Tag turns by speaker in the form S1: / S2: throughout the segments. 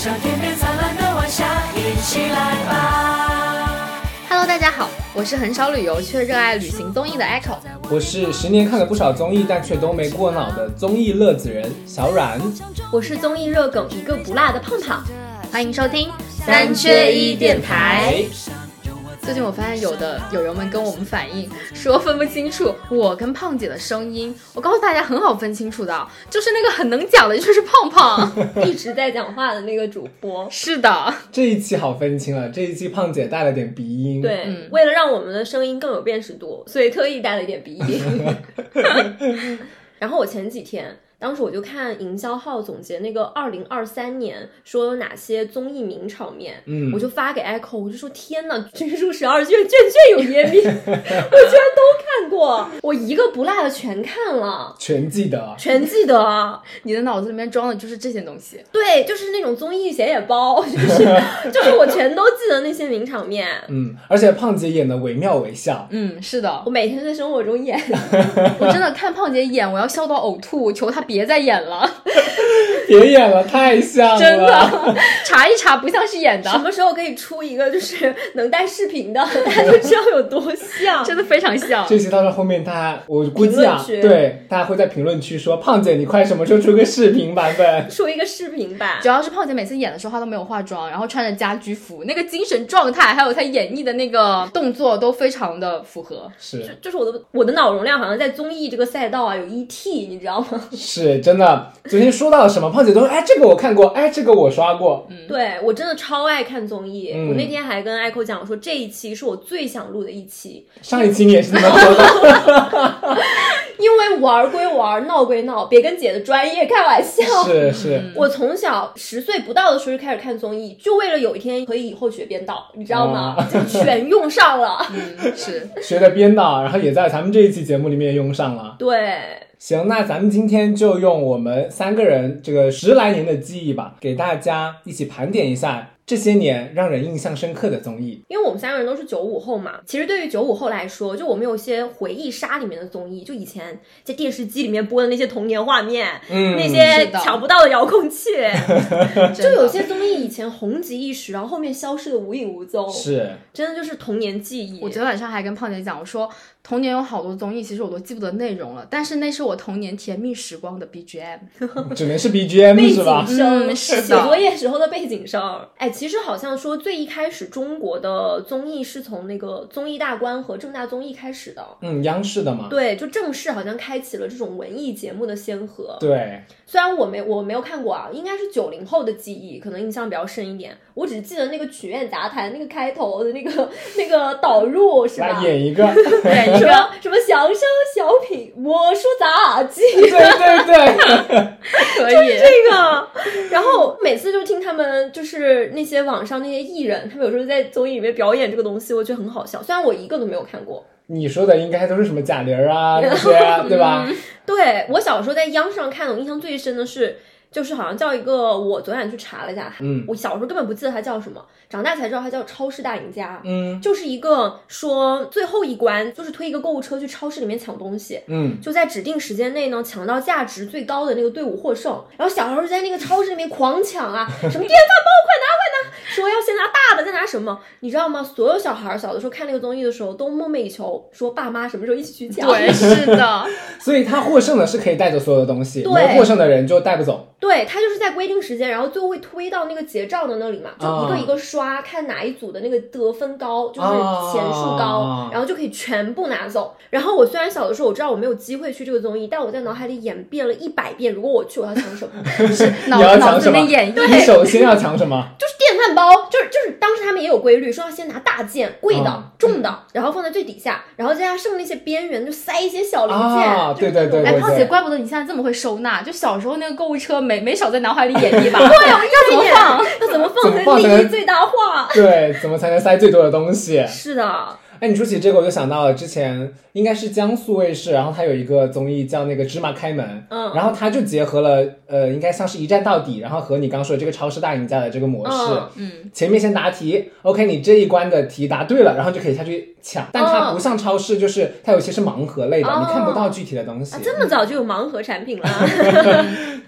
S1: 上甜甜灿烂的晚霞，一起来吧。
S2: Hello， 大家好，我是很少旅游却热爱旅行综艺的 Echo。
S3: 我是10年看了不少综艺但却都没过脑的综艺乐子人小阮。
S4: 我是综艺热梗一个不落的胖胖。
S2: 欢迎收听
S4: 三缺一电台。
S2: 最近我发现有的友友们跟我们反映说分不清楚我跟胖姐的声音，我告诉大家很好分清楚的，就是那个很能讲的就是胖胖
S4: 一直在讲话的那个主播。
S2: 是的，
S3: 这一期好分清了，这一期胖姐带了点鼻音。
S4: 对，为了让我们的声音更有辨识度，所以特意带了一点鼻音然后我前几天当时我就看营销号总结那个2023年说有哪些综艺名场面，我就发给 Echo， 我就说天哪，军术12卷卷卷有耶密我居然都看过，我一个不落的全看了，
S3: 全记得。
S2: 你的脑子里面装的就是这些东西。
S4: 对，就是那种综艺显眼包，就是我全都记得那些名场面。
S3: 而且胖姐演的惟妙惟肖。
S2: 是的，
S4: 我每天在生活中演
S2: 我真的看胖姐演我要笑到呕吐，求她别再演了
S3: 别演了，太像了，
S2: 真的查一查不像是演的。
S4: 什么时候可以出一个就是能带视频的，大家就知道有多像
S2: 真的非常像。
S3: 这期到了后面我估计对大家会在评论区说胖姐你快什么时候出个视频版本，
S4: 出一个视频版。
S2: 主要是胖姐每次演的时候她都没有化妆，然后穿着家居服，那个精神状态还有她演绎的那个动作都非常的符合。
S4: 就是我的脑容量好像在综艺这个赛道啊有1T， 你知道吗？
S3: 是真的。昨天说到了什么胖姐都说哎这个我看过，哎这个我刷过。
S4: 对，我真的超爱看综艺。我那天还跟 Echo 讲说这一期是我最想录的一期。
S3: 上一期你也是这么说的
S4: 因为玩归玩，闹归闹，别跟姐的专业开玩笑。
S3: 是
S4: 我从小10岁不到的时候就开始看综艺，就为了有一天可以以后学编导，你知道吗？就全用上了。
S2: 是
S3: 学的编导，然后也在咱们这一期节目里面用上了。
S4: 对，
S3: 行，那咱们今天就用我们3个人这个10来年的记忆吧，给大家一起盘点一下这些年让人印象深刻的综艺。
S4: 因为我们3个人都是95后嘛，其实对于95后来说，就我们有些回忆杀里面的综艺，就以前在电视机里面播的那些童年画面，那些抢不到的遥控器就有些综艺以前红极一时，然后后面消失的无影无踪，
S3: 是
S4: 真的就是童年记忆。
S2: 我昨天晚上还跟胖姐讲，我说童年有好多综艺其实我都记不得内容了，但是那是我童年甜蜜时光的 BGM
S3: 只能是 BGM 是吧？
S4: 背景声，
S2: 是的，
S4: 写作业时候的背景声。哎，其实好像说最一开始中国的综艺是从那个综艺大观和正大综艺开始的。
S3: 央视的嘛。
S4: 对，就正式好像开启了这种文艺节目的先河。
S3: 对，
S4: 虽然我没有看过啊，应该是90后的记忆，可能印象比较深一点。我只记得那个曲苑杂谈那个开头的那个导入是吧？
S3: 来演一个
S4: 什么响声小品，我说杂技。
S3: 对
S2: 可以
S4: 就是这个。然后每次就听他们就是那些网上那些艺人，他们有时候在综艺里面表演这个东西，我觉得很好笑。虽然我一个都没有看过。
S3: 你说的应该都是什么贾玲啊那些对吧？
S4: 对，我小时候在央视上看的，我印象最深的是就是好像叫一个，我昨晚去查了一下，我小时候根本不记得它叫什么，长大才知道它叫超市大赢家。就是一个说最后一关就是推一个购物车去超市里面抢东西，就在指定时间内呢抢到价值最高的那个队伍获胜。然后小孩就在那个超市里面狂抢啊，什么电饭煲快拿，说要先拿大的再拿什么，你知道吗？所有小孩小的时候看那个综艺的时候都梦寐以求说爸妈什么时候一起去抢。
S2: 对，是的
S3: 所以他获胜的是可以带走所有的东西，没获胜的人就带不走。
S4: 对，他就是在规定时间，然后最后会推到那个结账的那里嘛，就一个一个刷，看哪一组的那个得分高，就是钱数高，然后就可以全部拿走。然后我虽然小的时候我知道我没有机会去这个综艺，但我在脑海里演变了100遍，如果我去我要抢什么
S2: 是
S3: 你要抢什么？你首先要抢什么？
S4: 就是电饭煲，就是当时他们也有规律，说要先拿大件贵的、重的，然后放在最底下，然后在它剩那些边缘就塞一些小零件。
S3: 对。
S2: 哎，胖姐，怪不得你现在这么会收纳，就小时候那个购物车没少在脑海里演绎吧？
S4: 对啊，
S2: 要
S4: 怎么放才能利益最大化？
S3: 对，怎么才能塞最多的东西？
S4: 是的。
S3: 哎，你说起这个我就想到了之前应该是江苏卫视，然后它有一个综艺叫那个芝麻开门，然后它就结合了应该像是一站到底，然后和你刚说的这个超市大赢家的这个模式，前面先答题 OK 你这一关的题答对了，然后就可以下去抢，但它不像超市，就是它有些是盲盒类的，你看不到具体的东西。
S4: 这么早就有盲盒产品了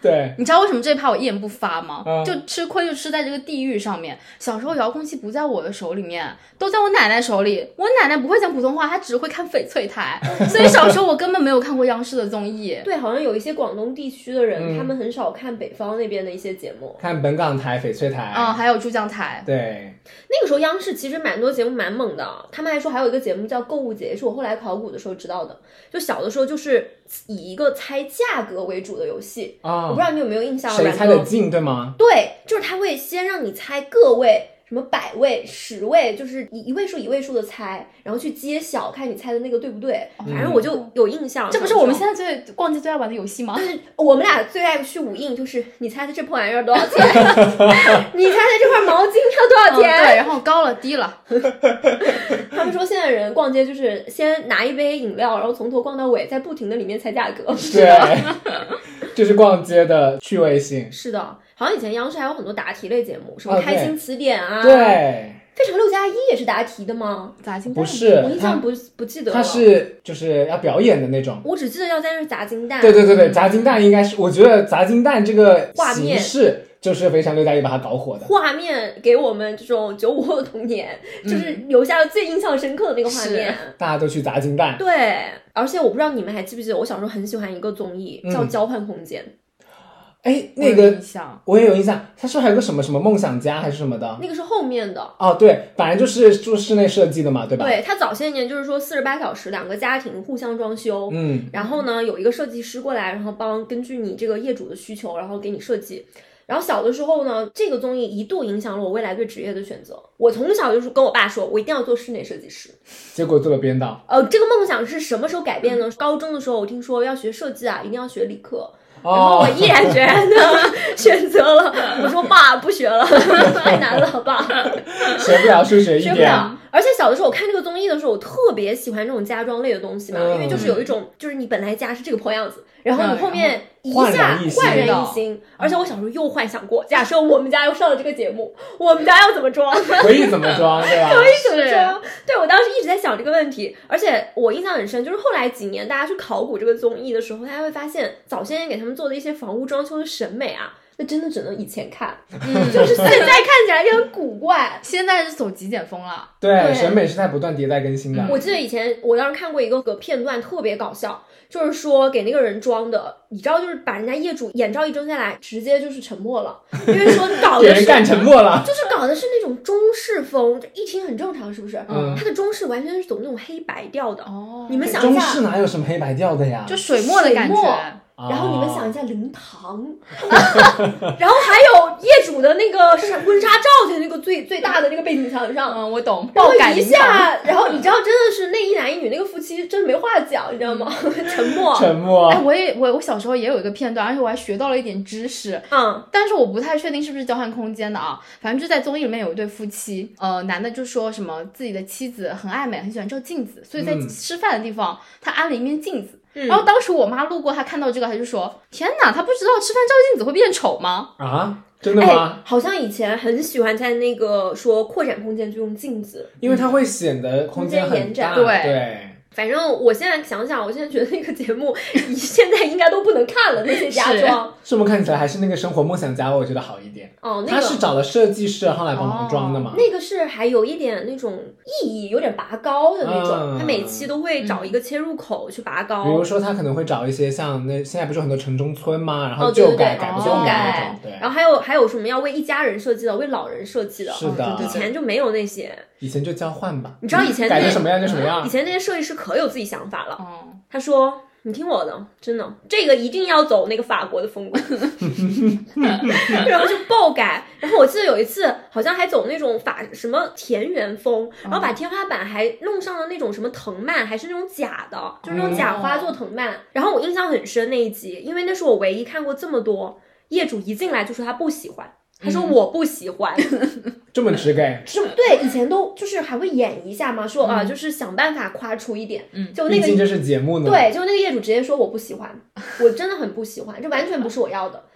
S3: 对，
S2: 你知道为什么这一趴我一言不发吗？就吃亏就吃在这个地域上面。小时候遥控器不在我的手里面，都在我奶奶手里。我奶奶不会讲普通话，她只会看翡翠台，所以小时候我根本没有看过央视的综艺。
S4: 对，好像有一些广东地区的人，他们很少看北方那边的一些节目，
S3: 看本港台、翡翠台
S2: 还有珠江台。
S3: 对，
S4: 那个时候央视其实蛮多节目蛮猛的，他们还说还有一个节目叫购物节，是我后来考古的时候知道的。就小的时候就是以一个猜价格为主的游戏我不知道你有没有印象，
S3: 谁猜得近对吗？
S4: 对，就是他会先让你猜个位，什么百位、10位，就是一位数一位数的猜，然后去揭晓看你猜的那个对不对。反正我就有印象，
S2: 这不是我们现在逛街最爱玩的游戏吗？
S4: 就是我们俩最爱去五印，就是你猜的这破玩意儿多少钱你猜的这块毛巾要多少钱
S2: 对，然后高了低了
S4: 他们说现在人逛街就是先拿一杯饮料，然后从头逛到尾，再不停的里面猜价格。
S3: 对就是逛街的趣味性。
S4: 是的，好像以前央视还有很多答题类节目，什么开心词典啊，
S3: 对，
S4: 非常6+1也是答题的吗？
S2: 砸金蛋
S3: 不是，
S4: 我印象不记得了。
S3: 它是就是要表演的那种，
S4: 我只记得要在那砸金蛋。
S3: 对，砸金蛋应该是，我觉得砸金蛋这个形式就是非常6+1把它搞火的
S4: 画面，给我们这种95后的童年就是留下了最印象深刻的那个画面。
S3: 大家都去砸金蛋。
S4: 对，而且我不知道你们还记不记得，我小时候很喜欢一个综艺叫交换空间。
S3: 哎，那个我也有印象，它是还有个什么什么梦想家还是什么的，
S4: 那个是后面的
S3: 哦，对，反正就是做室内设计的嘛，对吧？
S4: 对，它早些年就是说48小时2个家庭互相装修，然后呢有一个设计师过来，然后根据你这个业主的需求，然后给你设计。然后小的时候呢，这个综艺一度影响了我未来对职业的选择。我从小就是跟我爸说，我一定要做室内设计师。
S3: 结果做了编导。
S4: 这个梦想是什么时候改变呢？高中的时候我听说要学设计啊，一定要学理科。然后我毅然决然的选择了，我说爸不学了，太难了爸，
S3: 学不了数学一点，
S4: 学不了。而且小的时候我看这个综艺的时候，我特别喜欢这种家装类的东西嘛，因为就是有一种就是你本来家是这个破样子，然后你后面一下焕然一新。而且我小时候又幻想过，假设我们家又上了这个节目，我们家要怎么装？
S3: 可以怎么装，对吧？
S4: 可以怎么装？对，我当时一直在想这个问题。而且我印象很深，就是后来几年大家去考古这个综艺的时候，大家会发现早些年给他们做的一些房屋装修的审美啊，那真的只能以前看，就是现在看起来就很古怪。
S2: 现在是走极简风了，
S3: 对，审美是在不断迭代更新的。
S4: 我记得以前我当时看过一个片段，特别搞笑，就是说给那个人装的，你知道，就是把人家业主眼罩一睁下来，直接就是沉默了，因为说搞的是给
S3: 人干沉默了，
S4: 就是搞的是那种中式风，一听很正常，是不是？它的中式完全是走那种黑白调的。你们想一下，
S3: 中式哪有什么黑白调的呀？
S2: 就水墨的感觉。
S4: 然后你们想一下灵堂然后还有业主的那个婚纱照在那个最大的那个背景墙上，
S2: 我懂，
S4: 爆改一下，然后你知道真的是那一男一女那个夫妻真没话讲，你知道吗？沉默。
S2: 哎，我小时候也有一个片段，而且我还学到了一点知识，但是我不太确定是不是交换空间的啊。反正就在综艺里面有一对夫妻，男的就说什么自己的妻子很爱美，很喜欢照镜子，所以在吃饭的地方他安了一面镜子。然后当时我妈路过，她看到这个，她就说：“天哪，她不知道吃饭照镜子会变丑吗？”
S3: 啊，真的吗？
S4: 好像以前很喜欢在那个说扩展空间就用镜子，
S3: 因为它会显得空间很大。对。
S4: 反正我现在想想，我现在觉得那个节目现在应该都不能看了，那些家装。
S3: 是不是看起来还是那个生活梦想家我觉得好一点？他是找了设计师后来帮忙装的嘛？
S4: 那个是还有一点那种意义，有点拔高的那种。他每期都会找一个切入口去拔高。
S3: 比如说他可能会找一些像现在不是很多城中村吗？然后旧改改不动的那种。对。
S4: 然后还有什么要为一家人设计的，为老人设计的？
S3: 是的。
S4: 以前就没有那些。
S3: 以前就交换吧。
S4: 你知道以前
S3: 改成什么样就什么样。
S4: 以前那些设计师可有自己想法了。他说：“你听我的，真的，这个一定要走那个法国的风格。”然后就爆改。然后我记得有一次好像还走那种什么田园风，然后把天花板还弄上了那种什么藤蔓，还是那种假的，就是那种假花做藤蔓。然后我印象很深那一集，因为那是我唯一看过这么多业主一进来就说他不喜欢。他说我不喜欢，
S3: 这么直给？
S4: 对，以前都就是还会演一下嘛，说就是想办法夸出一点。就那个，
S3: 毕竟这是节目呢。
S4: 对，就那个业主直接说我不喜欢，我真的很不喜欢，这完全不是我要的。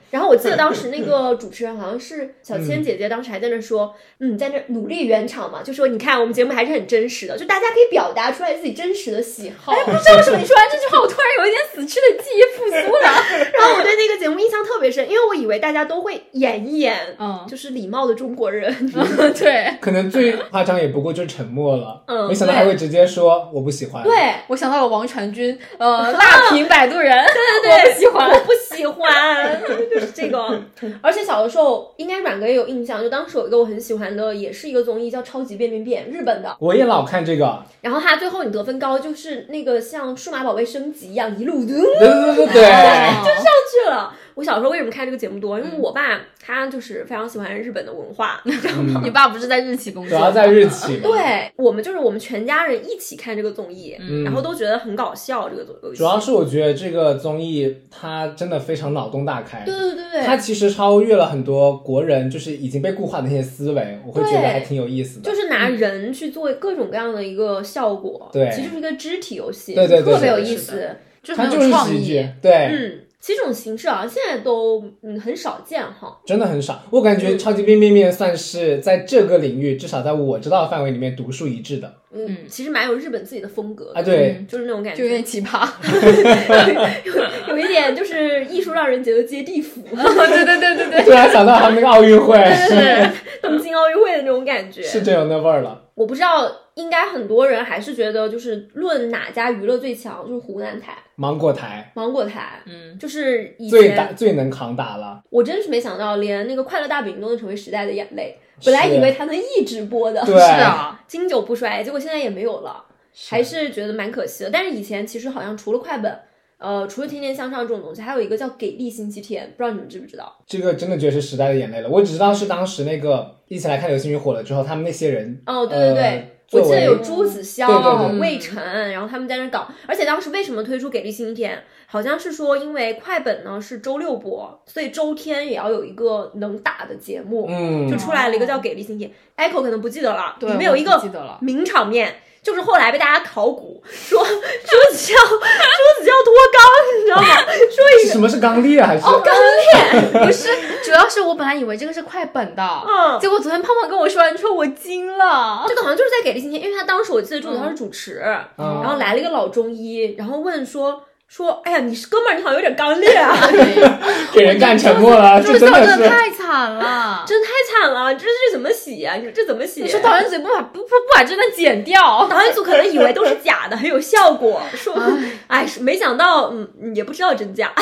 S4: 然后我记得当时那个主持人好像是小千姐姐，当时还在那说，在那努力圆场嘛，就说你看我们节目还是很真实的，就大家可以表达出来自己真实的喜好。不知道为什么你说完这句话，我突然有一点死去的记忆复苏了。然后我对那个节目印象特别深，因为我以为大家都会演一演，就是礼貌的中国人。
S2: 对，
S3: 可能最夸张也不过就是沉默了。没想到还会直接说我不喜欢。
S4: 对，
S2: 我想到了王传君，辣评摆渡人。对，我不喜欢，
S4: 我不喜欢，就是这个。而且小的时候，应该阮哥也有印象，就当时有一个我很喜欢的，也是一个综艺叫《超级变变变》，日本的。
S3: 我也老看这个。
S4: 然后他最后你得分高，就是那个像数码宝贝升级一样，一路对，
S3: 就
S4: 上去了。我小时候为什么看这个节目多？因为我爸他就是非常喜欢日本的文化，你知道吗？
S2: 你爸不是在日企工作，
S3: 主要在日企。
S4: 对，我们全家人一起看这个综艺，然后都觉得很搞笑。这个综艺
S3: 主要是我觉得这个综艺它真的非常脑洞大开。
S4: 对，
S3: 它其实超越了很多国人就是已经被固化的那些思维，我会觉得还挺有意思的。
S4: 就是拿人去做各种各样的一个效果，
S3: 对，
S4: 其实就是一个肢体游戏，
S3: 对，
S4: 特别有意思，
S2: 就是很有创意。
S3: 对，
S4: 其实这种形式好像现在都很少见哈，
S3: 真的很少。我感觉超级变变变算是在这个领域，至少在我知道的范围里面独树一帜的。
S4: 其实蛮有日本自己的风格的
S3: 啊，对，
S4: 就是那种感觉，
S2: 就有点奇葩，
S4: 有一点就是艺术让人觉得接地府。
S2: 对，
S3: 突然想到他们那个奥运会，
S4: 是东京奥运会的那种感觉，
S3: 是真有那味儿了。
S4: 我不知道，应该很多人还是觉得，就是论哪家娱乐最强，就是湖南台、
S3: 芒果台，
S4: 就是以前
S3: 最能扛打了。
S4: 我真是没想到，连那个快乐大本营都能成为时代的眼泪。本来以为它能一直播的，
S3: 对，
S2: 是啊，
S4: 经久不衰，结果现在也没有了，还是觉得蛮可惜的。但是以前其实好像除了快本。除了天天向上这种东西，还有一个叫给力星期天，不知道你们知不知道？这
S3: 个真的觉得是时代的眼泪了。我只知道是当时那个一起来看流星雨火了之后，他们那些人
S4: 对，我记得有朱子骁、魏晨，然后他们在那搞。而且当时为什么推出给力星期天？好像是说因为快本呢是周6播，所以周天也要有一个能打的节目，就出来了一个叫给力星期天。Echo 可能不记得了，里面有一个名场面。就是后来被大家考古说朱子骁脱肛，你知道吗？说一个
S3: 什么是肛裂还是
S4: 肛裂？
S2: 不是，主要是我本来以为这个是快本的，结果昨天胖胖跟我说完之后，我惊了。
S4: 这个好像就是在给力星期天，因为他当时我记得朱子骁是主持，然后来了一个老中医，然后问说，哎呀，你是哥们儿，你好像有点刚烈啊，
S3: 给人干沉默了，这真的是
S2: 太惨了，
S4: 真太惨了，这怎么洗啊？你说这怎么洗？
S2: 你说导演组不把这段剪掉，
S4: 导演组可能以为都是假的，很有效果，说没想到，也不知道真假。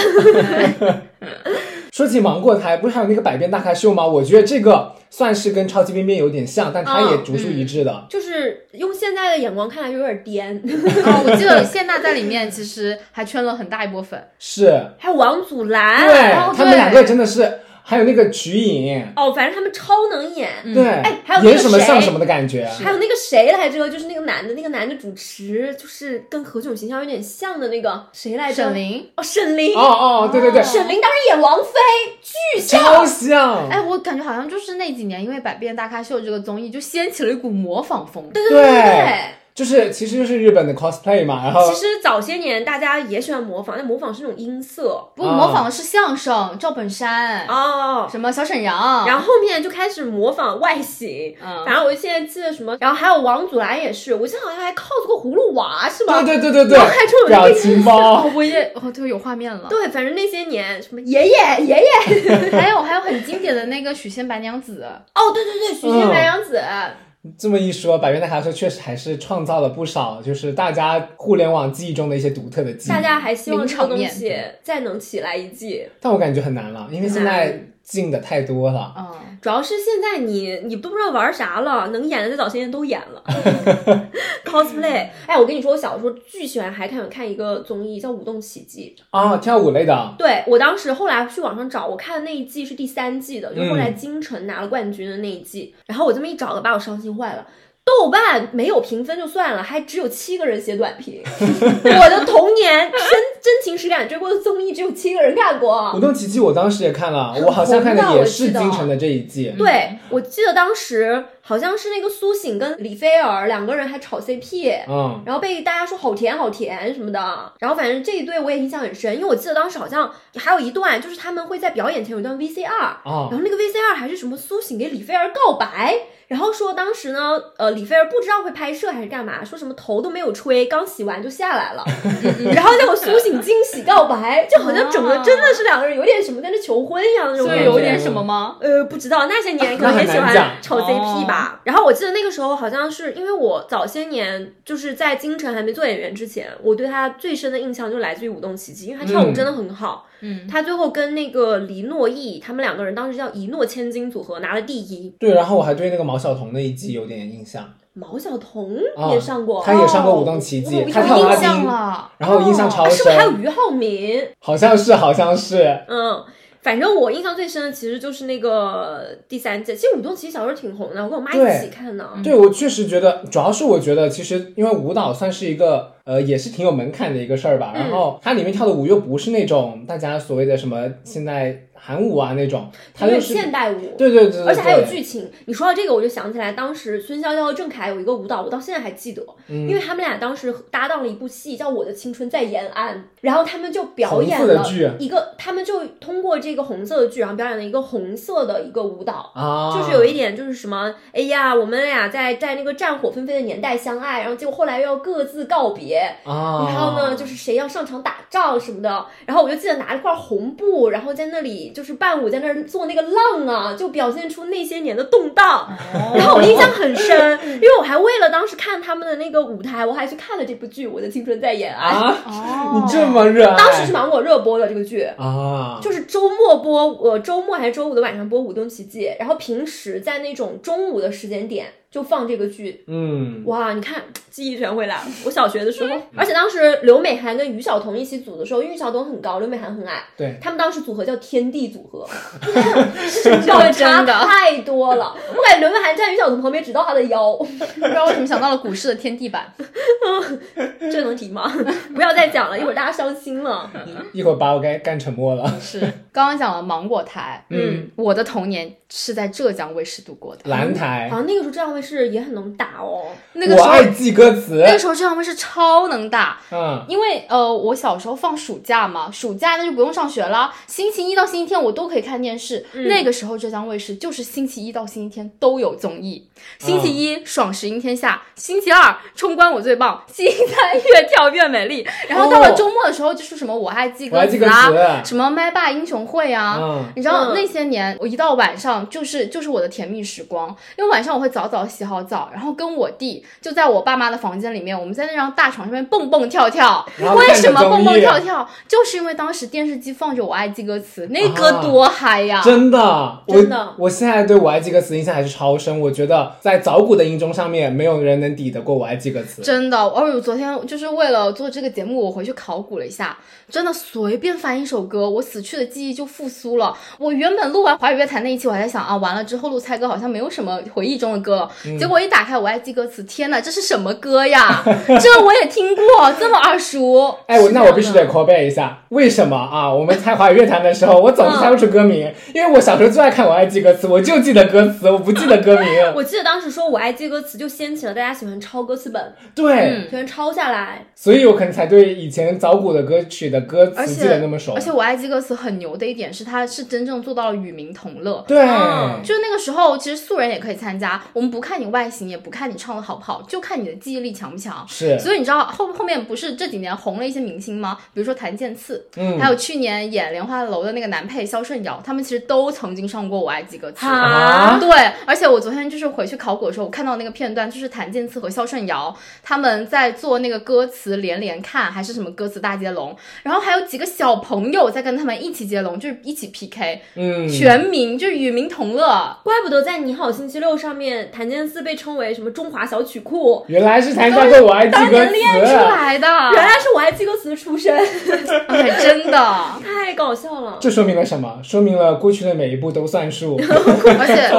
S3: 说起芒果台，不是还有那个百变大咖秀吗？我觉得这个算是跟超级变变有点像，但它也独树一帜的。
S4: 就是用现在的眼光看来有点颠。
S2: 我记得谢娜在里面其实还圈了很大一波粉，
S3: 是，
S4: 还有王祖蓝，
S3: 对，他们两个真的是。还有那个瞿颖
S4: 反正他们超能演，
S3: 对，
S4: 还有那个
S3: 演什么像什么的感觉。
S4: 还有那个谁来着，就是那个男的主持，就是跟何炅形象有点像的那个谁来着？
S2: 沈凌。
S4: 沈凌。
S3: 对，
S4: 沈凌当时演王菲，巨像，
S3: 超像。
S2: 我感觉好像就是那几年，因为《百变大咖秀》这个综艺就掀起了一股模仿风。
S4: 对。
S3: 其实就是日本的 cosplay 嘛，然后
S4: 其实早些年大家也喜欢模仿，但模仿是那种音色，
S2: 不模仿的是相声，赵本山什么小沈阳，
S4: 然后后面就开始模仿外形，反正我现在记得什么，然后还有王祖蓝也是，我记得好像还 cos 过葫芦娃是吧？
S3: 对，
S4: 然后还出了
S3: 表情包，
S2: 我也对有画面了。
S4: 对，反正那些年什么爷爷，
S2: 还有很经典的那个许仙白娘子，
S4: 对，许仙白娘子。
S3: 这么一说，百变大咖秀确实还是创造了不少，就是大家互联网记忆中的一些独特的记忆。
S4: 大家还希望这个东西再能起来一季，
S3: 但我感觉很难了，因为现在进的太多了。
S4: 主要是现在你都不知道玩啥了，能演的在早些年都演了。cosplay， 我跟你说，我小时候巨喜欢还看一个综艺叫《舞动奇迹》
S3: 跳舞类的。
S4: 对，我当时后来去网上找，我看的那一季是第3季的，就后来金晨拿了冠军的那一季。然后我这么一找，把我伤心坏了。豆瓣没有评分就算了，还只有7个人写短评。我的童年真情实感追过的综艺只有7个人看过。
S3: 舞动奇迹我当时也看了，我好像看的也是金晨的这一季。
S4: 对，我记得当时好像是那个苏醒跟李菲儿两个人还炒 CP，然后被大家说好甜好甜什么的，然后反正这一对我也印象很深，因为我记得当时好像还有一段就是他们会在表演前有一段 VCR，然后那个 VCR 还是什么苏醒给李菲儿告白，然后说当时呢李菲儿不知道会拍摄还是干嘛，说什么头都没有吹，刚洗完就下来了然后结果苏醒惊喜告白，就好像整个真的是两个人有点什么在那求婚一样的那种，
S2: 所以有点什么吗？
S4: 不知道，那些年可能也喜欢炒 CP 吧。然后我记得那个时候好像是因为我早些年就是在京城还没做演员之前，我对他最深的印象就来自于舞动奇迹，因为他跳舞真的很好。他最后跟那个黎诺懿他们两个人当时叫一诺千金组合拿了第1。
S3: 对，然后我还对那个毛晓彤那一季有点印象。
S4: 毛晓彤也上过，
S3: 他也上过舞动奇迹，他跳拉丁
S2: 了，
S3: 然后印象超深。
S4: 是不是还有俞灏明？
S3: 好像是。
S4: 反正我印象最深的其实就是那个第3季。其实舞动奇迹小时候挺红的，我跟我妈一起看的。
S3: 对，我确实觉得，主要是我觉得其实因为舞蹈算是一个也是挺有门槛的一个事儿吧。然后它里面跳的舞又不是那种大家所谓的什么现在韩舞啊那种，它就是
S4: 现代舞。
S3: 对，
S4: 而且还有剧情。你说到这个我就想起来，当时孙潇潇和郑恺有一个舞蹈我到现在还记得，因为他们俩当时搭档了一部戏叫《我的青春在延安》，然后他们就表演了一个，他们就通过这个红色的剧然后表演了一个红色的一个舞蹈就是有一点就是什么哎呀我们俩在那个战火纷飞的年代相爱，然后结果后来又要各自告别然后呢就是谁要上场打仗什么的，然后我就记得拿了块红布，然后在那里就是伴舞在那儿做那个浪啊，就表现出那些年的动荡然后我印象很深，因为我还为了当时看他们的那个舞台我还去看了这部剧《我的青春在延安》
S3: 你这么热爱，
S4: 当时是芒果热播的这个剧就是周末播周末还是周五的晚上播《舞动奇迹》，然后平时在那种中午的时间点就放这个剧。哇，你看记忆全回来了。我小学的时候而且当时刘美涵跟于晓彤一起组的时候，因为于晓彤很高，刘美涵很矮，
S3: 对，
S4: 他们当时组合叫天地组合身高差太多了，我感觉刘美涵站于晓彤旁边直到她的腰不
S2: 知道为什么想到了股市的天地板
S4: 这能提吗？不要再讲了，一会儿大家伤心了
S3: 一会儿把我该干沉默了。
S2: 是刚刚讲了芒果台我的童年是在浙江卫视度过的
S3: 蓝台，
S4: 好像那个时候浙江卫视也很能打哦。
S2: 那个时候
S3: 我爱记歌词，
S2: 那个时候浙江卫视超能打因为我小时候放暑假嘛，暑假那就不用上学了，星期一到星期天我都可以看电视那个时候浙江卫视就是星期一到星期天都有综艺，星期一爽时赢天下，星期二冲关我最棒，星期三越跳越美丽，然后到了周末的时候就是什么我爱记歌词啊，什么麦霸英雄会啊你知道那些年我一到晚上就是我的甜蜜时光，因为晚上我会早早洗好澡，然后跟我弟就在我爸妈的房间里面，我们在那张大床上面蹦蹦跳跳。为什么蹦蹦跳跳？就是因为当时电视机放着我爱记歌词，那歌多嗨呀！
S3: 真的我现在对我爱记歌词印象还是超深，我觉得在早古的音钟上面没有人能抵得过我爱记歌词，真的。
S2: 我昨天就是为了做这个节目我回去考古了一下，真的随便翻一首歌我死去的记忆就复苏了。我原本录完华语乐坛那一期我还在想完了之后录猜歌好像没有什么回忆中的歌了结果一打开我爱记歌词，天哪这是什么歌呀这我也听过这么耳熟
S3: 那我必须得 call back 一下，为什么我们猜华语乐坛的时候我总是猜不出歌名因为我小时候最爱看我爱记歌词，我就记得歌词我不记得歌名
S4: 我记得当时说我爱记歌词就掀起了大家喜欢抄歌词本，
S3: 对
S4: 喜欢抄下来，
S3: 所以我可能才对以前早古的歌曲的歌词记得那么熟。
S2: 而且我爱记歌词很牛的一点是它是真正做到了与民同乐，
S3: 对
S2: 就那个时候其实素人也可以参加，我们不看你外形也不看你唱的好不好，就看你的记忆力强不强。
S3: 是，
S2: 所以你知道后面不是这几年红了一些明星吗？比如说谭健次还有去年演莲花楼的那个男配肖顺尧，他们其实都曾经上过我爱记歌词对，而且我昨天就是回去考古的时候我看到那个片段，就是谭健次和肖顺尧他们在做那个歌词连连看还是什么歌词大接龙，然后还有几个小朋友在跟他们一起接龙，就是一起 PK 全民就是与民同乐。
S4: 怪不得在你好星期六上面谭健次被称为什么中华小曲库，
S3: 原来是参加过我爱记歌词
S2: 练出来的，
S4: 原来是我爱记歌词出身
S2: 真的
S4: 太搞笑了。
S3: 这说明了什么？说明了过去的每一步都算数
S2: 而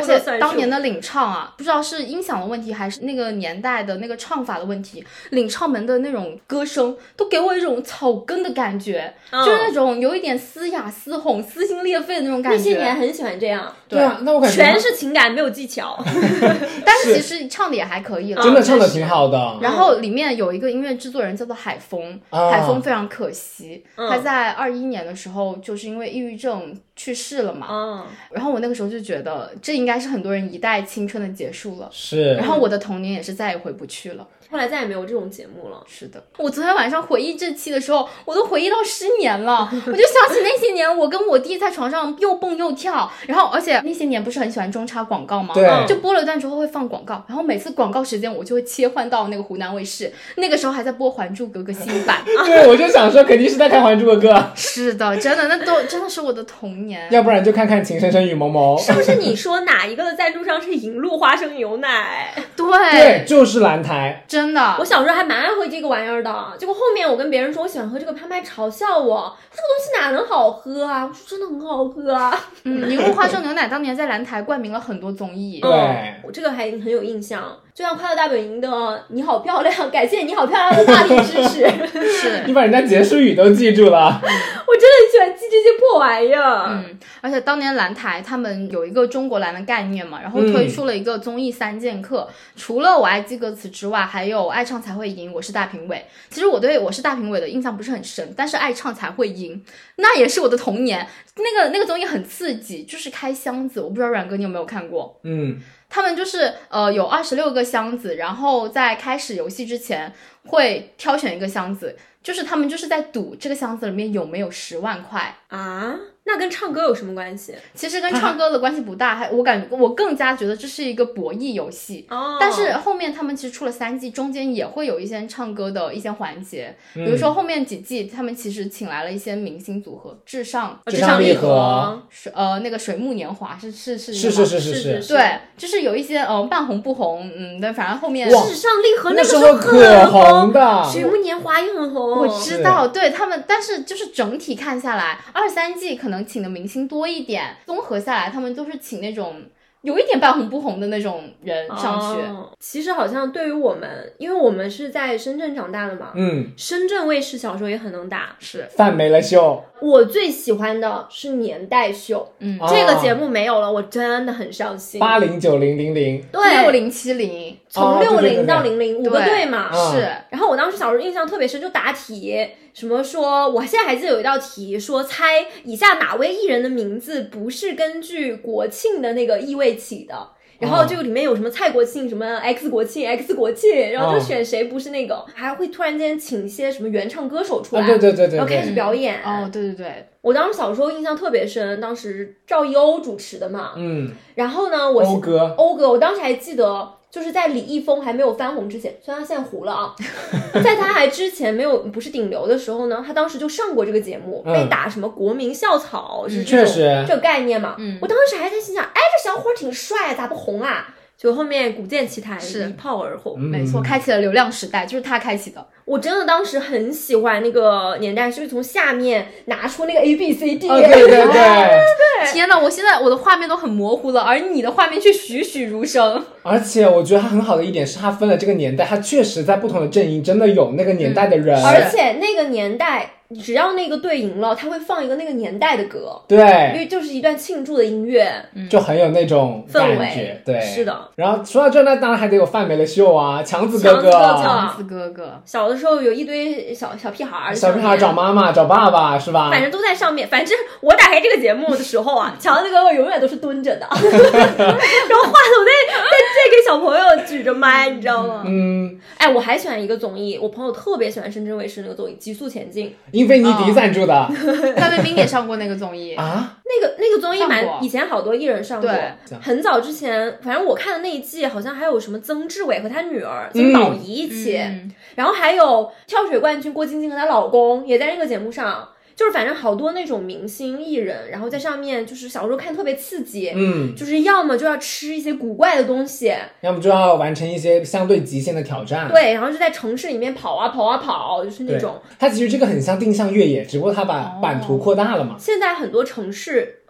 S2: 而且当年的领唱啊，不知道是音响的问题还是那个年代的那个唱法的问题，领唱们的那种歌声都给我一种草根的感觉，就是那种有一点嘶哑嘶吼撕心裂肺的那种感觉。
S4: 那些年很喜欢这样。
S3: 对啊，那我感觉
S4: 全是情感没有技巧
S2: 但是其实唱的也还可以了，
S3: 真的唱的挺好的。
S2: 然后里面有一个音乐制作人叫做海峰，海峰非常可惜，他在21年的时候就是因为抑郁症去世了嘛。然后我那个时候就觉得这应该是很多人一代青春的结束了，
S3: 是。
S2: 然后我的童年也是再也回不去了。
S4: 后来再也没有这种节目了。
S2: 是的，我昨天晚上回忆这期的时候，我都回忆到失眠了。我就想起那些年我跟我弟在床上又蹦又跳，然后而且那些年不是很喜欢中插广告吗？
S3: 对，
S2: 就播了一段之后会放广告，然后每次广告时间我就会切换到那个湖南卫视，那个时候还在播《还珠格格》新版。
S3: 对，我就想说肯定是在看《还珠格格》。
S2: 是的，真的，那都真的是我的童年。
S3: 要不然就看看《情深深雨蒙蒙》。
S4: 是不是你说哪一个的赞助商是银鹭花生牛奶？
S2: 对，
S3: 就是蓝台。
S2: 真的，
S4: 我小时候还蛮爱喝这个玩意儿的，结果后面我跟别人说我喜欢喝这个，他们还嘲笑我，这个东西哪能好喝啊？我说真的很好喝啊。
S2: 银鹭花生牛奶当年在蓝台冠名了很多综艺。
S3: 对，
S4: 我这个还很有印象。就像快乐大本营的你好漂亮，感谢你好漂亮的大力支持。
S2: 是
S3: 你把人家结束语都记住了。
S4: 我真的很喜欢记这些破玩意儿。
S2: 而且当年蓝台他们有一个中国蓝的概念嘛，然后推出了一个综艺3剑客，除了我爱记歌词之外，还有爱唱才会赢，我是大评委。其实我对我是大评委的印象不是很深，但是爱唱才会赢那也是我的童年。那个综艺很刺激，就是开箱子，我不知道阮哥你有没有看过。他们就是有26个箱子，然后在开始游戏之前会挑选一个箱子，就是他们就是在赌这个箱子里面有没有10万块
S4: 啊。那跟唱歌有什么关系？
S2: 其实跟唱歌的关系不大，我感觉我更加觉得这是一个博弈游戏。但是后面他们其实出了3季，中间也会有一些唱歌的一些环节，比如说后面几季他们其实请来了一些明星组合，至上
S3: 励合，
S2: 那个水木年华是
S3: 对，
S2: 就是有一些半红不红，但反正后面
S4: 至上励合那个
S3: 时候可红的，
S4: 水木年华也很红，
S2: 我知道，对他们，但是就是整体看下来，2、3季可能请的明星多一点，综合下来他们都是请那种有一点半红不红的那种人上去。
S4: 其实好像对于我们，因为我们是在深圳长大的嘛，深圳卫视小时候也很能打，
S2: 是
S3: 范没了秀。
S4: 我最喜欢的是年代秀，这个节目没有了，我真的很伤心。
S3: 80、90、00，
S4: 对
S2: ，60、70，
S4: 从60到00，5个队嘛，
S2: 是。
S4: 然后我当时小时候印象特别深，就答题，什么说，我现在还记得有一道题说，猜以下哪位艺人的名字不是根据国庆的那个意味起的。然后就里面有什么蔡国庆，什么 X 国庆，然后就选谁不是那个，还会突然间请一些什么原唱歌手出来，
S3: 对，
S4: 然后开始表演。
S2: 对，
S4: 我当时小时候印象特别深，当时赵一欧主持的嘛，然后呢，欧哥，我当时还记得。就是在李易峰还没有翻红之前，虽然他现在糊了啊，在他还之前不是顶流的时候呢，他当时就上过这个节目，被打什么国民校草，是这种这个概念嘛。我当时还在心想，哎，这小伙挺帅啊，咋不红啊？就后面古剑奇谭一炮而红，
S2: 没错，开启了流量时代，就是他开启的。
S4: 我真的当时很喜欢那个年代，就是从下面拿出那个 ABCD，
S3: 对，
S2: 天哪！我现在我的画面都很模糊了，而你的画面却栩栩如生。
S3: 而且我觉得它很好的一点是，它分了这个年代，它确实在不同的阵营真的有那个年代的人，
S4: 而且那个年代。只要那个队赢了，他会放一个那个年代的歌，
S3: 对，
S4: 因为就是一段庆祝的音乐，
S3: 就很有那种
S4: 氛围，
S3: 对，
S4: 是的。
S3: 然后说到这，那当然还得有范梅的秀啊，强子哥哥，
S4: 小的时候有一堆小屁孩
S3: 找妈妈找爸爸是吧？
S4: 反正都在上面。反正我打开这个节目的时候啊，强子哥哥永远都是蹲着的，然后话筒在给小朋友举着麦，你知道吗？哎，我还喜欢一个综艺，我朋友特别喜欢深圳卫视那个综艺《极速前进》。
S3: 英菲尼迪赞助的，
S2: 范冰冰也上过那个综艺
S3: 啊。
S4: 那个综艺以前好多艺人上过，很早之前，反正我看的那一季好像还有什么曾志伟和他女儿曾宝仪一起，然后还有跳水冠军郭晶晶和她老公也在那个节目上。就是反正好多那种明星艺人，然后在上面就是小时候看特别刺激，就是要么就要吃一些古怪的东西，
S3: 要么就要完成一些相对极限的挑战，
S4: 对，然后就在城市里面跑啊跑啊跑，就是那种。
S3: 它其实这个很像定向越野，只不过它把版图扩大了嘛。
S4: 现在很多城市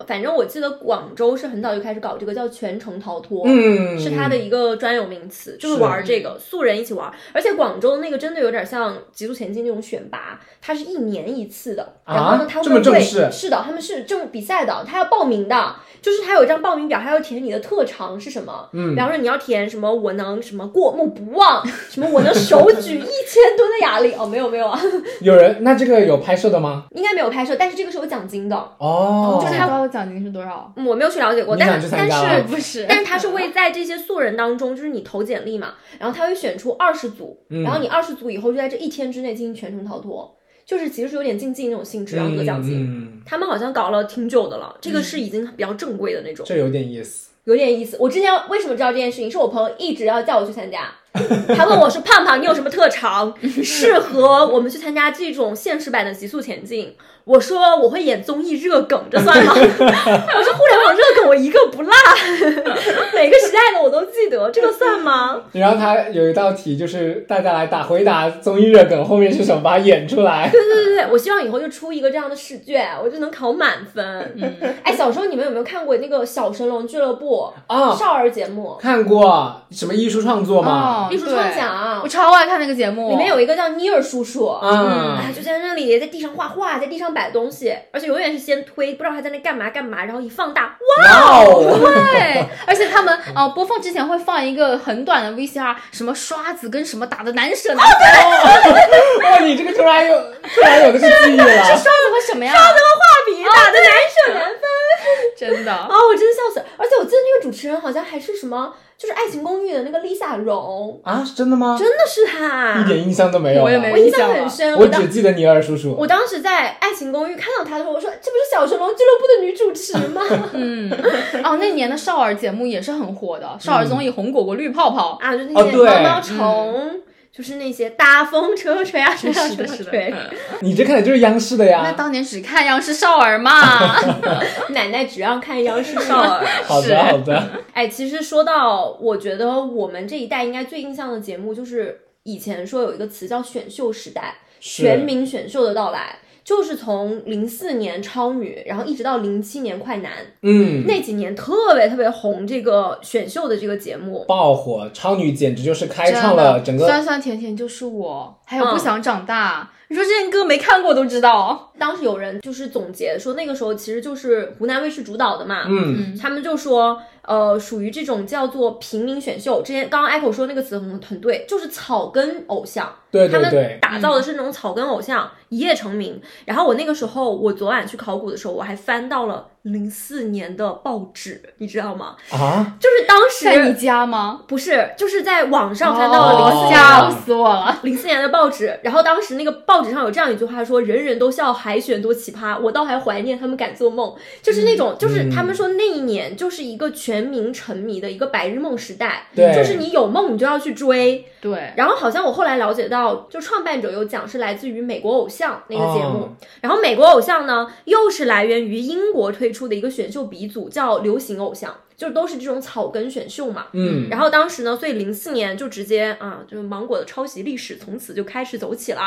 S4: 反正我记得广州是很早就开始搞这个叫全程逃脱，是它的一个专有名词，就是玩这个素人一起玩。而且广州那个真的有点像极速前进那种选拔，它是1年1次的，然后呢，它会是的，他们是这种比赛的，他要报名的，就是他有一张报名表，还要填你的特长是什么，比方说你要填什么我能什么过目不忘，什么我能手举1000吨的哑铃，没有啊，
S3: 有人那这个有拍摄的吗？
S4: 应该没有拍摄，但是这个是有奖金的
S2: 就是他的奖金是多少？
S4: 我没有去了解过，但是他是会在这些素人当中，就是你投简历嘛，然后他会选出20组，然后你20组以后就在这1天之内进行全程逃脱，就是其实是有点竞技那种性质，然后得奖金。他们好像搞了挺久的了，这个是已经比较正规的那种。
S3: 这有点意思。
S4: 我之前为什么知道这件事情，是我朋友一直要叫我去参加。他问我说胖胖你有什么特长适合我们去参加这种现实版的极速前进，我说我会演综艺热梗，这算吗？我说互联网热梗我一个不落，每个时代的我都记得，这个算吗？
S3: 然后他有一道题就是大家来回答综艺热梗后面是什么，把它演出来。
S4: 对，我希望以后就出一个这样的试卷，我就能考满分。小时候你们有没有看过那个小神龙俱乐部少儿节目？
S3: 看过，什么艺术创作吗？
S4: 艺术创奖，
S2: 我超爱看那个节目。
S4: 里面有一个叫尼尔叔叔，就在那里在地上画画，在地上摆东西，而且永远是先推，不知道他在那干嘛，然后一放大，哇哦！
S2: 对，而且他们播放之前会放一个很短的 VCR， 什么刷子跟什么打的难舍难分。
S3: 你这个突然有这个记忆了。
S2: 是刷子和什么呀？
S4: 刷子和画笔打的难舍难分。
S2: 真的
S4: 我真的笑死！而且我记得那个主持人好像还是什么。就是《爱情公寓》的那个 Lisa 荣
S3: 是真的吗？
S4: 真的是他，
S3: 一点印象都没有。
S2: 我也没
S4: 有印象很深，
S3: 我只记得尼尔叔叔。
S4: 我当时在《爱情公寓》看到他的时候，我说这不是小神龙俱乐部的女主持吗？
S2: 那年的少儿节目也是很火的，少儿综艺红果果绿泡泡
S4: 就那些毛毛虫。就是那些大风车吹啊吹啊吹，
S3: 你这看的就是央视的呀。
S2: 那当年只看央视少儿嘛，
S4: 奶奶只让看央视少儿。
S3: 好的。
S4: 其实说到，我觉得我们这一代应该最印象的节目，就是以前说有一个词叫选秀时代，全民选秀的到来。就是从04年超女，然后一直到07年快男，那几年特别特别红这个选秀的这个节目，
S3: 爆火。超女简直就是开创了整个
S2: 酸酸甜甜就是我，还有不想长大。你说这些歌没看过都知道。
S4: 当时有人就是总结说，那个时候其实就是湖南卫视主导的嘛，他们就说属于这种叫做平民选秀。之前刚刚 Echo 说那个词很对，就是草根偶像。
S3: 对，
S4: 他们打造的是那种草根偶像，一夜成名。然后我那个时候，我昨晚去考古的时候，我还翻到了04年的报纸，你知道吗？就是当时
S2: 在你家吗？
S4: 不是，就是在网上翻到了04年，
S2: 吓死我了。
S4: 04年的报纸，然后当时那个报纸上有这样一句话说：“人人都笑海选多奇葩，我倒还怀念他们敢做梦。”就是那种，就是他们说那一年就是一个全民沉迷的一个白日梦时代，就是你有梦你就要去追。
S2: 对，
S4: 然后好像我后来了解到，就创办者有讲是来自于美国偶像那个节目，然后美国偶像呢又是来源于英国推出的一个选秀鼻祖叫流行偶像，就都是这种草根选秀嘛。然后当时呢，所以04年就直接就是芒果的抄袭历史从此就开始走起了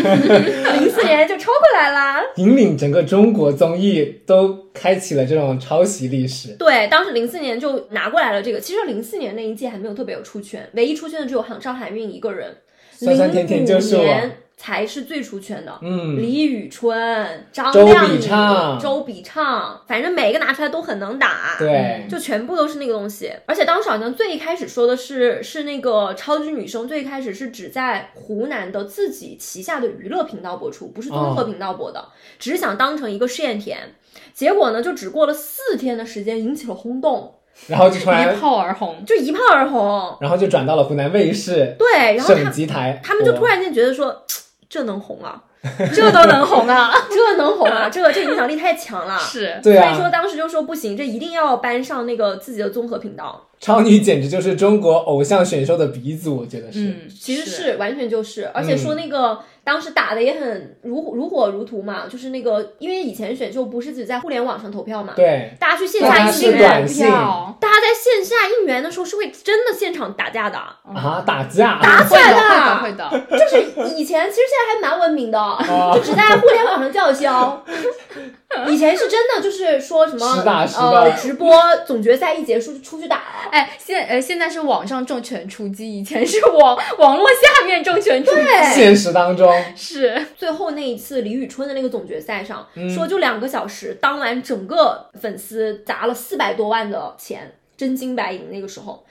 S4: 04年就抄过来了，
S3: 引领整个中国综艺都开启了这种抄袭历史。
S4: 对，当时04年就拿过来了这个。其实04年那一届还没有特别有出圈，唯一出圈的只有张含韵一个人。
S3: 酸酸甜甜就是我。
S4: 才是最出圈的，李宇春、张
S3: 亮
S4: 颖、周笔畅，反正每一个拿出来都很能打，
S3: 对，
S4: 就全部都是那个东西。而且当时好像最一开始说的是那个超级女声，最一开始是只在湖南的自己旗下的娱乐频道播出，不是综合频道播的，只是想当成一个试验田。结果呢，就只过了4天的时间，引起了轰动。
S3: 然后就突然
S2: 一炮而红，
S4: 就一炮而红，
S3: 然后就转到了湖南卫视，
S4: 对，然后
S3: 省级台，
S4: 他们就突然间觉得说，这能红啊，
S2: 这都能红啊，
S4: 这能红啊，这影响力太强了，
S2: 是，
S3: 对啊，
S4: 所以说当时就说不行，这一定要搬上那个自己的综合频道。
S3: 超女简直就是中国偶像选秀的鼻祖，我觉得是，
S4: 其实是完全就是，而且说那个。当时打的也很如火如荼嘛，就是那个，因为以前选秀不是只在互联网上投票嘛，
S3: 对，
S4: 大家去线下一起
S3: 短信，
S4: 大家在线下应援的时候是会真的现场打架的
S3: 啊，打起来
S4: 的，
S2: 会的，
S4: 就是以前其实现在还蛮文明的，就只在互联网上叫嚣。以前是真的，就是说什么直播总决赛一结束就出去打了。
S2: 哎，现在是网上重拳出击，以前是网络下面重拳出击。
S3: 现实当中
S2: 是
S4: 最后那一次李宇春的那个总决赛上，说就2个小时，当晚整个粉丝砸了400多万的钱。真金白银，那个时候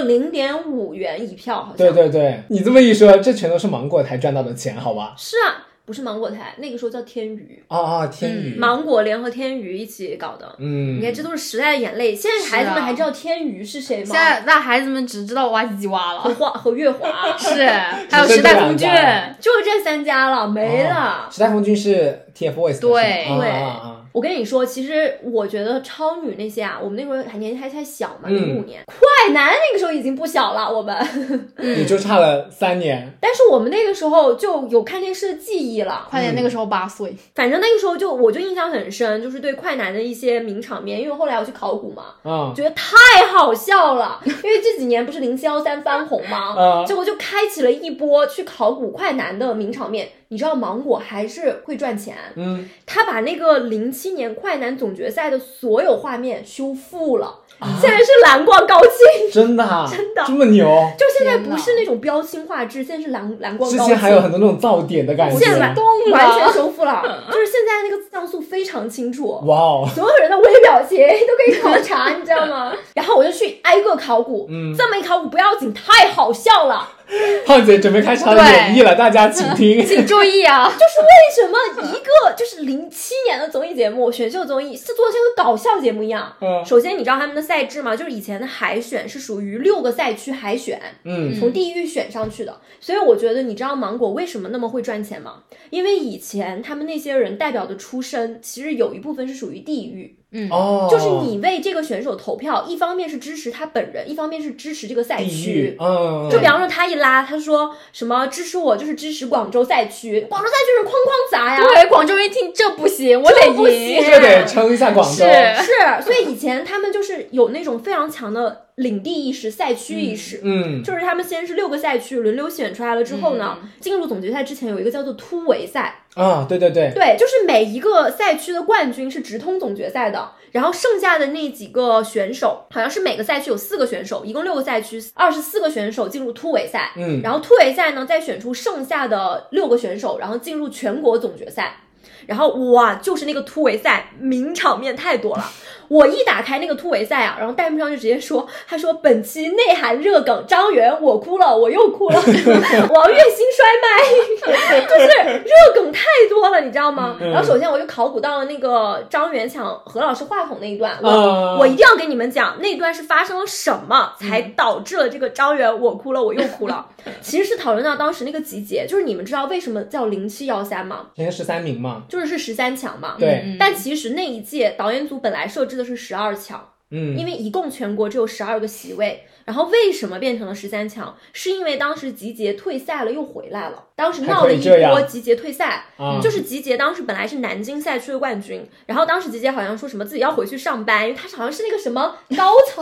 S4: 0.5元一票，好像。
S3: 对，你这么一说，这全都是芒果台赚到的钱，好吧？
S4: 是啊，不是芒果台，那个时候叫天娱。
S3: 天娱，
S4: 芒果联合天娱一起搞的。你看，这都是时代的眼泪。现在孩子们还知道天娱是谁吗？
S2: 现在那孩子们只知道哇唧唧哇了
S4: 和乐华
S2: 是，还有时代峰峻，
S4: 就这3家了，没了。
S3: 时代峰峻是 TFBOYS 的。
S2: 对。
S4: 我跟你说，其实我觉得超女那些我们那时候年纪还太小嘛，05年，快男那个时候已经不小了，我们
S3: 也就差了3年。
S4: 但是我们那个时候就有看电视的记忆了。
S2: 快男那个时候8岁，
S4: 反正那个时候我就印象很深，就是对快男的一些名场面，因为后来我去考古嘛，觉得太好笑了。因为这几年不是0713翻红吗？结果就开启了一波去考古快男的名场面。你知道芒果还是会赚钱，他把那个07年快男总决赛的所有画面修复了，现在是蓝光高清，
S3: 真的这么牛？
S4: 就现在不是那种标清画质，现在是蓝光高清。
S3: 之前还有很多那种噪点的感觉，
S4: 现在完全修复了，就是现在那个像素非常清楚，
S3: 哇，
S4: 所有人的微表情都可以考察，你知道吗？然后我就去挨个考古，这么一考古不要紧，太好笑了。
S3: 胖姐准备开始她的演绎了，大家请听，
S2: 请注意啊！
S4: 就是为什么一个就是07年的综艺节目，选秀综艺是做得像个搞笑节目一样。首先你知道他们的赛制吗？就是以前的海选是属于6个赛区海选，从地域选上去的。所以我觉得你知道芒果为什么那么会赚钱吗？因为以前他们那些人代表的出身，其实有一部分是属于地域。就是你为这个选手投票，一方面是支持他本人，一方面是支持这个赛区。就比方说他一拉，他说什么支持我就是支持广州赛区，广州赛区人哐哐砸呀。
S2: 对，广州人一听这不行，我得赢，
S3: 这得撑一下广州。
S4: 是，所以以前他们就是有那种非常强的领地意识、赛区意识。就是他们先是6个赛区轮流选出来了之后呢，进入总决赛之前有一个叫做突围赛。
S3: 对，
S4: 就是每一个赛区的冠军是直通总决赛的，然后剩下的那几个选手，好像是每个赛区有4个选手，一共6个赛区，24个选手进入突围赛。然后突围赛呢再选出剩下的6个选手，然后进入全国总决赛。然后哇，就是那个突围赛名场面太多了。我一打开那个突围赛然后弹幕上就直接说，他说本期内涵热梗，张元我哭了，我又哭了，王栎鑫摔麦，就是热梗太多了，你知道吗？然后首先我就考古到了那个张元抢何老师话筒那一段，我一定要跟你们讲那一段是发生了什么才导致了这个张元我哭了，我又哭了。其实是讨论到当时那个集结，就是你们知道为什么叫0713吗？
S3: 因为13名嘛，
S4: 就是13强嘛。
S3: 对，
S4: 但其实那一届导演组本来设置的是12强，因为一共全国只有12个席位。然后为什么变成了13强？是因为当时集结退赛了又回来了，当时闹了一波集结退赛，就是集结当时本来是南京赛区的冠军，然后当时集结好像说什么自己要回去上班，因为他好像是那个什么高层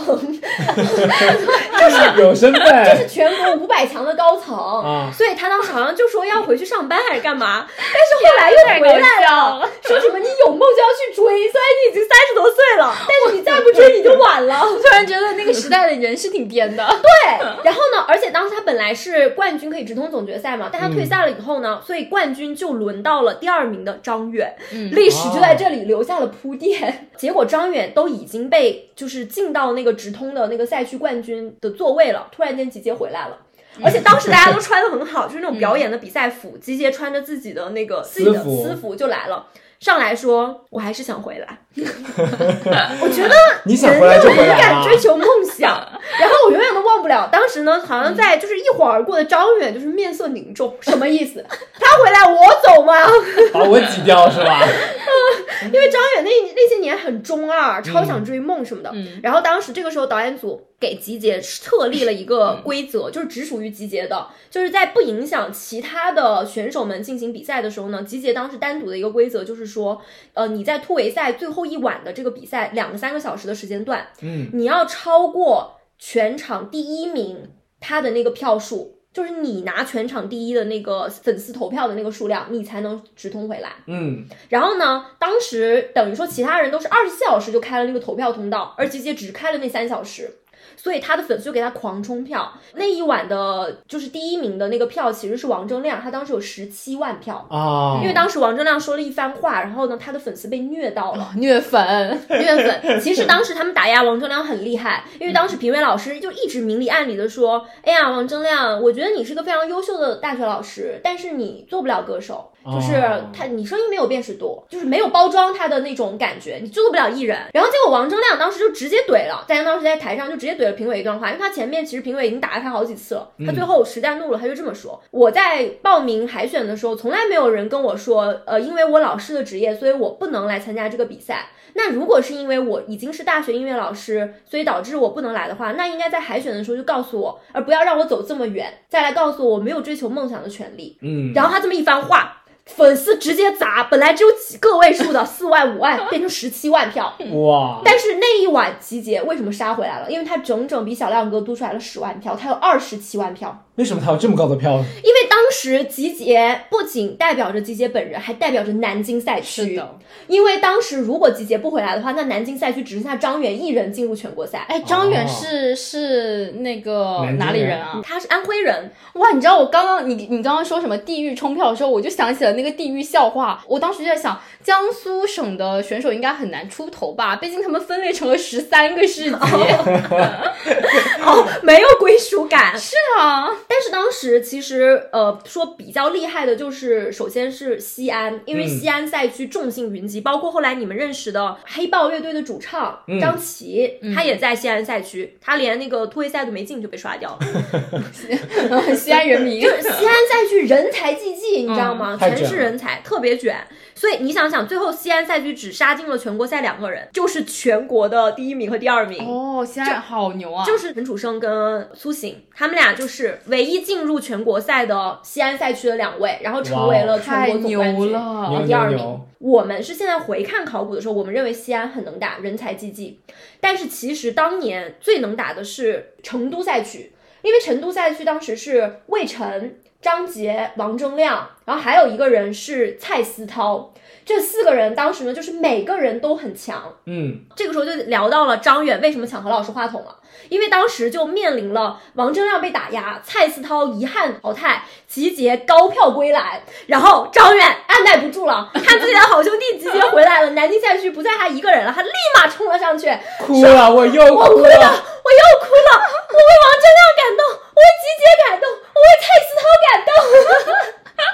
S4: 就是
S3: 有身份，
S4: 就是全国500强的高层，所以他当时好像就说要回去上班还是干嘛，但是后来又回来了，说什么你有梦就要去追，虽然你已经30多岁了，但是你再不追你就晚了。
S2: 突然觉得那个时代的人是挺颠的。
S4: 对，然后呢，而且当时他本来是冠军可以直通总决赛嘛，但他退赛了以后呢，所以冠军就轮到了第2名的张远，历史就在这里留下了铺垫。结果张远都已经被就是进到那个直通的那个赛区冠军的座位了，突然间集结回来了。而且当时大家都穿得很好，就是那种表演的比赛服，集结穿着自己的那个私服就来了，上来说我还是想回来。我觉得
S3: 你想回来就回来，
S4: 敢追求梦想。然后我永远都忘不了了，当时呢好像在就是一晃而过的张远就是面色凝重，什么意思？他回来我走吗？
S3: 把我挤掉是吧？
S4: 因为张远那些年很中二，超想追梦什么的。然后当时这个时候导演组给集结特立了一个规则，就是只属于集结的，就是在不影响其他的选手们进行比赛的时候呢，集结当时单独的一个规则就是说，你在突围赛最后一晚的这个比赛2个3个小时的时间段，你要超过全场第1名他的那个票数。就是你拿全场第1的那个粉丝投票的那个数量，你才能直通回来。然后呢，当时等于说其他人都是24小时就开了那个投票通道，而集结只开了那3小时。所以他的粉丝就给他狂冲票，那一晚的就是第1名的那个票其实是王铮亮，他当时有17万票啊，因为当时王铮亮说了一番话，然后呢他的粉丝被虐到了，
S2: 虐粉。
S4: 其实当时他们打压王铮亮很厉害，因为当时评委老师就一直明里暗里的说，哎呀王铮亮，我觉得你是个非常优秀的大学老师，但是你做不了歌手，就是你声音没有辨识度，就是没有包装他的那种感觉，你做不了艺人。然后结果王铮亮当时就直接怼了，大家当时在台上就直接怼了评委一段话，因为他前面其实评委已经打了他好几次了，他最后实在怒了，他就这么说，我在报名海选的时候从来没有人跟我说因为我老师的职业所以我不能来参加这个比赛，那如果是因为我已经是大学音乐老师所以导致我不能来的话，那应该在海选的时候就告诉我，而不要让我走这么远，再来告诉我没有追求梦想的权利。然后他这么一番话，粉丝直接砸，本来只有几个位数的4万5万变成17万票，哇！但是那一晚集结为什么杀回来了？因为他整整比小亮哥多出来了10万票，他有27万票。
S3: 为什么他有这么高的票？
S4: 因为当时集结不仅代表着集结本人，还代表着南京赛区。
S2: 是的，
S4: 因为当时如果集结不回来的话，那南京赛区只剩下张远一人进入全国赛。
S2: 哎，张远是那个哪里人啊？
S4: 他是安徽人。
S2: 哇，你知道我刚刚你刚刚说什么地狱冲票的时候，我就想起了那个地狱笑话。我当时就在想，江苏省的选手应该很难出头吧？毕竟他们分裂成了13个市级，
S4: 没有归属感。
S2: 是啊。
S4: 但是当时其实说比较厉害的就是首先是西安，因为西安赛区众星云集，包括后来你们认识的黑豹乐队的主唱张琪，他也在西安赛区，他连那个突围赛都没进就被刷掉了。
S2: 西安人民
S4: 就是西安赛区人才济济，你知道吗？全是人才，特别卷。所以你想想，最后西安赛区只杀进了全国赛2个人，就是全国的第1名和第2名。
S2: 哦，西安好牛啊！
S4: 就是陈楚生跟苏醒，他们俩就是唯一进入全国赛的西安赛区的2位，然后成为了全国总冠军和第2名。我们是现在回看考古的时候，我们认为西安很能打，人才济济，但是其实当年最能打的是成都赛区，因为成都赛区当时是魏晨、张杰、王铮亮，然后还有一个人是蔡思涛，这4个人当时呢就是每个人都很强。这个时候就聊到了张远为什么抢何老师话筒了，因为当时就面临了王铮亮被打压，蔡思涛遗憾淘汰，集结高票归来，然后张远按耐不住了，看自己的好兄弟集结回来了，南京赛区不在他一个人了，他立马冲了上去，
S3: 哭了，我又哭了，
S4: 我为王铮亮感动，我为集结感动，我为蔡思涛感动。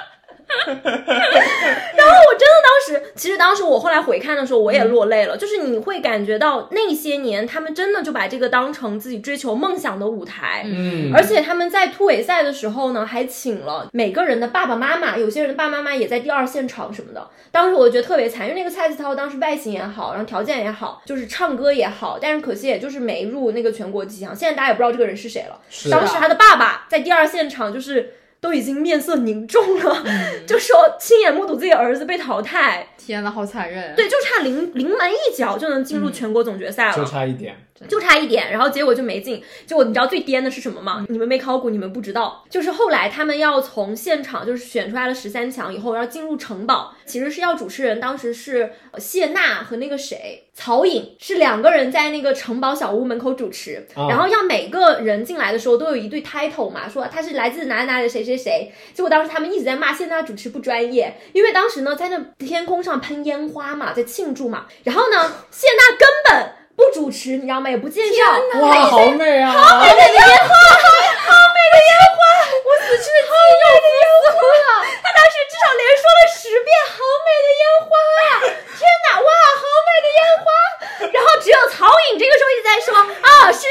S4: 然后我真的其实当时我后来回看的时候我也落泪了，就是你会感觉到那些年他们真的就把这个当成自己追求梦想的舞台。而且他们在突围赛的时候呢还请了每个人的爸爸妈妈，有些人的爸爸妈妈也在第2现场什么的。当时我觉得特别惨，因为那个蔡思涛当时外形也好，然后条件也好，就是唱歌也好，但是可惜也就是没入那个全国几强，现在大家也不知道这个人是谁了。当时他的爸爸在第2现场就是都已经面色凝重了，就说亲眼目睹自己的儿子被淘汰。
S2: 天哪，好残忍！
S4: 对，就差临门一脚就能进入全国总决赛了，
S3: 就差一点，
S4: 然后结果就没进。结果你知道最颠的是什么吗？你们没考古，你们不知道，就是后来他们要从现场就是选出来了13强以后要进入城堡，其实是要主持人当时是谢娜和那个谁曹颖，是2个人在那个城堡小屋门口主持，然后要每个人进来的时候都有一对 title 嘛，说他是来自哪里哪里的谁谁谁。结果当时他们一直在骂谢娜主持不专业，因为当时呢在那天空上喷烟花嘛，在庆祝嘛，然后呢谢娜根本不主持，你知道吗？也不介绍。
S3: 哇，好美啊！
S4: 好美的烟花，好美的烟花，
S2: 我死去的记忆又复苏了。
S4: 他当时至少连说了10遍好美的烟花，天哪，哇，好美的烟花！然后只有曹颖这个时候一直在说这是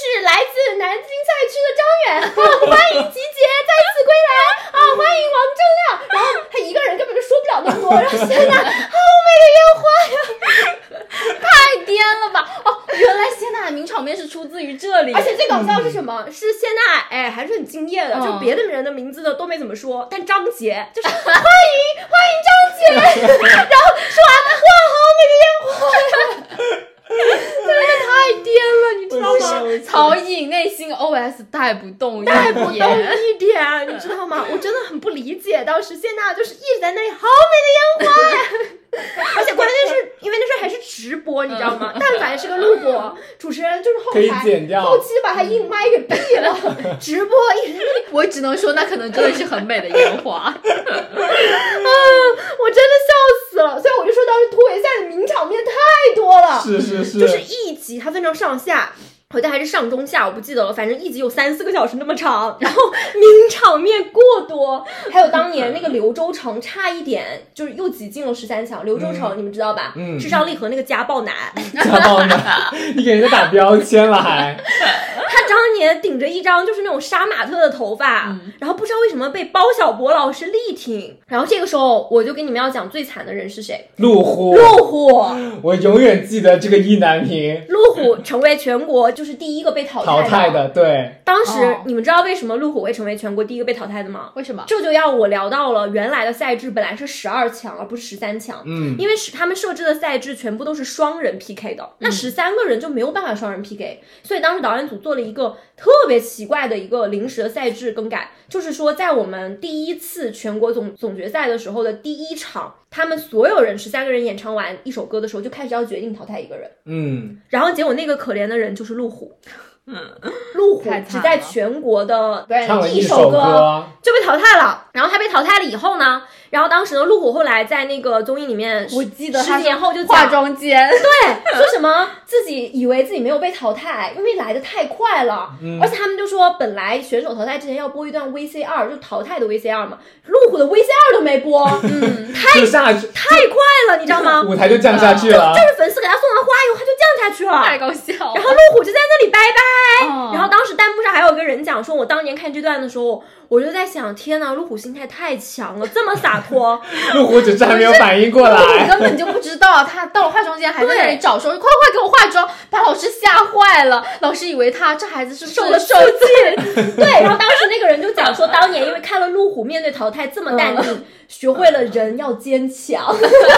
S4: 是来自南京赛区的张远欢迎集结再次归来欢迎王铮亮。然后他一个人根本就说不了那么多，然后谢娜好美的烟花呀，
S2: 太颠了吧！原来谢娜的名场面是出自于这里。
S4: 而且最搞笑是什么？是谢娜还是很敬业的，就别的人的名字呢都没怎么说，但张杰就是欢迎张杰，然后说完哇好美的烟花呀。真的太颠了，你知道吗？
S2: 曹颖内心 OS 带不动一点，
S4: 你知道吗？我真的很不理解，当时谢娜就是一直在那里好美的烟花呀。而且关键是因为那时候还是直播，你知道吗？但凡是个录播，主持人就是后期把他硬麦给闭了，直播一直
S2: 我只能说那可能真的是很美的烟花。
S4: 我真的笑死了。所以我就说当时突围赛的名场面太多了，
S3: 是，
S4: 就是一集它分成上下。好像还是上中下我不记得了，反正一集有3-4个小时那么长，然后名场面过多。还有当年那个刘洲成差一点就是又挤进了13强。刘洲成你们知道吧？智商力和那个家暴男。
S3: 你给人家打标签了还。
S4: 他当年顶着一张就是那种杀马特的头发，然后不知道为什么被包小柏老师力挺。然后这个时候我就跟你们要讲最惨的人是谁？
S3: 陆虎，我永远记得这个意难平。
S4: 陆虎成为全国就是第一个被淘汰的。
S3: 对，
S4: 当时你们知道为什么陆虎会成为全国第一个被淘汰的吗？
S2: 为什么？
S4: 这就要我聊到了原来的赛制本来是12强而不是13强。因为他们设置的赛制全部都是双人 PK 的，那13个人就没有办法双人 PK，所以当时导演组做了一个特别奇怪的一个临时的赛制更改，就是说在我们第一次全国总决赛的时候的第一场，他们所有人13个人演唱完一首歌的时候就开始要决定淘汰一个人。然后结果那个可怜的人就是陆虎。陆虎只在全国的一首歌就被淘汰了。然后他被淘汰了以后呢，然后当时呢陆虎后来在那个综艺里面，
S2: 我记得他
S4: 10年后就
S2: 化妆间
S4: 对说什么自己以为自己没有被淘汰，因为来的太快了。而且他们就说本来选手淘汰之前要播一段 VCR， 就淘汰的 VCR 嘛，陆虎的 VCR 都没播。太快了，你知道吗？
S3: 舞台就降下去了，
S4: 就是粉丝给他送完花以后他就降下去了，
S2: 太搞笑了。
S4: 然后陆虎就在那里拜拜。然后当时弹幕上还有一个人讲说，我当年看这段的时候我就在想，天哪，陆虎心态太强了，这么洒脱。
S3: 陆虎只是还没有反应过来，
S2: 陆虎根本就不知道，他到了化妆间还在那里找说快给我化妆，把老师吓坏了。老师以为他这孩子是受了受气。
S4: 对，然后当时那个人就讲说，当年因为看了陆虎面对淘汰这么淡定，学会了人要坚强。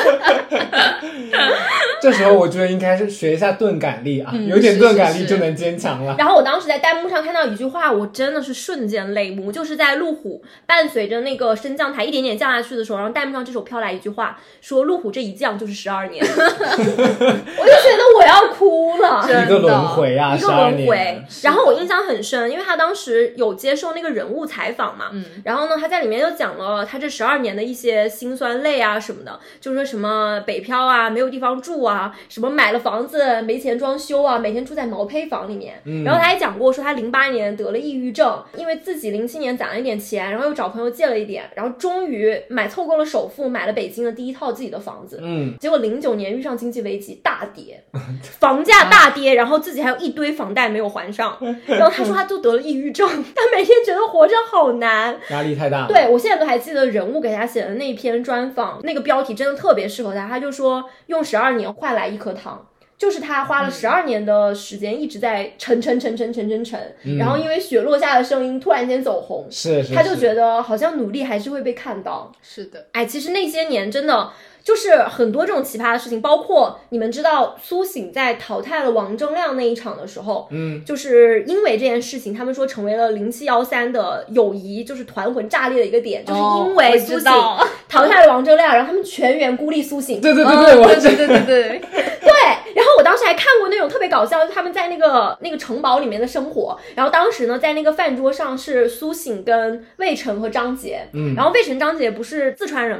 S3: 这时候我觉得应该是学一下钝感力啊，有点钝感力就能坚强了。
S4: 然后我当时在弹幕上看到一句话，我真的是瞬间泪目，就是在陆虎伴随着那个升降台一点点降下去的时候，然后弹幕上这时候飘来一句话，说陆虎这一降就是12年。我就觉得我要哭了，
S3: 一个轮回啊，
S4: 一个轮回。然后我印象很深，因为他当时有接受那个人物采访嘛，然后呢他在里面就讲了他这12年的一些辛酸泪啊什么的，就说什么北漂啊，没有地方住啊，什么买了房子没钱装修啊，每天住在毛坯房里面。然后他还讲过说他08年得了抑郁症，因为自己07年攒了一点钱，然后又找朋友借了一点，然后终于凑够了首付，买了北京的第一套自己的房子。结果09年遇上经济危机大跌，房价大跌，然后自己还有一堆房贷没有还上。然后他说他就得了抑郁症，他每天觉得活着好难，
S3: 压力太大了。
S4: 对，我现在都还记得人物给他写的那篇专访，那个标题真的特别适合他。他就说用12年换来一颗糖，就是他花了12年的时间一直在沉，然后因为雪落下的声音突然间走红，
S3: 是
S4: 他就觉得好像努力还是会被看到。
S2: 是的，
S4: 其实那些年真的就是很多这种奇葩的事情，包括你们知道苏醒在淘汰了王铮亮那一场的时候，就是因为这件事情，他们说成为了0713的友谊就是团魂炸裂的一个点，就是因为苏醒淘汰了王铮亮，然后他们全员孤立苏醒。
S3: 对，
S2: 对。
S4: 对，然后我当时还看过那种特别搞笑，就是他们在那个城堡里面的生活，然后当时呢在那个饭桌上是苏醒跟魏晨和张杰，然后魏晨张杰不是四川人嘛，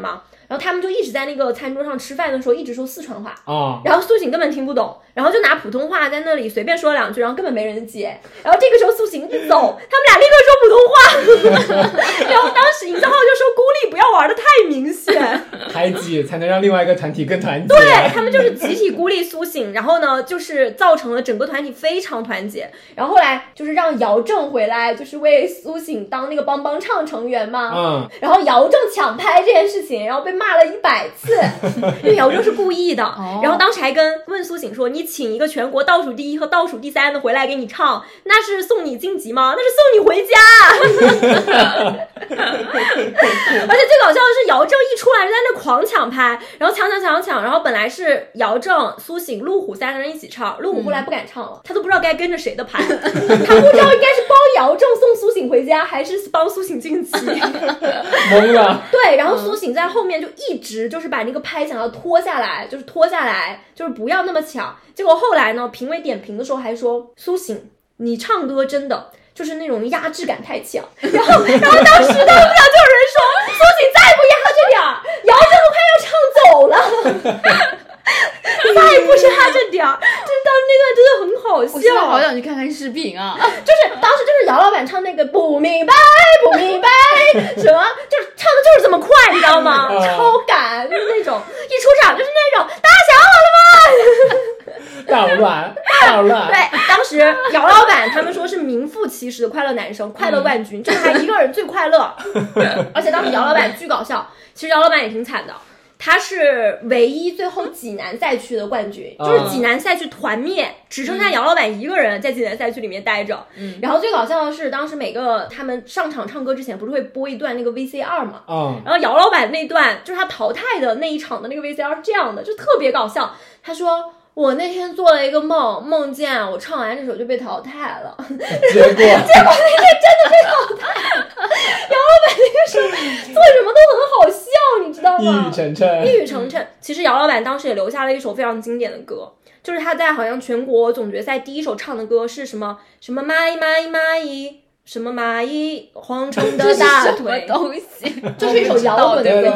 S4: 然后他们就一直在那个餐桌上吃饭的时候一直说四川话然后苏醒根本听不懂，然后就拿普通话在那里随便说两句，然后根本没人接。然后这个时候苏醒一走，他们俩立刻说普通话然后当时营销号就说孤立不要玩的太明显，
S3: 排挤才能让另外一个团体更团结。
S4: 对，他们就是集体孤立苏醒，然后呢就是造成了整个团体非常团结。然后后来就是让姚正回来，就是为苏醒当那个帮帮唱成员嘛然后姚正抢拍这件事情，然后被骂了100次因为姚正是故意的然后当时还问苏醒说，你请一个全国倒数第1和倒数第3的回来给你唱，那是送你晋级吗？那是送你回家而且最搞笑的是姚正一出来就在那狂抢拍，然后抢，然后本来是姚正、苏醒、陆虎3个人一起唱，陆虎后来不敢唱了他都不知道该跟着谁的拍他不知道应该是帮姚正送苏醒回家还是帮苏醒晋级
S3: 懵了
S4: 对，然后苏醒在后面就一直就是把那个拍想要拖下来，就是不要那么抢。结果后来呢，评委点评的时候还说，苏醒你唱歌真的就是那种压制感太强然后当时他们俩就有人说，苏醒再不压着点姚正都快要唱走了再不压着点就是当时那段真的很好笑。
S2: 我现在好想去看看视频啊
S4: 就是当时就是姚老板唱那个不明白什么就是唱的就是这么快你知道吗超赶，就是那种一出场就是那种大家想好了吗
S3: 大乱
S4: 对，当时姚老板他们说是名副其实的快乐男生快乐冠军就是他一个人最快乐而且当时姚老板巨搞笑，其实姚老板也挺惨的，他是唯一最后济南赛区的冠军就是济南赛区团灭只剩下姚老板一个人在济南赛区里面待着然后最搞笑的是当时每个他们上场唱歌之前不是会播一段那个 VCR 嘛然后姚老板那段就是他淘汰的那一场的那个 VCR 是这样的，就特别搞笑。他说我那天做了一个梦见我唱完这首就被淘汰了
S3: 结果那天
S4: 真的被淘汰了姚老板那个时候做什么都很好笑你知道吗，一语成谶。其实姚老板当时也留下了一首非常经典的歌，就是他在好像全国总决赛第一首唱的歌是什么蚂蚁什么蚂蚁蝗虫的大腿
S2: 东西
S4: 就是一首摇滚的歌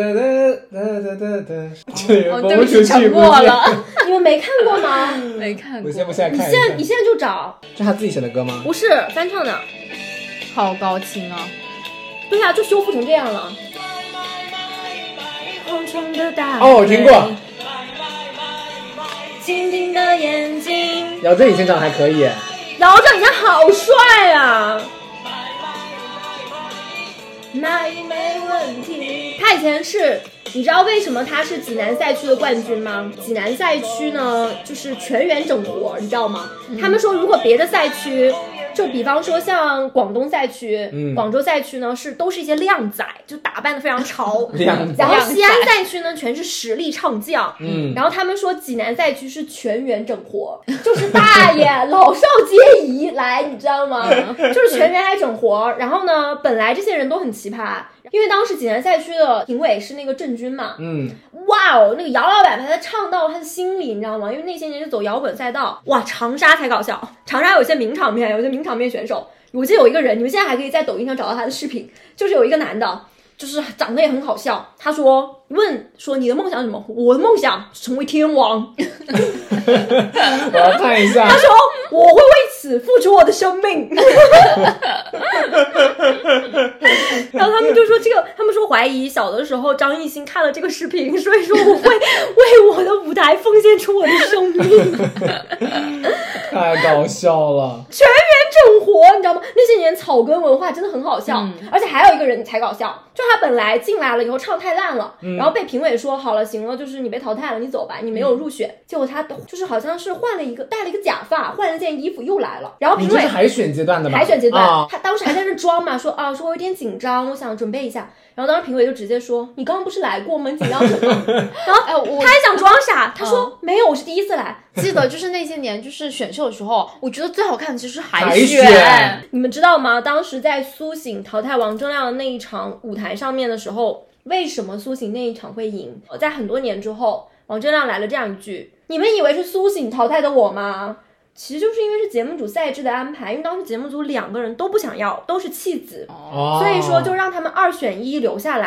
S2: 对不起唱过了
S4: 你们没看过吗？
S2: 没看过。
S3: 我现在看
S4: 你现在就找，
S3: 这他自己写的歌吗？
S4: 不是翻唱的，
S2: 好高清啊！
S4: 对啊，就修复成这样了。蝗虫的大
S3: 腿我听过。
S4: 晶晶的眼睛，
S3: 姚正以前长得还可以。
S4: 姚正以前好帅啊！蚂蚁没问题。他以前是，你知道为什么他是济南赛区的冠军吗？济南赛区呢，就是全员整活，你知道吗？他们说，如果别的赛区，就比方说像广东赛区、广州赛区呢，都是一些靓仔，就打扮的非常潮。然后西安赛区呢，全是实力唱将。然后他们说济南赛区是全员整活，就是大爷老少皆宜来，你知道吗？就是全员来整活。然后呢，本来这些人都很奇葩。因为当时济南赛区的评委是那个郑钧嘛，哇哦，那个姚老板把他唱到他的心里，你知道吗？因为那些年是走摇滚赛道，哇，长沙才搞笑，长沙有一些名场面，有一些名场面选手，我记得有一个人，你们现在还可以在抖音上找到他的视频，就是有一个男的，就是长得也很好笑，他说问说你的梦想是什么？我的梦想是成为天王。
S3: 我要看一下。
S4: 他说我会为此付出我的生命。然后他们就说他们说怀疑小的时候张艺兴看了这个视频，所以说我会为我的舞台奉献出我的生命。
S3: 太搞笑了，
S4: 全员整活，你知道吗？那些年草根文化真的很好笑，而且还有一个人才搞笑，就他本来进来了以后唱太烂了，然后被评委说好了，行了，就是你被淘汰了，你走吧，你没有入选。结果他就是好像是戴了一个假发，换了件衣服又来了。然后评委
S3: 你这是海选阶段的吧？
S4: 海选阶段，他当时还在那装嘛，说我有点紧张，我想准备一下。然后当时评委就直接说：“你刚刚不是来过吗？你紧张什么？”然后他还想装傻，他说：“没有，我是第一次来。”
S2: 记得就是那些年，就是选秀的时候，我觉得最好看的其实是海选。
S4: 你们知道吗？当时在苏醒淘汰王铮亮的那一场舞台上面的时候，为什么苏醒那一场会赢？在很多年之后，王铮亮来了这样一句：“你们以为是苏醒淘汰的我吗？”其实就是因为是节目组赛制的安排，因为当时节目组2个人都不想要，都是弃子，所以说就让他们2选1留下来。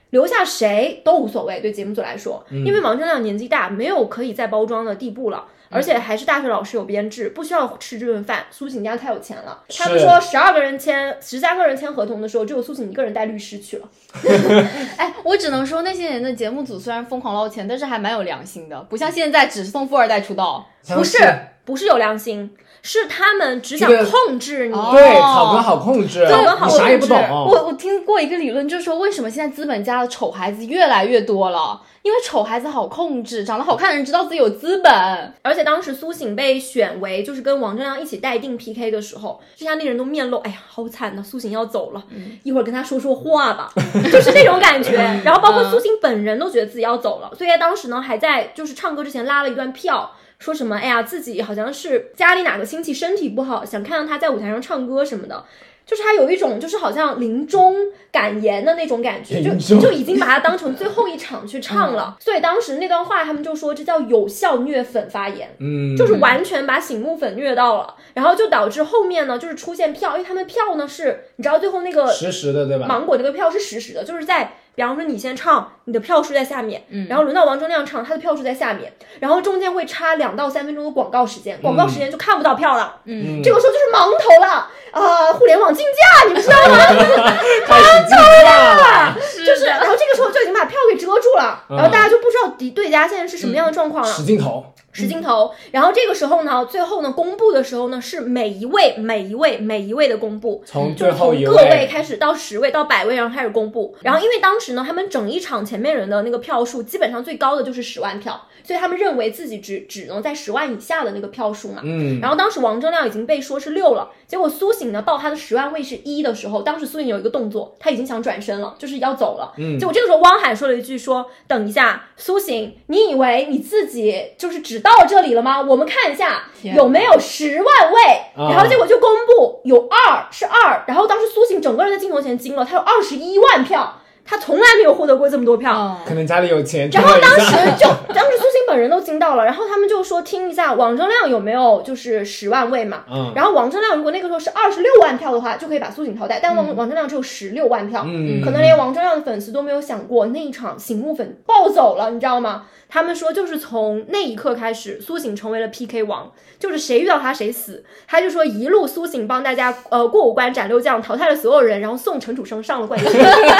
S4: 留下谁都无所谓，对节目组来说，因为王铮亮年纪大，没有可以再包装的地步了。而且还是大学老师有编制，不需要吃这顿饭。苏醒家太有钱了，他们说13个人签合同的时候，只有苏醒一个人带律师去了。
S2: 哎，我只能说那些年的节目组虽然疯狂捞钱，但是还蛮有良心的，不像现在只送富二代出道。
S4: 不是有良心，是他们只想控制你。
S3: 对，草根好控制，你啥也不懂。
S2: 我听过一个理论，就是说为什么现在资本家的丑孩子越来越多了。因为丑孩子好控制，长得好看的人知道自己有资本。
S4: 而且当时苏醒被选为就是跟王铮亮一起待定 PK 的时候，这下那人都面露，哎呀好惨的，苏醒要走了，一会儿跟他说话吧，就是那种感觉。然后包括苏醒本人都觉得自己要走了，所以他当时呢还在就是唱歌之前拉了一段票，说什么哎呀自己好像是家里哪个亲戚身体不好，想看到他在舞台上唱歌什么的。就是他有一种就是好像临终感言的那种感觉，就已经把它当成最后一场去唱了。所以当时那段话他们就说这叫有效虐粉发言，就是完全把醒目粉虐到了。然后就导致后面呢就是出现票，因为他们票呢是你知道最后那个
S3: 实时的对吧？
S4: 芒果这个票是实时的，就是在比方说你先唱，你的票数在下面，然后轮到王铮亮唱，他的票数在下面，然后中间会插2到3分钟的广告时间，广告时间就看不到票了，这个时候就是盲投了互联网竞价，你们知道吗？
S3: 开始竞价了，
S4: 就是然后这个时候就已经把票给遮住了，然后大家就不知道对家现在是什么样的状况了。
S3: 使劲投，
S4: 然后这个时候呢，最后呢公布的时候呢是每一位的公布，
S3: 从最后一位
S4: 各位开始到10位到100位，然后开始公布。然后因为当时呢他们整一场前面人的那个票数基本上最高的就是10万票，所以他们认为自己只能在10万以下的那个票数嘛。然后当时王铮亮已经被说是6了，结果苏醒呢报他的10万位是1的时候，当时苏醒有一个动作，他已经想转身了，就是要走了。结果这个时候汪涵说了一句说等一下苏醒，你以为你自己就是只到这里了吗？我们看一下有没有10万位，然后结果就公布有2，然后当时苏醒整个人在镜头前惊了，他有21万票，他从来没有获得过这么多票，
S3: 可能家里有钱。
S4: 然后当时苏醒本人都惊到了，然后他们就说听一下王铮亮有没有就是10万位嘛，然后王铮亮如果那个时候是26万票的话，就可以把苏醒淘汰，但王铮亮只有16万票，可能连王铮亮的粉丝都没有想过那一场醒目粉暴走了，你知道吗？他们说就是从那一刻开始，苏醒成为了 PK 王，就是谁遇到他谁死。他就说一路苏醒帮大家过5关斩6将，淘汰了所有人，然后送陈楚生上了冠军。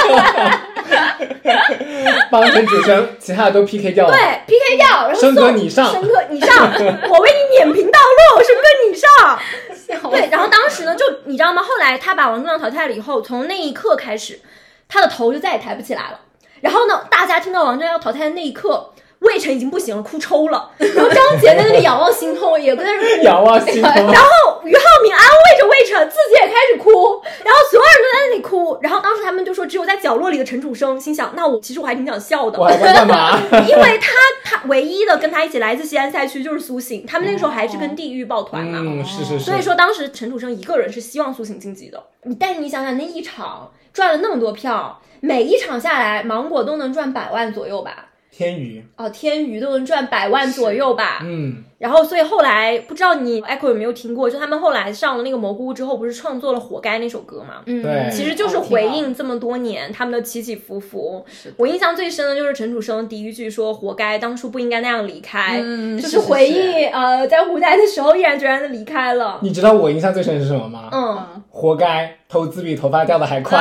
S3: 帮陈楚生，其他的都 PK 掉了。
S4: 对 ，PK 掉，然后
S3: 生哥你上，
S4: 我为你碾平道路，生哥你上。对，然后当时呢，就你知道吗？后来他把王铮亮淘汰了以后，从那一刻开始，他的头就再也抬不起来了。然后呢，大家听到王铮亮要淘汰的那一刻，魏晨已经不行了，哭抽了，然后张杰在那里仰望星空，也跟在那哭，
S3: 仰望星空。
S4: 然后俞灏明安慰着魏晨，自己也开始哭，然后所有人都在那里哭。然后当时他们就说，只有在角落里的陈楚生心想，那其实我还挺想笑的，
S3: 我还在干嘛？
S4: 因为他唯一的跟他一起来自西安赛区就是苏醒，他们那个时候还是跟地狱抱团嘛，
S3: 是。
S4: 所以说当时陈楚生一个人是希望苏醒晋级的。但是你想想，那一场赚了那么多票，每一场下来，芒果都能赚100万左右吧。
S3: 天娱
S4: 都能赚100万左右吧。然后所以后来不知道你 Echo 有没有听过，就他们后来上了那个蘑菇屋之后，不是创作了活该那首歌嘛？
S3: 对，
S4: 其实就是回应这么多年他们的起起伏伏。我印象最深的就是陈楚生第一句说活该当初不应该那样离开，就是回忆在舞台的时候毅然决然的离开了。
S3: 你知道我印象最深的是什么吗？活该投资比头发掉的还快。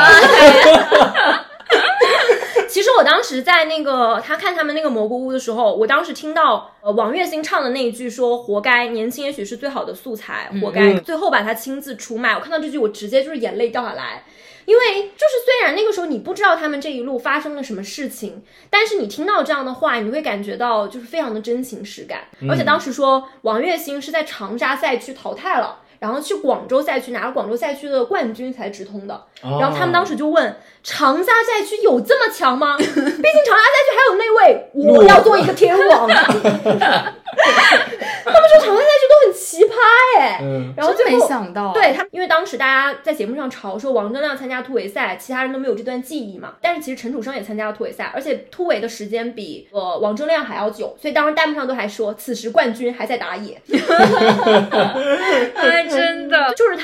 S4: 其实我当时在那个他看他们那个蘑菇屋的时候，我当时听到王栎鑫唱的那一句说活该年轻也许是最好的素材，活该最后把他亲自出卖，我看到这句我直接就是眼泪掉下来。因为就是虽然那个时候你不知道他们这一路发生了什么事情，但是你听到这样的话，你会感觉到就是非常的真情实感。而且当时说王栎鑫是在长沙赛区淘汰了，然后去广州赛区拿了广州赛区的冠军才直通的。然后他们当时就问长沙赛区有这么强吗？毕竟长沙赛区还有那位我要做一个天王。他们说长沙赛区都很奇葩然后最后
S2: 真没想到
S4: 对他，因为当时大家在节目上嘲说王铮亮参加突围赛，其他人都没有这段记忆嘛。但是其实陈楚生也参加了突围赛，而且突围的时间比王铮亮还要久，所以当时弹幕上都还说此时冠军还在打野。
S2: 哎，真的
S4: 就是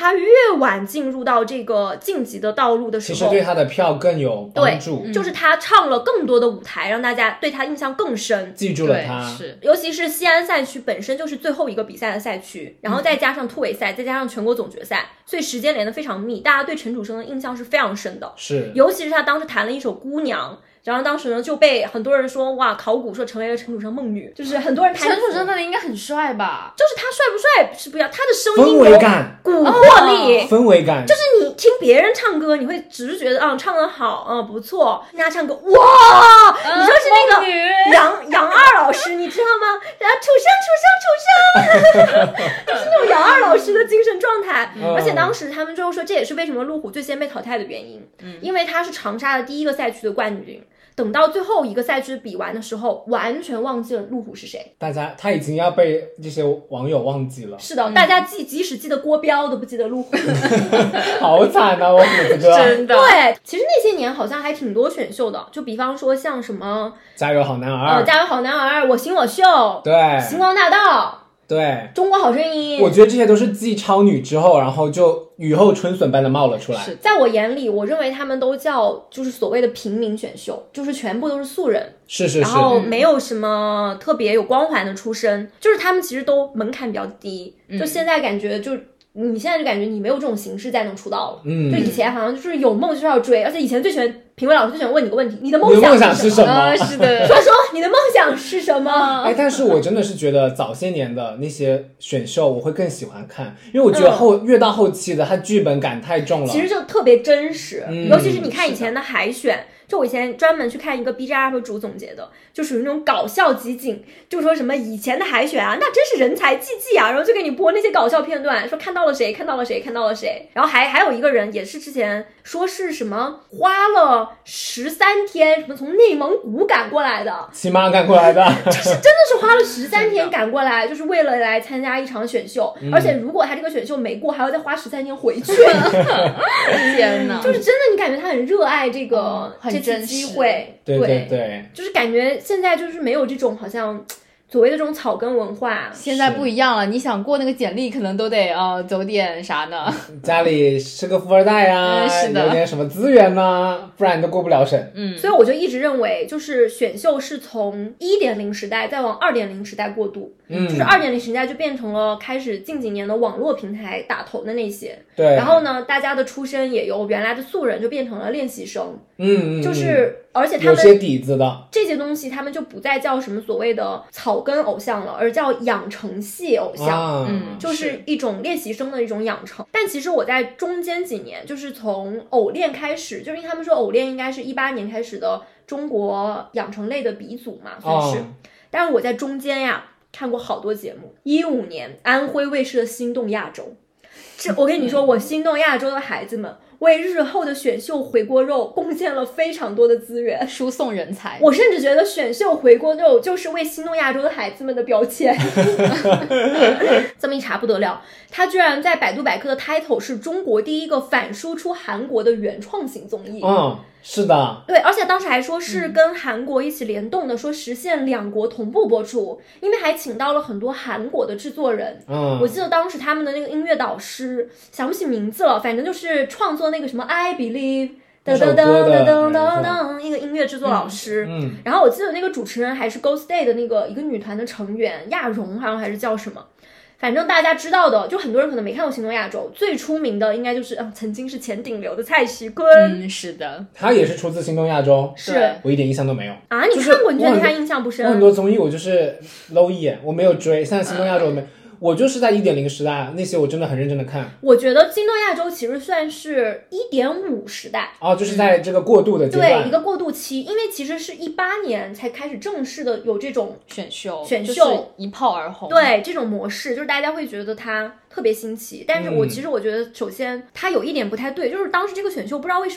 S4: 他越晚进入到这个晋级的道路的时候，
S3: 其实对他的票更有帮助。
S4: 就是他唱了更多的舞台，让大家对他印象更深，
S3: 记住了他。
S2: 是，
S4: 尤其是西安赛区本身就是最后一个比赛的赛区，然后再加上突围赛，再加上全国总决赛，所以时间连得非常密，大家对陈楚生的印象是非常深的。
S3: 是，
S4: 尤其是他当时弹了一首《姑娘》。然后当时呢就被很多人说哇，考古说成为了陈楚生梦女，就是很多人弹。
S2: 陈楚生那里应该很帅吧？
S4: 就是他帅不帅是不一样，他的声音
S3: 氛围感、
S4: 蛊惑力、
S3: 氛围感，
S4: 就是你听别人唱歌，你会只是觉得唱得好，不错。人家唱歌哇，你说是那个杨二老师，你知道吗？然后楚生，就是那种杨二老师的精神状态。而且当时他们最后说，这也是为什么路虎最先被淘汰的原因，因为他是长沙的第一个赛区的冠军。等到最后一个赛区比完的时候，完全忘记了路虎是谁。
S3: 他已经要被这些网友忘记了。
S4: 是的，大家即使记得郭彪，都不记得路虎。
S3: 好惨啊，我虎子哥。
S2: 真的。
S4: 对，其实那些年好像还挺多选秀的，就比方说像什么
S3: 加油好男儿，
S4: 加油好男儿，我行我秀，
S3: 对，
S4: 星光大道。
S3: 对，
S4: 中国好声音，
S3: 我觉得这些都是继超女之后，然后就雨后春笋般的冒了出来。
S4: 在我眼里，我认为他们都叫就是所谓的平民选秀，就是全部都是素人，
S3: 是，
S4: 然后没有什么特别有光环的出身，就是他们其实都门槛比较低。就现在感觉你现在就感觉你没有这种形式再能出道了。就以前好像就是有梦就是要追，而且以前最喜欢评委老师最喜欢问你个问题，你的梦想
S3: 是什么？
S2: 是的，
S4: 说你的梦想是什么？
S3: 但是我真的是觉得早些年的那些选秀我会更喜欢看，因为我觉得越到后期的它剧本感太重了，
S4: 其实就特别真实。尤其是你看以前的海选，就我以前专门去看一个 B 站 UP 主总结的，就属于那种搞笑集锦，就说什么以前的海选啊，那真是人才济济啊，然后就给你播那些搞笑片段，说看到了谁，看到了谁，看到了谁。然后还有一个人也是之前说是什么花了13天，什么从内蒙古赶过来的，
S3: 骑马赶过来的，
S4: 就是真的是花了13天赶过来，就是为了来参加一场选秀。而且如果他这个选秀没过，还要再花13天回去。
S2: 天哪，
S4: 就是真的，你感觉他很热爱这个这次机会。
S3: 对，
S4: 就是感觉现在就是没有这种好像所谓的这种草根文化，
S2: 现在不一样了。你想过那个简历，可能都得走点啥呢？
S3: 家里是个富二代啊，
S2: 是的，
S3: 有点什么资源呢，不然你都过不了审。
S4: 所以我就一直认为，就是选秀是从 1.0 时代再往 2.0 时代过渡。就是 2.0 时代就变成了开始近几年的网络平台打头的那些。
S3: 对。
S4: 然后呢，大家的出身也由原来的素人就变成了练习生。就是而且他们
S3: 有些底子的
S4: 这些东西，他们就不再叫什么所谓的草根偶像了，而叫养成系偶像。就是一种练习生的一种养成。但其实我在中间几年，就是从偶练开始，就是因为他们说偶练应该是18年开始的中国养成类的鼻祖嘛，算是。但是我在中间呀看过好多节目。15年安徽卫视的心动亚洲，我跟你说，我心动亚洲的孩子们为日后的选秀回锅肉贡献了非常多的资源，
S2: 输送人才。
S4: 我甚至觉得选秀回锅肉就是为心动亚洲的孩子们的标签。这么一查不得了，他居然在百度百科的 title 是中国第一个反输出韩国的原创型综艺。
S3: 是的，
S4: 对，而且当时还说是跟韩国一起联动的，说实现2国同步播出，因为还请到了很多韩国的制作人。我记得当时他们的那个音乐导师想不起名字了，反正就是创作那个什么 I Believe 噔噔噔噔噔噔噔一个音乐制作老师。然后我记得那个主持人还是 Ghost Day 的那个一个女团的成员亚荣，好像还是叫什么。反正大家知道的，就很多人可能没看过《心动亚洲》，最出名的应该就是曾经是前顶流的蔡徐坤。
S2: 是的，
S3: 他也是出自《心动亚洲》，
S4: 是我
S3: 一点印象都没有
S4: 啊！你看过，你觉得他印象不深？
S3: 我很多综艺我就是搂一眼，我没有追，像《心动亚洲》我就是在 1.0 时代那些我真的很认真的看。
S4: 我觉得心动亚洲其实算是 1.5 时代
S3: 就是在这个过渡的阶段，
S4: 对，一个过渡期。因为其实是18年才开始正式的有这种
S2: 选秀
S4: 就是
S2: 一炮而红。
S4: 对，这种模式就是大家会觉得它特别新奇。但是其实我觉得首先它有一点不太对，就是当时这个选秀不知道为什么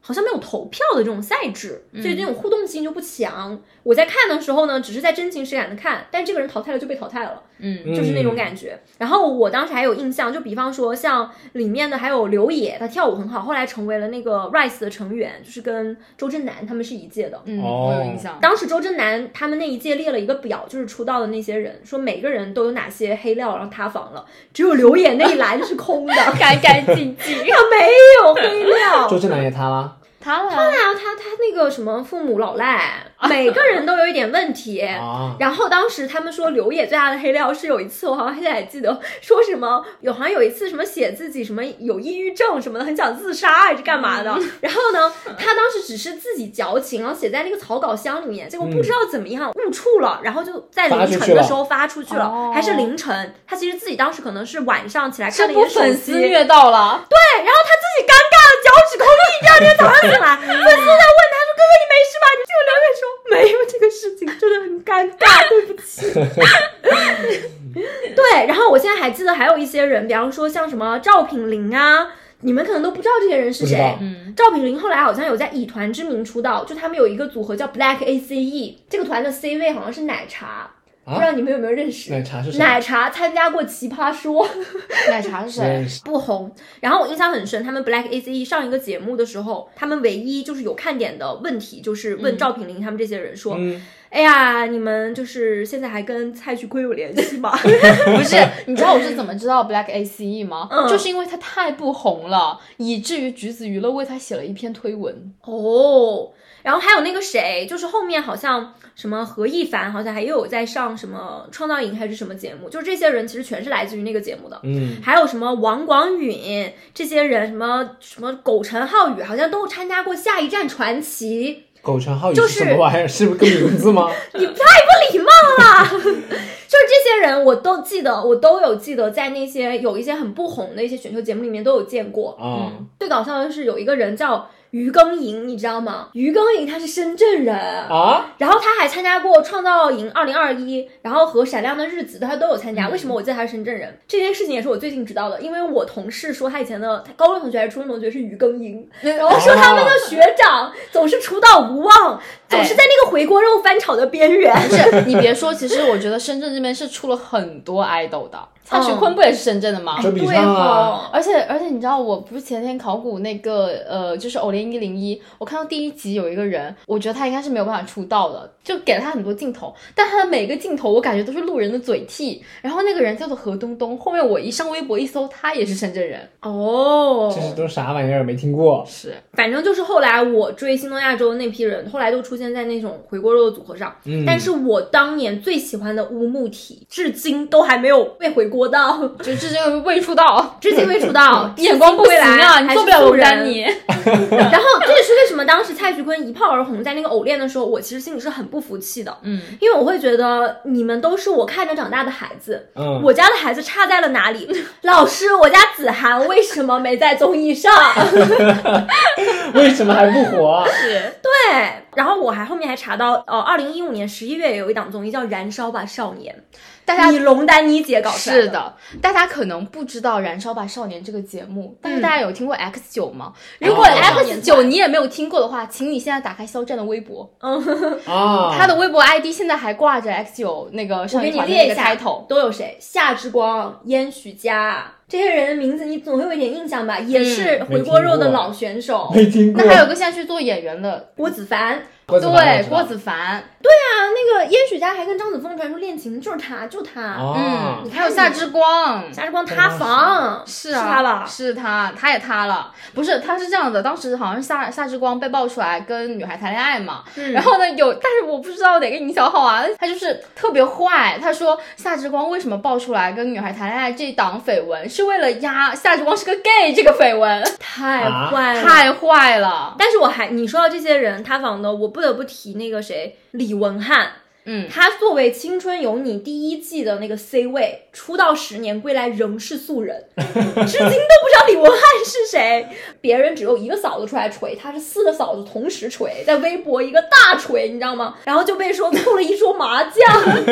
S4: 好像没有投票的这种赛制，所以这种互动性就不强。我在看的时候呢，只是在真情实感的看，但这个人淘汰了就被淘汰了，就是那种感觉。然后我当时还有印象，就比方说像里面的还有刘野，他跳舞很好，后来成为了那个 Rise 的成员，就是跟周震南他们是一届的。
S2: 我有印象。
S4: 当时周震南他们那一届列了一个表，就是出道的那些人，说每个人都有哪些黑料，然后塌房了，只有刘野那一栏是空的，
S2: 干干净净，
S4: 他没有黑料。
S3: 周震南也塌了。
S2: 他
S4: 那个什么父母老赖，每个人都有一点问题。然后当时他们说刘野最大的黑料是有一次，我好像现在还记得，说什么好像有一次什么写自己什么有抑郁症什么的，很想自杀还是干嘛的。然后呢，他当时只是自己矫情，然后写在那个草稿箱里面，结果不知道怎么样误触了，然后就在凌晨的时候发出去了，还是凌晨。他其实自己当时可能是晚上起来看了一眼手机，
S2: 粉丝虐到了。
S4: 对，然后他自己尴尬的脚趾抠地，第二天早上起来，粉丝在问他说：“哥哥，你没事吧？”这个刘野说：“没有，这个事情真的很尴尬，对不起。”对，然后我现在还记得还有一些人，比方说像什么赵品玲啊，你们可能都不知道这些人是谁。赵品玲后来好像有在以团之名出道，就他们有一个组合叫 Black ACE， 这个团的 C 位好像是奶茶。不知道你们有没有认识？
S3: 奶茶是谁？
S4: 奶茶参加过奇葩说。
S2: 奶茶是谁？
S4: 不红。然后我印象很深，他们 Black ACE 上一个节目的时候，他们唯一就是有看点的问题，就是问赵品玲他们这些人说：“哎呀，你们就是现在还跟蔡徐坤有联系吗？”
S2: 不是，你知道我是怎么知道 Black ACE 吗？就是因为他太不红了，以至于橘子娱乐为他写了一篇推文。
S4: 然后还有那个谁，就是后面好像什么何亦凡好像还有在上什么创造营还是什么节目，就是这些人其实全是来自于那个节目的。还有什么王广允这些人，什么苟成浩宇好像都参加过下一站传奇。
S3: 苟成浩宇是什么玩意儿？是不是个名字吗？
S4: 你太不礼貌了。就是这些人我都记得，我都有记得在那些有一些很不红的一些选秀节目里面都有见过。最搞笑的是有一个人叫于庚寅，你知道吗？于庚寅他是深圳人啊，然后他还参加过创造营2021，然后和闪亮的日子他都有参加。为什么我记得他是深圳人？这件事情也是我最近知道的，因为我同事说他以前的高中同学还是初中同学是于庚寅，然后说他们的学长总是出道无望，总是在那个回锅肉翻炒的边缘。
S2: 是你别说，其实我觉得深圳这边是出了很多爱豆的。蔡徐坤不也是深圳的吗？
S3: 对啊，
S2: 而且你知道，我不是前天考古那个就是偶练101，我看到第一集有一个人，我觉得他应该是没有办法出道的，就给了他很多镜头，但他的每个镜头我感觉都是路人的嘴替。然后那个人叫做何东东，后面我一上微博一搜，他也是深圳人。
S3: 这是都啥玩意儿？没听过。
S2: 是，
S4: 反正就是后来我追星东亚洲那批人，后来都出现在那种回锅肉的组合上。但是我当年最喜欢的乌木体，至今都还没有被回锅到，
S2: 就至今未出道，眼光不行啊，你做不了龙丹妮。
S4: 然后这也是为什么当时蔡徐坤一炮而红，在那个偶练的时候，我其实心里是很不服气的。因为我会觉得你们都是我看着长大的孩子，我家的孩子差在了哪里？老师，我家子涵为什么没在综艺上？
S3: 为什么还不火？
S4: 是对。然后我后面还查到，2015年11月也有一档综艺叫《燃烧吧少年》。以龙丹妮姐搞出来的。
S2: 是的，大家可能不知道《燃烧吧少年》这个节目，但是大家有听过 X9 吗？如果 X9 你也没有听过的话，请你现在打开肖战的微博，他的微博 ID 现在还挂着 X9 那个少年团的那个开头，
S4: 都有谁？夏之光、燕许佳。这些人的名字你总会有一点印象吧？也是回锅肉的老选手。
S3: 没听过。
S2: 那还有个现在去做演员的
S4: 郭子凡。
S2: 对，郭子凡。
S4: 对啊，那个燕许佳还跟张子枫传出恋情，就是他，就他。
S2: 还有夏之光，
S4: 塌房。
S2: 是啊，
S4: 是他吧？
S2: 是他也塌了。不是，他是这样的，当时好像夏之光被爆出来跟女孩谈恋爱嘛，然后呢但是我不知道哪个营销号啊，他就是特别坏。他说夏之光为什么爆出来跟女孩谈恋爱这档绯闻，是为了压夏之光是个 gay 这个绯闻，
S4: 太坏了，
S2: 太坏了。
S4: 但是你说到这些人塌房的，我不得不提那个谁，李文翰。他作为《青春有你》第一季的那个 C 位，出道10年归来仍是素人，至今都不知道李文翰是谁。 谁？别人只有一个嫂子出来锤，他是4个嫂子同时锤，在微博一个大锤，你知道吗？然后就被说凑了一桌麻将。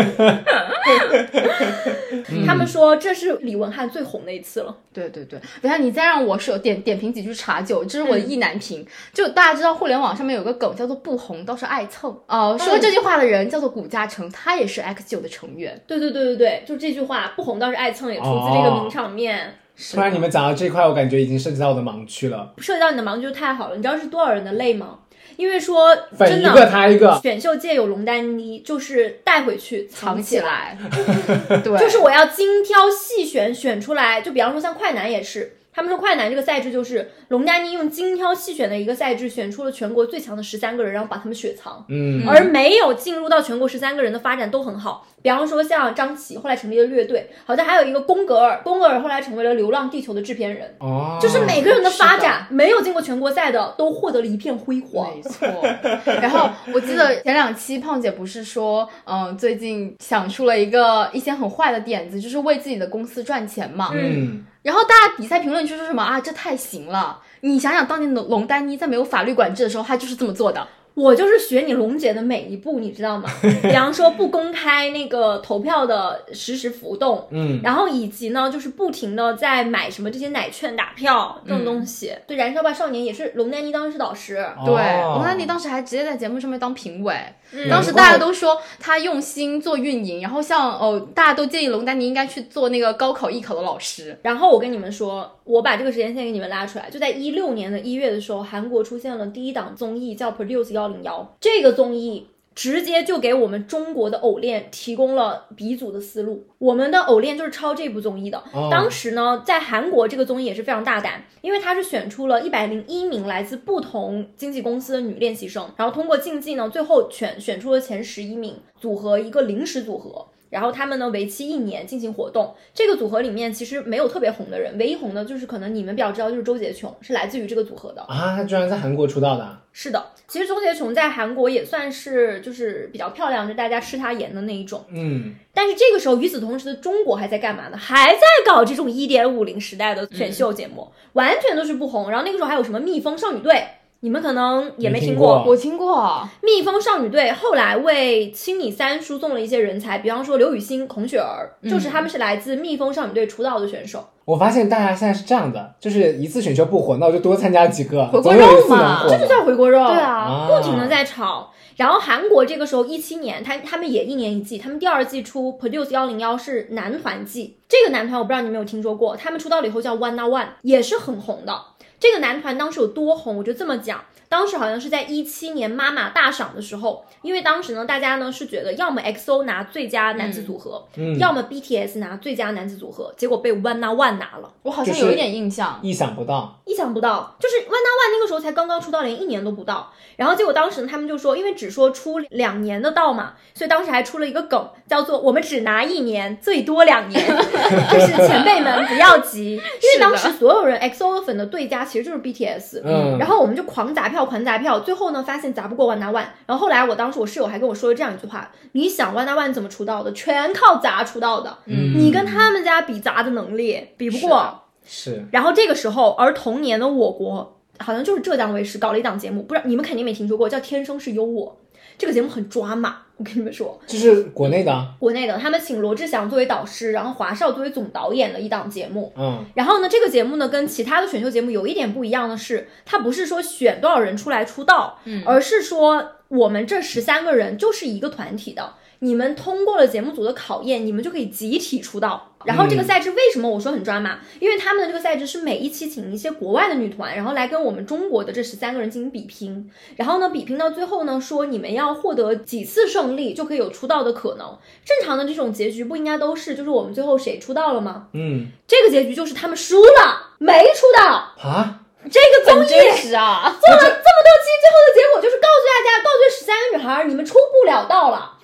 S4: 他们说这是李文翰最红的一次了。
S2: 对对对，等下你再让我点评几句茶酒，这是我的意难评。就大家知道互联网上面有个梗叫做不红倒是爱蹭说这句话的人叫做古嘉诚，他也是 X9 的成员。
S4: 对对对对对，就这句话不红倒是爱蹭也出自这个名场面。
S3: 突然你们讲到这一块，我感觉已经涉及到我的盲区了。
S4: 涉及到你的盲区就太好了，你知道是多少人的泪吗？因为说
S3: 粉一个他一个，
S4: 选秀界有龙丹妮，就是带回去
S2: 藏起来。
S4: 对，就是我要精挑细选，选出来。就比方说像快男也是，他们说快男这个赛制就是龙丹妮用精挑细选的一个赛制，选出了全国最强的13个人，然后把他们雪藏。而没有进入到全国13个人的发展都很好。比方说像张琪后来成立了乐队，好像还有一个宫格尔后来成为了流浪地球的制片人。就是每个人的发展没有进过全国赛的都获得了一片辉煌。
S2: 没错。然后我记得前2期胖姐不是说最近想出了一些很坏的点子，就是为自己的公司赚钱嘛。然后大家比赛评论区说什么啊，这太行了。你想想当年的龙丹妮在没有法律管制的时候，她就是这么做的。
S4: 我就是学你龙姐的每一步，你知道吗？比方说不公开那个投票的实时浮动，然后以及呢，就是不停的在买什么这些奶券打票这种东西。对，燃烧吧少年也是龙丹妮当时是导师，
S2: 对，龙丹妮当时还直接在节目上面当评委。当时大家都说他用心做运营，然后像大家都建议龙丹妮应该去做那个高考艺考的老师。
S4: 然后我跟你们说，我把这个时间线给你们拉出来，就在16年的1月的时候，韩国出现了第一档综艺叫 Produce 101，这个综艺直接就给我们中国的偶练提供了鼻祖的思路。我们的偶练就是抄这部综艺的。当时呢，在韩国这个综艺也是非常大胆，因为它是选出了101名来自不同经纪公司的女练习生，然后通过竞技呢，最后选出了前11名，组合一个临时组合。然后他们呢为期1年进行活动。这个组合里面其实没有特别红的人，唯一红的就是可能你们比较知道就是周杰琼，是来自于这个组合的
S3: 啊。他居然在韩国出道的。
S4: 是的，其实周杰琼在韩国也算是就是比较漂亮，就大家吃她颜的那一种。但是这个时候与此同时的中国还在干嘛呢？还在搞这种1.50时代的选秀节目，完全都是不红。然后那个时候还有什么蜜蜂少女队，你们可能也没听过。
S2: 我听过
S4: 蜜蜂少女队，后来为青你3输送了一些人才，比方说刘雨昕、孔雪儿，就是他们是来自蜜蜂少女队出道的选手。
S3: 我发现大家现在是这样的，就是一次选秀不火，那我就多参加几个，
S2: 回锅肉嘛，
S4: 这就叫回锅肉。
S2: 对啊，
S4: 不停的在炒。然后韩国这个时候17年，他们也1年1季，他们第2季出 Produce 101是男团季。这个男团我不知道你们有听说过，他们出道了以后叫 1NA1， 也是很红的。这个男团当时有多红，我就这么讲。当时好像是在17年妈妈大赏的时候，因为当时呢，大家呢是觉得要么 XO 拿最佳男子组合，要么 BTS 拿最佳男子组合，结果被 1NA1 拿了。
S2: 我好像有一点印象，
S3: 意想不到，
S4: 就是 1NA1 那个时候才刚刚出道，连1年都不到。然后结果当时他们就说，因为只说出2年的道嘛，所以当时还出了一个梗，叫做我们只拿1年，最多2年，就是前辈们不要急，因为当时所有人 XO 粉的对家其实就是 BTS，然后我们就狂砸票，最后呢发现砸不过 1NA1， 然后后来当时我室友还跟我说了这样一句话，你想 1NA1 怎么出道的？全靠砸出道的，你跟他们家比砸的能力比不过。
S3: 是。
S4: 然后这个时候，而同年的我国好像就是浙江卫视搞了一档节目，不知道你们肯定没听说过，叫《天生是优我》。这个节目很抓马，我跟你们说，
S3: 这是国内的，
S4: 他们请罗志祥作为导师，然后华少作为总导演的一档节目。然后呢，这个节目呢跟其他的选秀节目有一点不一样的是，它不是说选多少人出来出道，而是说我们这13个人就是一个团体的，你们通过了节目组的考验，你们就可以集体出道。然后这个赛制为什么我说很抓马？因为他们的这个赛制是每一期请一些国外的女团，然后来跟我们中国的这13个人进行比拼。然后呢，比拼到最后呢，说你们要获得几次胜利就可以有出道的可能。正常的这种结局不应该都是就是我们最后谁出道了吗？这个结局就是他们输了，没出道
S3: 啊。
S4: 这个综艺
S2: 真实啊，
S4: 做了这么多期，最后的结果就是告诉大家，告诉这13个女孩，你们出不了道了。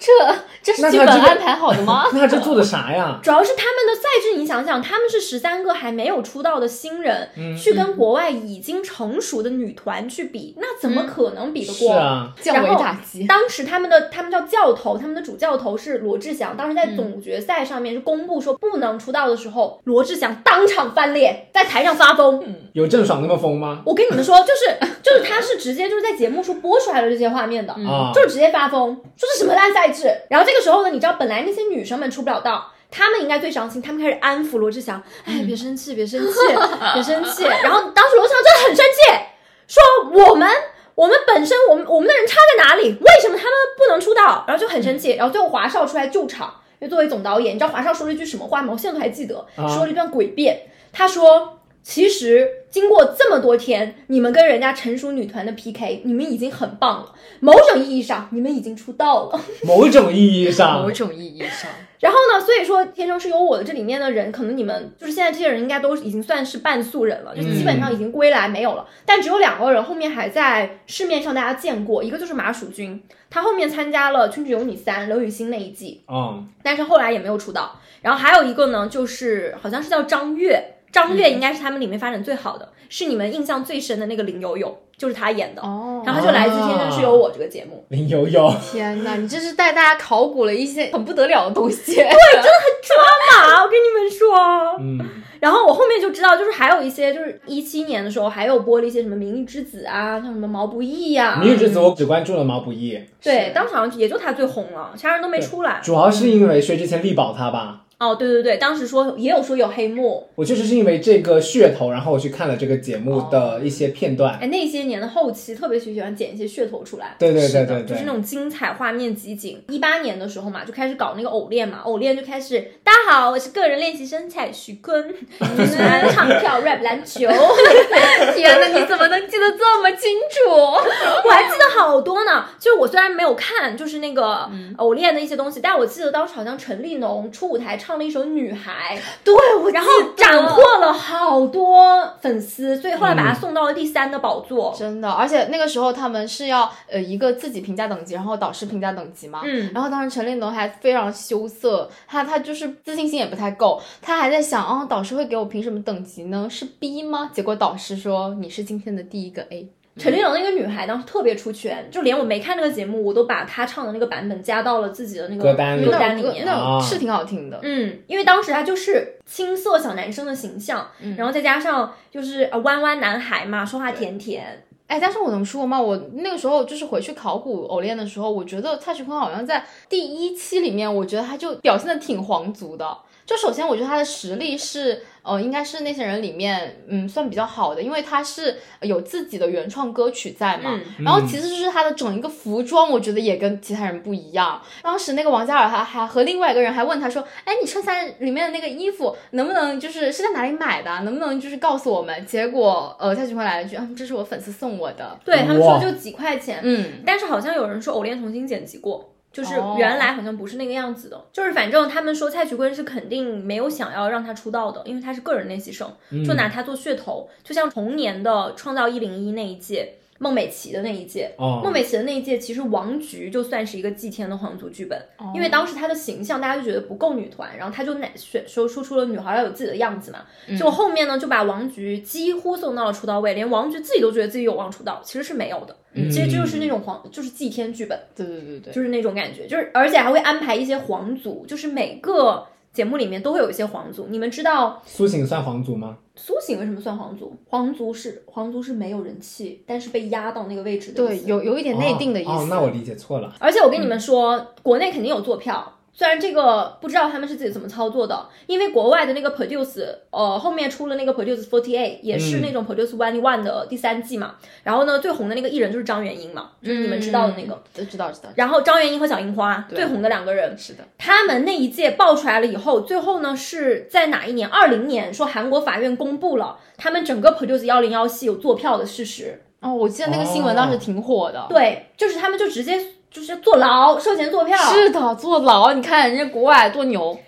S2: 这是剧本安排好的吗？
S3: 那他这做的啥呀？
S4: 主要是他们的赛制，你想想，他们是13个还没有出道的新人，去跟国外已经成熟的女团去比，那怎么可能比得过？
S3: 是啊，
S2: 降维打击。
S4: 当时他们叫教头，他们的主教头是罗志祥，当时在总决赛上面是公布说不能出道的时候，罗志祥当场翻脸，在台上发疯。
S3: 有郑爽那么疯吗？
S4: 我跟你们说，就是他是直接就是在节目说播出来了这些画面的，就是直接发疯，说是什么烂赛制。然后这个时候呢，你知道本来那些女生们出不了道，他们应该最伤心，他们开始安抚罗志祥，哎，别生气，别生气，别生气。然后当时罗志祥真的很生气，说我们本身我们的人差在哪里？为什么他们不能出道？然后就很生气。然后最后华少出来救场，因为作为总导演，你知道华少说了一句什么话吗？我现在都还记得，说了一段诡辩。他说，其实经过这么多天，你们跟人家成熟女团的 PK， 你们已经很棒了。某种意义上，你们已经出道了。
S3: 某种意义上。
S4: 然后呢，所以说天生是有我的这里面的人，可能你们就是现在这些人应该都已经算是半素人了，就基本上已经归来没有了。但只有2个人后面还在市面上大家见过，一个就是马蜀君，他后面参加了《春之有你3》刘雨昕那一季，但是后来也没有出道。然后还有一个呢，就是好像是叫张悦应该是他们里面发展最好的，是你们印象最深的那个林有有，就是他演的。然后他就来自《天生是有我》这个节目。
S3: 林有有，
S2: 天哪，你这是带大家考古了一些很不得了的东西。对，真的
S4: 很抓马，我跟你们说。然后我后面就知道，就是还有一些，就是17年的时候还有播了一些什么《明日之子》啊，像什么毛不易呀。
S3: 明日之子我只关注了毛不易。
S4: 对，当时好像也就他最红了，其他人都没出来。
S3: 主要是因为薛之谦力保他吧。
S4: 对，当时也有说有黑幕。
S3: 我确实是因为这个噱头，然后我去看了这个节目的一些片段。
S4: 那些年的后期特别喜欢剪一些噱头出来。
S3: 对，
S4: 就是那种精彩画面集锦。18年的时候嘛，就开始搞那个偶练嘛，偶练就开始，大家好，我是个人练习生蔡徐坤，就是唱跳 rap 篮球。
S2: 天哪，你怎么能记得这么清楚？
S4: 我还记得好多呢。就是我虽然没有看，就是那个偶练的一些东西，但我记得当时好像陈立农出舞台唱了一首《女孩》，
S2: 对，
S4: 然后斩获了好多粉丝，所以后来把他送到了第3的宝座。
S2: 真的，而且那个时候他们是要一个自己评价等级，然后导师评价等级嘛。然后当时陈立农还非常羞涩，他就是自信心也不太够，他还在想，导师会给我评什么等级呢？是 B 吗？结果导师说你是今天的第一个 A。
S4: 陈立农那个女孩当时特别出圈，就连我没看那个节目，我都把她唱的那个版本加到了自己的那个歌单里面。
S2: 那是挺好听的。
S4: 因为当时她就是青涩小男生的形象，然后再加上就是弯弯男孩嘛，说话甜甜。
S2: 但是我能说吗？我那个时候就是回去考古偶练的时候，我觉得蔡徐坤好像在第1期里面，我觉得他就表现的挺皇族的。就首先我觉得他的实力是应该是那些人里面算比较好的，因为他是有自己的原创歌曲在嘛。然后其次就是他的整一个服装，我觉得也跟其他人不一样。当时那个王嘉尔还和另外一个人还问他说，你衬衫里面的那个衣服能不能是在哪里买的，能不能就是告诉我们？结果蔡徐坤来了一句，这是我粉丝送我的。
S4: 对，他们说就几块钱。但是好像有人说偶练重新剪辑过，就是原来好像不是那个样子的。就是反正他们说蔡徐坤是肯定没有想要让他出道的，因为他是个人练习生，就拿他做噱头。就像同年的创造101那一届，孟美岐的那一届，孟美岐的那一届其实王菊就算是一个祭天的皇族剧本，因为当时她的形象大家就觉得不够女团，然后她就说出了女孩要有自己的样子嘛。结果后面呢就把王菊几乎送到了出道位，连王菊自己都觉得自己有望出道，其实是没有的。其实这就是那种就是祭天剧本，
S2: 对，
S4: 就是那种感觉，就是而且还会安排一些皇族，就是每个节目里面都会有一些皇族。你们知道
S3: 苏醒算皇族吗？
S4: 苏醒为什么算皇族？皇族是没有人气，但是被压到那个位置的意思。
S2: 对，有一点内定的意思。
S3: 那我理解错了。
S4: 而且我跟你们说，国内肯定有坐票。虽然这个不知道他们是自己怎么操作的，因为国外的那个 Produce， 后面出了那个 Produce 48，也是那种 Produce 101的第3季嘛。然后呢，最红的那个艺人就是张元英嘛，就是你们知道的那个。
S2: 知道。
S4: 然后张元英和小樱花最红的2个人，
S2: 是的。
S4: 他们那一届爆出来了以后，最后呢是在哪一年？20年，说韩国法院公布了他们整个 Produce 101系有坐票的事实。
S2: 我记得那个新闻当时挺火的。
S4: 对，就是他们就直接。就是坐牢，涉嫌坐票。
S2: 是的，坐牢。你看人家国外多牛。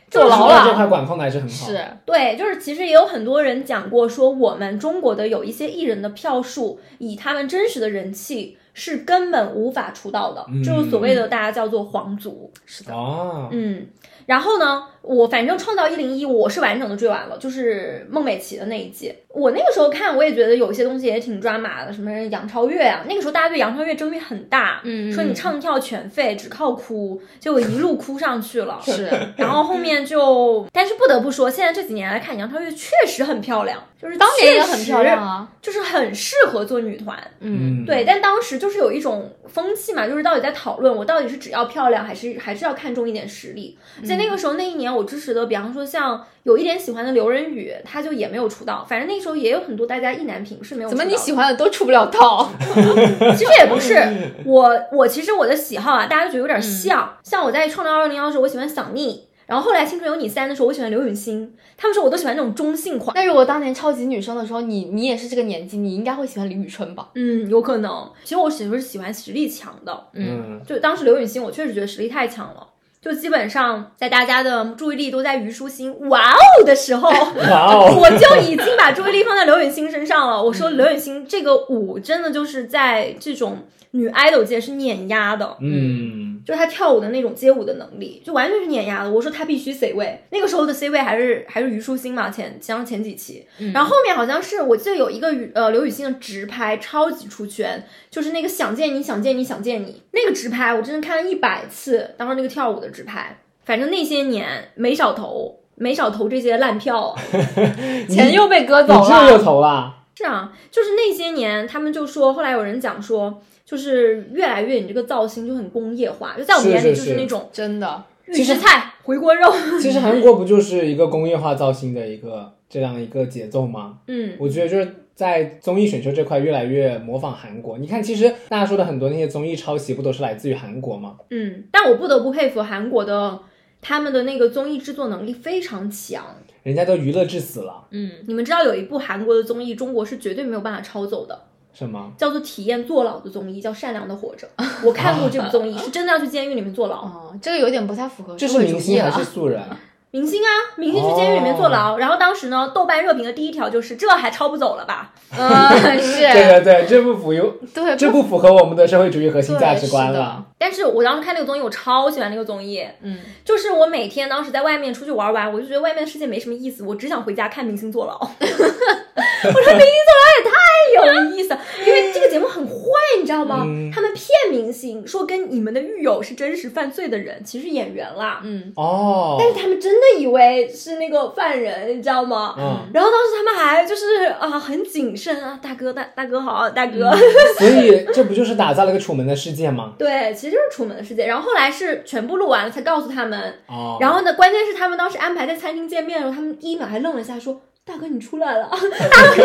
S2: 坐牢了，
S3: 这块管控的还是很好。
S2: 是，
S4: 对，就是其实也有很多人讲过说，我们中国的有一些艺人的票数，以他们真实的人气是根本无法出道的，就是所谓的大家叫做皇族。
S2: 是的，
S4: 然后呢，我反正创造101我是完整的追完了，就是孟美岐的那一季。我那个时候看，我也觉得有些东西也挺抓马的，什么杨超越啊，那个时候大家对杨超越争议很大，说你唱跳全废，只靠哭，结果一路哭上去了。
S2: 是，
S4: 然后后面就，但是不得不说，现在这几年来看，杨超越确实很漂亮，就是
S2: 当年也很漂亮啊，
S4: 就是很适合做女团。对，但当时就是有一种风气嘛，就是到底在讨论我到底是只要漂亮，还是要看重一点实力。在那个时候，那一年我支持的，比方说像有一点喜欢的刘仁宇，他就也没有出道。反正那时候也有很多大家意难平是没有出道的。
S2: 怎么你喜欢的都出不了道？
S4: 其实也不是，我其实我的喜好啊，大家就觉得有点像我在创造201的时候，我喜欢想你。然后后来青春有你3的时候，我喜欢刘允欣，他们说我都喜欢那种中性款。
S2: 但如果当年超级女生的时候，你也是这个年纪，你应该会喜欢李宇春吧？
S4: 有可能。其实我是喜欢实力强的，就当时刘允欣，我确实觉得实力太强了。就基本上在大家的注意力都在虞书欣哇哦的时候，我就已经把注意力放在刘允欣身上了。我说刘允欣这个舞真的就是在这种女 idol 界是碾压的，就是她跳舞的那种街舞的能力，就完全是碾压的。我说她必须 C 位，那个时候的 C 位还是虞书欣嘛，前几期，然后后面好像是我记得有一个刘雨欣的直拍超级出圈，就是那个想见你想见你想见你那个直拍，我真的看了100次，当时那个跳舞的直拍，反正那些年没少投这些烂票，
S2: 钱又被割走了，
S3: 你又投了。
S4: 是啊，就是那些年他们就说，后来有人讲说，就是越来越你这个造型就很工业化，就在我们眼里就是那种
S2: 真的
S4: 预制菜回锅肉。
S3: 其实韩国不就是一个工业化造型的这样一个节奏吗？我觉得就是在综艺选秀这块越来越模仿韩国。你看，其实大家说的很多那些综艺抄袭，不都是来自于韩国吗？
S4: 但我不得不佩服韩国的他们的那个综艺制作能力非常强。
S3: 人家都娱乐至死了。
S4: 你们知道有一部韩国的综艺，中国是绝对没有办法抄走的。
S3: 什么？叫
S4: 做体验坐牢的综艺，叫《善良的活着》。我看过这部综艺，是真的要去监狱里面坐牢。
S2: 这个有点不太符合。
S3: 这是明星还是素人？
S4: 明星啊，明星去监狱里面坐牢。然后当时呢，豆瓣热评的第一条就是这还抄不走了吧？
S2: 是。
S3: 对，这不符合我们的社会主义核心价值观了。
S4: 但是我当时看那个综艺，我超喜欢那个综艺。就是我每天当时在外面出去玩完，我就觉得外面的世界没什么意思，我只想回家看明星坐牢。我说明星坐牢也太有意思了，因为这个节目很坏，你知道吗？他们骗明星说跟你们的狱友是真实犯罪的人，其实演员啦。但是他们真的以为是那个犯人，你知道吗？然后当时他们还就是很谨慎啊，大哥好，大哥。
S3: 所以这不就是打造了一个楚门的世界吗？
S4: 对，其实就是楚门的世界。然后后来是全部录完了才告诉他们。然后呢，关键是他们当时安排在餐厅见面的时候，他们第一秒还愣了一下，说。大哥你出来了，大哥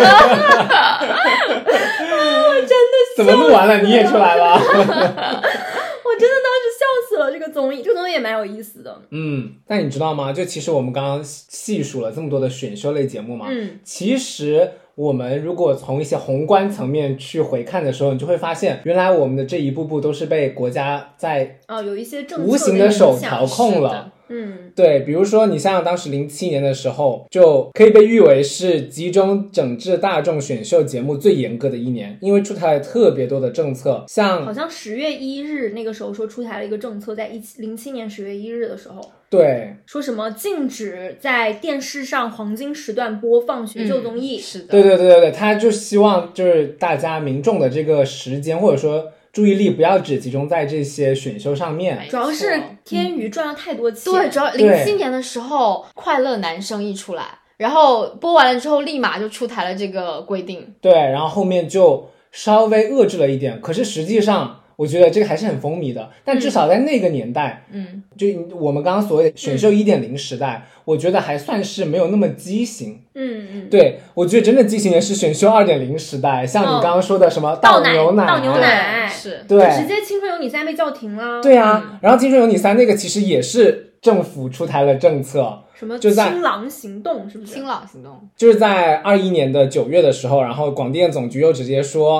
S4: 我真的
S3: 怎么录完了你也出来了？
S4: 我真的当时笑死了。这个综艺也蛮有意思的。
S3: 但你知道吗，就其实我们刚刚细数了这么多的选秀类节目嘛，其实我们如果从一些宏观层面去回看的时候，你就会发现原来我们的这一步步都是被国家在
S4: 有一些政策
S3: 无形的手调控了。对，比如说你像当时07年的时候，就可以被誉为是集中整治大众选秀节目最严格的一年，因为出台了特别多的政策，像
S4: 好像10月1日那个时候说出台了一个政策，在07年10月1日的时候，
S3: 对，
S4: 说什么禁止在电视上黄金时段播放选秀综艺。
S2: 是的，
S3: 对，他就希望就是大家民众的这个时间或者说注意力不要只集中在这些选秀上面，
S4: 主要是天娱赚了太多钱。
S2: 对，主要07年的时候快乐男生一出来，然后播完了之后立马就出台了这个规定。
S3: 对，然后后面就稍微遏制了一点，可是实际上我觉得这个还是很风靡的，但至少在那个年代，就我们刚刚所谓的选秀 1.0 时代，我觉得还算是没有那么畸形。对，我觉得真的畸形的是选秀 2.0 时代，像你刚刚说的什么倒牛
S4: 奶，
S2: 是，
S4: 对，直接青春有你3被叫停了。
S3: 对啊，然后青春有你3那个其实也是政府出台了政策，
S4: 什么清朗行动，是不是？
S2: 清朗行动
S3: 就是在21年的9月的时候，然后广电总局又直接说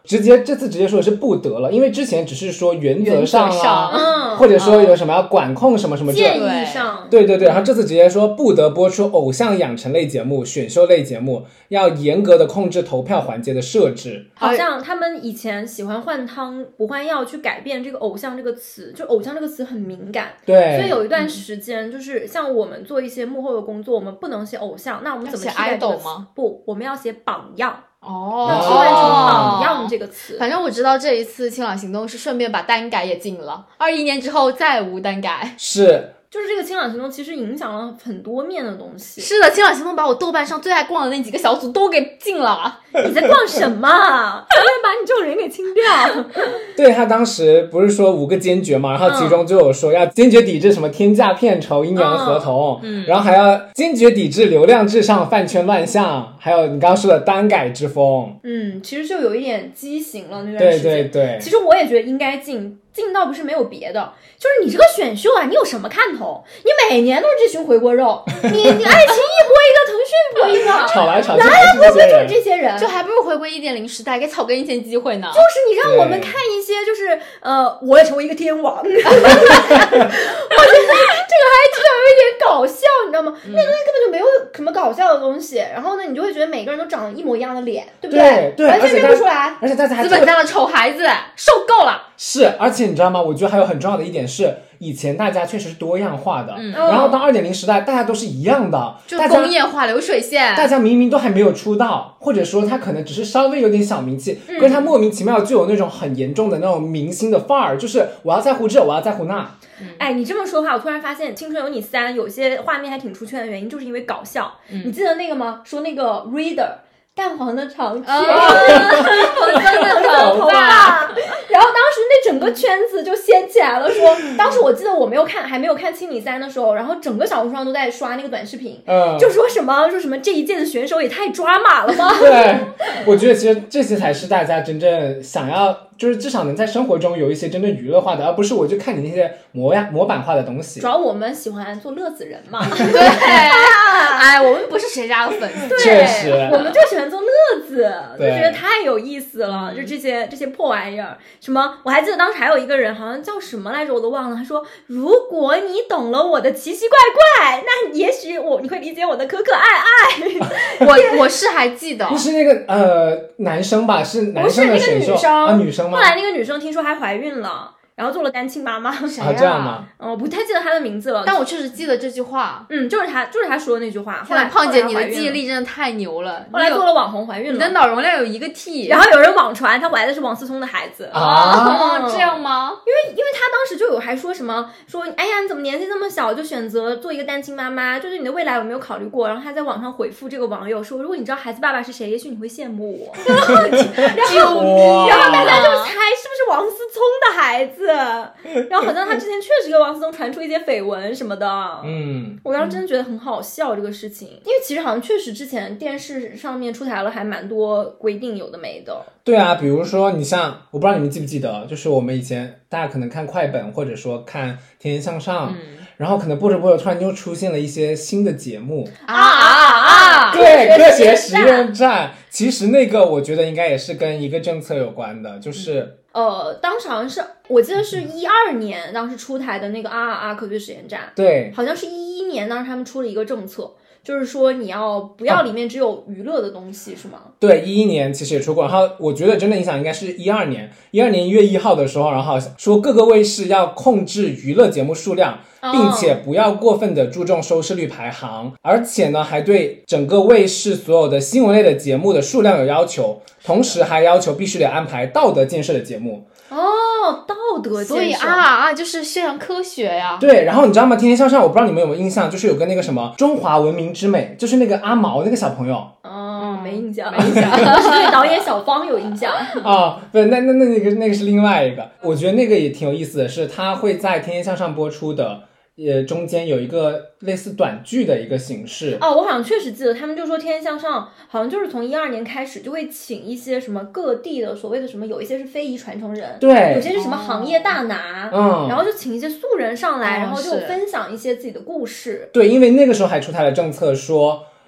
S3: 直接这次直接说的是不得了，因为之前只是说原则上啊，或者说有什么要管控什么什么
S4: 建议上，
S3: 对对对，然后这次直接说不得播出偶像养成类节目、选秀类节目，要严格的控制投票环节的设置。
S4: 好像他们以前喜欢换汤不换药去改变这个偶像这个词，就偶像这个词很敏感，
S3: 对，
S4: 所以有一段时间就是像我们做一些幕后的工作，我们不能写偶像，那我们怎么替代这个词？不，我们要写榜样。要替换成榜样这个词。
S2: 反正我知道这一次清朗行动是顺便把单改也禁了，21年之后再无单改。
S3: 是。
S4: 就是这个清朗行动其实影响了很多面的东西。
S2: 是的，清朗行动把我豆瓣上最爱逛的那几个小组都给禁了。
S4: 你在逛什么？他会把你这种人给清掉。
S3: 对，他当时不是说5个坚决嘛，然后其中就有说要坚决抵制什么天价片酬、阴阳合同，然后还要坚决抵制流量至上、饭圈乱象，还有你刚刚说的单改之风。
S4: 其实就有一点畸形了那段时间。
S3: 对对对，
S4: 其实我也觉得应该禁倒不是没有别的，就是你这个选秀啊，你有什么看头？你每年都是这群回锅肉，你爱奇艺播一个，腾讯播一个，
S3: 吵来吵去，
S4: 来来回回就是这些人，
S2: 就还不如回归1.0时代，给草根一些机会呢。
S4: 就是你让我们看一些，就是我也成为一个天王，我觉得这个还至少有一点搞笑，你知道吗？那个根本就没有什么搞笑的东西，然后呢，你就会觉得每个人都长得一模一样的脸，对不对？
S3: 对，
S4: 完全认不出来。
S3: 而且大家还
S2: 资本家的丑孩子，受够了。
S3: 是，而且你知道吗？我觉得还有很重要的一点是，以前大家确实是多样化的，然后到2.0时代，大家都是一样的，
S2: 就工业化流水线，
S3: 大家明明都还没有出道，或者说他可能只是稍微有点小名气，可是他莫名其妙就有那种很严重的那种明星的范儿，就是我要在乎这，我要在乎那。
S4: 哎，你这么说的话，我突然发现《青春有你3》有些画面还挺出圈的原因，就是因为搞笑。你记得那个吗？说那个 Reader。淡黄的长裙，红色的头发，然后当时那整个圈子就掀起来了说，当时我记得我还没有看青米3的时候，然后整个小红书上都在刷那个短视频，就说什么这一届的选手也太抓马了吗？
S3: 对，我觉得其实这些才是大家真正想要，就是至少能在生活中有一些真正娱乐化的，而不是我就看你那些模板化的东西。
S4: 主要我们喜欢做乐子人嘛。
S2: 对，哎，我们不是谁家的粉丝，
S3: 确实，
S4: 我们就喜欢做乐子，就觉得太有意思了。就这些破玩意儿，什么我还记得当时还有一个人好像叫什么来着，我都忘了。他说：“如果你懂了我的奇奇怪怪，那也许你会理解我的可可爱爱。”
S2: 我是还记得，
S3: 不是那个男生吧？是男生的选秀，
S4: 不是那个
S3: 女生吗？
S4: 后来那个女生听说还怀孕了。然后做了单亲妈妈，
S2: 谁呀？
S3: 这样吗？
S4: 我不太记得她的名字了，
S2: 但我确实记得这句话。
S4: 就是她说的那句话。后
S2: 来胖姐，你的记忆力真的太牛了。
S4: 后来做了网红怀孕了，
S2: 你的脑容量有1个 T。
S4: 然后有人网传她怀的是王思聪的孩子
S2: 这样吗？
S4: 因为她当时就还说什么哎呀你怎么年纪这么小就选择做一个单亲妈妈，就是你的未来有没有考虑过？然后她在网上回复这个网友说，如果你知道孩子爸爸是谁，也许你会羡慕我。然后大家就猜是不是王思聪的孩子。然后好像他之前确实跟王思聪传出一些绯闻什么的，我当时真的觉得很好笑这个事情，因为其实好像确实之前电视上面出台了还蛮多规定，有的没的。
S3: 对啊，比如说你像，我不知道你们记不记得，就是我们以前大家可能看快本或者说看天天向上，然后可能播着突然就出现了一些新的节目对，科学实验站。其实那个我觉得应该也是跟一个政策有关的，就是
S4: 当时好像是我记得是12年当时出台的那个科学实验站，
S3: 对，
S4: 好像是11年当时他们出了一个政策，就是说你要不要里面只有娱乐的东西，是吗？
S3: 对，11年其实也出过，然后我觉得真的影响应该是12年1月1号的时候，然后说各个卫视要控制娱乐节目数量，并且不要过分的注重收视率排行，而且呢还对整个卫视所有的新闻类的节目的数量有要求，同时还要求必须得安排道德建设的节目。
S4: 道德建设，
S2: 所以就是宣扬科学呀。
S3: 对，然后你知道吗？天天向上，我不知道你们有没有印象，就是有个那个什么中华文明之美，就是那个阿毛那个小朋友。
S4: 没印象，我是对导演小方有印象。
S3: 不，那个是另外一个，我觉得那个也挺有意思的是，他会在天天向上播出的。中间有一个类似短剧的一个形式。
S4: 我好像确实记得他们就说天天向上好像就是从12年开始就会请一些什么各地的所谓的什么，有一些是非遗传承人，
S3: 对，
S4: 有些是什么行业大拿，然后就请一些素人上来，然后就分享一些自己的故事。
S3: 对，因为那个时候还出台了政策说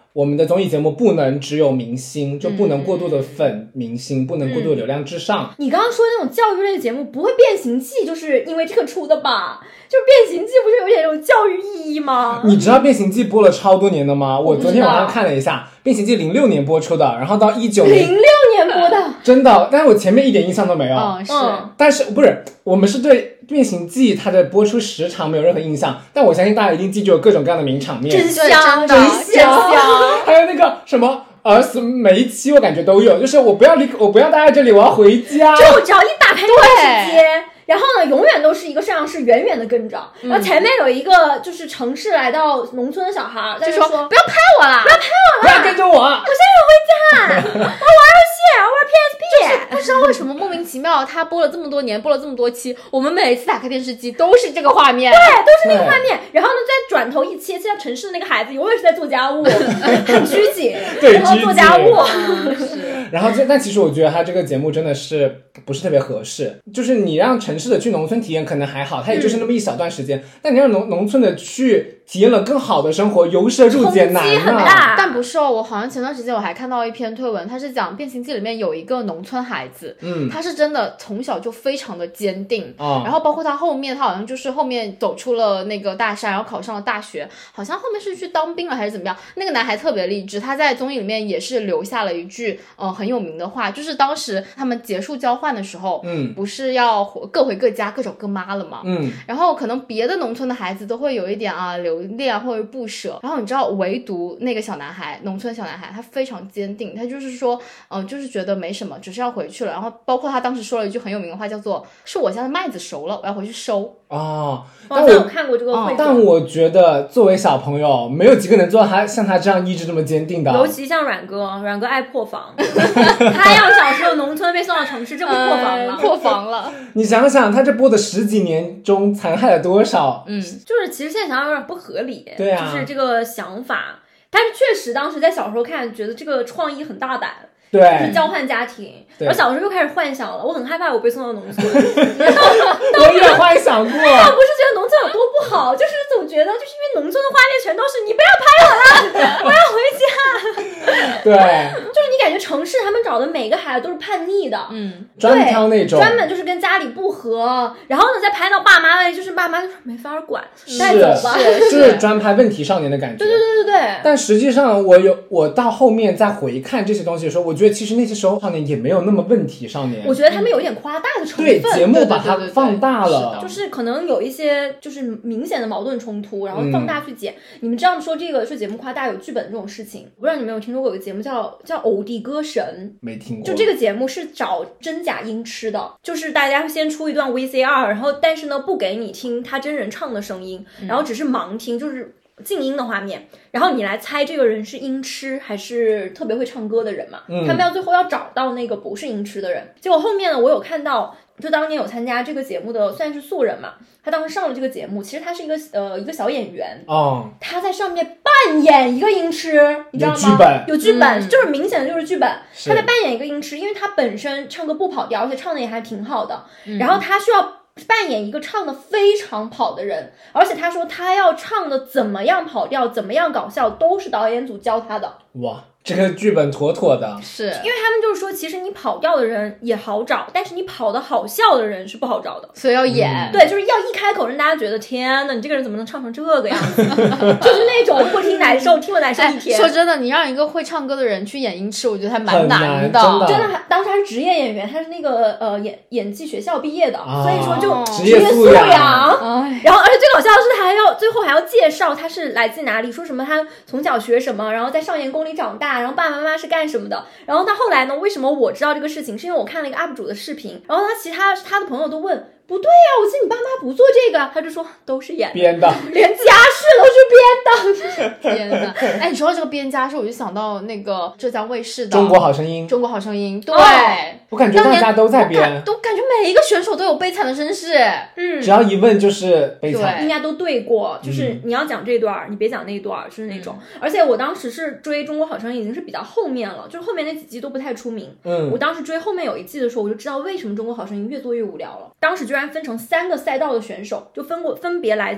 S3: 我们的综艺节目不能只有明星，就不能过度的粉明星，不能过度的流量至上。
S4: 你刚刚说的那种教育类的节目，不会变形记就是因为这个出的吧？就是变形记不是有点这种教育意义吗？
S3: 你知道变形记播了超多年的吗？我昨天晚上看了一下，变形记06年播出的，然后到19年
S4: 06年播的，
S3: 真的，但是我前面一点印象都没有。
S2: 是，
S3: 但是不是我们是对变形记它的播出时长没有任何印象，但我相信大家一定记住有各种各样的名场面，
S4: 真香，
S2: 真香，
S3: 还有那个什么死每一期我感觉都有，就是我不要待在这里，我要回家。
S4: 就我只要一打开电视机，然后呢，永远都是一个摄像师远远的跟着，然后前面有一个就是城市来到农村的小孩在说不要拍我啦，
S3: 不要跟着我，
S4: 我现在要回家，我玩游戏，我玩 PSP。
S2: 就是不知道为什么莫名其妙，他播了这么多年，播了这么多期，我们每次打开电视机都是这个画面，
S4: 对，都是那个画面。然后呢，再转头一切，现在城市的那个孩子永远是在做家务，很拘谨，然后做家务。
S3: 然后但其实我觉得他这个节目真的是不是特别合适，就是你让城市的去农村体验可能还好，它也就是那么一小段时间，但你让农村的去体验了更好的生活，由奢入俭难啊。
S2: 但不是哦，我好像前段时间我还看到一篇推文，他是讲变形记里面有一个农村孩子，他是真的从小就非常的坚定，然后包括他后面他好像就是后面走出了那个大山，然后考上了大学，好像后面是去当兵了还是怎么样。那个男孩特别励志，他在综艺里面也是留下了一句很有名的话，就是当时他们结束交换的时候，不是要各回各家各找各妈了吗？然后可能别的农村的孩子都会有一点留恋或者不舍，然后你知道唯独那个小男孩，农村小男孩，他非常坚定，他就是说就是觉得没什么，只是要回去了。然后包括他当时说了一句很有名的话，叫做是我家的麦子熟了，我要回去收。
S4: 但我看过这个会，
S3: 但我觉得作为小朋友，没有几个能做到像他这样意志这么坚定的。
S4: 尤其像阮哥爱破防，他要小时候农村被送到城市，这不破防了。
S3: 你想想，他这播的10几年中残害了多少？
S4: 就是其实现在想想有点不合理，
S3: 对啊，
S4: 就是这个想法。但是确实当时在小时候看，觉得这个创意很大胆。
S3: 对，
S4: 就是交换家庭。我小时候又开始幻想了，我很害怕我被送到农村。
S3: 我也幻想过。
S4: 倒不是觉得农村有多不好，就是总觉得就是因为农村的画面全都是你不要拍我了，我要回家。
S3: 对，
S4: 就是你感觉城市他们找的每个孩子都是叛逆的，
S3: 专挑那种，
S4: 专门就是跟家里不合，然后呢再拍到爸妈的，就是爸妈就是没法管，带走吧，
S3: 就是专拍问题少年的感觉。
S4: 对。
S3: 但实际上我到后面再回看这些东西的时候，我觉得其实那些时候少年也没有那么问题少年。
S4: 我觉得他们有点夸大的成分，
S3: 对，节目把它放大了，
S4: 就是可能有一些就是明显的矛盾冲突，然后放大去剪。你们知道说这个说节目夸大有剧本这种事情，我不知道你们有听说过有个节目叫偶地歌神，
S3: 没听过。
S4: 就这个节目是找真假音痴的，就是大家先出一段 VCR， 然后但是呢不给你听他真人唱的声音，然后只是盲听，就是静音的画面，然后你来猜这个人是音痴还是特别会唱歌的人嘛？他们最后要找到那个不是音痴的人。结果后面呢，我有看到，就当年有参加这个节目的算是素人嘛，他当时上了这个节目，其实他是一个小演员他在上面扮演一个音痴，你知道吗？有剧本，就是明显的就是剧本。他在扮演一个音痴，因为他本身唱歌不跑调，而且唱的也还挺好的，然后他需要扮演一个唱的非常跑的人，而且他说他要唱的怎么样跑调怎么样搞笑都是导演组教他的。
S3: 哇，这个剧本妥妥的，
S2: 是
S4: 因为他们就是说其实你跑调的人也好找，但是你跑的好笑的人是不好找的，
S2: 所以要演
S4: 对，就是要一开口让大家觉得天哪，你这个人怎么能唱成这个样子就是那种不听难受，听了难受一天。
S2: 说真的，你让一个会唱歌的人去演音痴，我觉得还蛮难的，
S3: 真
S4: 的。当时他是职业演员，他是那个演技学校毕业的，所以说就
S3: 职业素养。
S4: 然后而且最搞笑的是他最后还要介绍他是来自哪里，说什么他从小学什么，然后在少年宫里长大，然后爸爸妈妈是干什么的。然后他后来呢，为什么我知道这个事情，是因为我看了一个 UP 主的视频，然后他的朋友都问，不对呀，我记得你爸妈不做这个，他就说都是编的，连家事都是编
S2: 的。天哪！哎，你说到这个编家事，我就想到那个浙江卫视的
S3: 中国好声音，
S2: 对，
S3: 我感觉大家都在编，
S2: 都感觉每一个选手都有悲惨的身世。
S3: 只要一问就是悲惨，
S4: 应该都对过，就是你要讲这段，你别讲那段，就是那种。而且我当时是追中国好声音已经是比较后面了，就是后面那几季都不太出名。我当时追后面有一季的时候，我就知道为什么中国好声音越做越无聊了。当时居然分成3个赛道的选手，就分别来自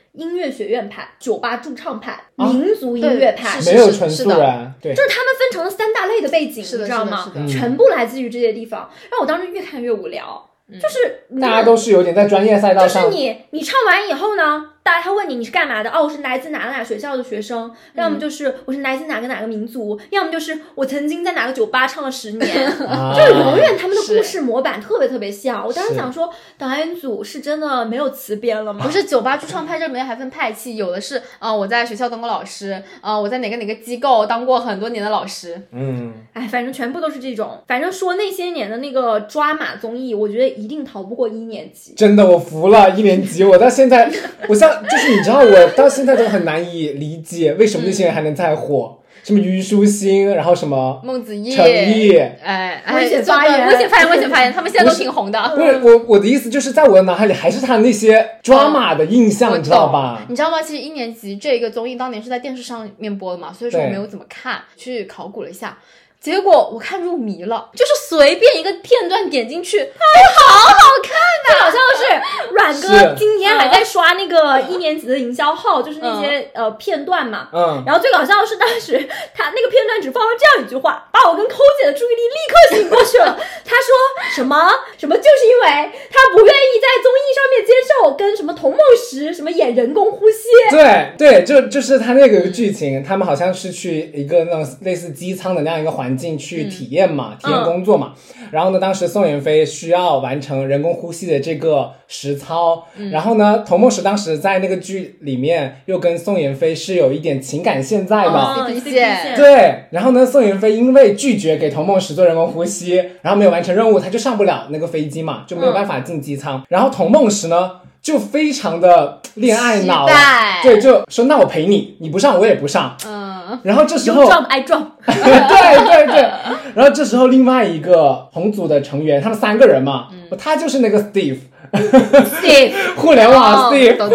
S4: 音乐学院派、酒吧驻唱派、民族音乐派，
S3: 没有纯素人，对，
S4: 就是他们分成了3大类的背景，你知道吗？全部来自于这些地方，让我当时越看越无聊。就是
S3: 大家都是有点在专业赛道上，
S4: 就是你唱完以后呢，大家他问你是干嘛的，我是来自哪学校的学生，要么就是我是来自哪个民族，要么就是我曾经在哪个酒吧唱了10年，就是永远他们的故事模板特别像。我当时想说，导演组是真的没有词编了吗？
S2: 不是，酒吧驻唱派这里面还分派系，有的是我在学校当过老师，我在哪个机构当过很多年的老师，
S4: 反正全部都是这种。反正说那些年的那个抓马综艺，我觉得一定逃不过1年级。
S3: 真的，我服了1年级，我到现在，就是你知道，我到现在都很难以理解为什么那些人还能再火。什么虞书欣，然后什么
S2: 孟子义、
S3: 陈毅，
S4: 危险发言，
S2: 他们现在都挺红的。
S3: 不是我的意思，就是在我的脑海里还是他那些抓马的印象，你知道吧？
S2: 你知道吗？其实1年级这个综艺当年是在电视上面播的嘛，所以说我没有怎么看，去考古了一下。结果我看入迷了，就是随便一个片段点进去，好好看
S4: 最搞笑的是阮哥今天还在刷那个1年级的营销号，就是那些片段嘛。然后最搞笑的是当时他那个片段只放了这样一句话，把我跟抠姐的注意力立刻吸引过去了。他说什么就是因为他不愿意在综艺上面接受跟什么童梦石什么演人工呼吸。
S3: 对，就是他那个剧情，他们好像是去一个那种类似机舱的那样一个环境去体验嘛，体验工作嘛。然后呢，当时宋妍霏需要完成人工呼吸的这个实操，然后呢，童梦石当时在那个剧里面又跟宋妍霏是有一点情感线在的，对。然后呢，宋妍霏因为拒绝给童梦石做人工呼吸，然后没有完成任务，他就上不了那个飞机嘛，就没有办法进机舱。然后童梦石呢就非常的恋爱脑，对，就说那我陪你，你不上我也不上。然后这时候
S4: I drop
S3: 对，然后这时候另外一个红组的成员，他们3个人嘛，他就是那个 Steve 互联网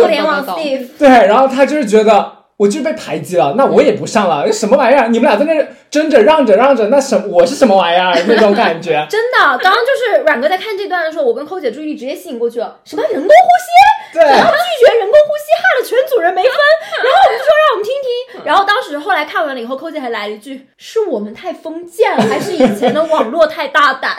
S3: Steve， 对，然后他就是觉得我就被排挤了，那我也不上了，什么玩意儿？你们俩在那争着让着，那我是什么玩意儿？那种感觉。
S4: 真的，刚刚就是阮哥在看这段的时候，我跟抠姐注意力直接吸引过去了。什么人工呼吸？
S3: 对，
S4: 然后拒绝人工呼吸，害了全组人没分。然后我们就说让我们听听。然后当时后来看完了以后，抠姐还来了一句：是我们太封建了，还是以前的网络太大胆？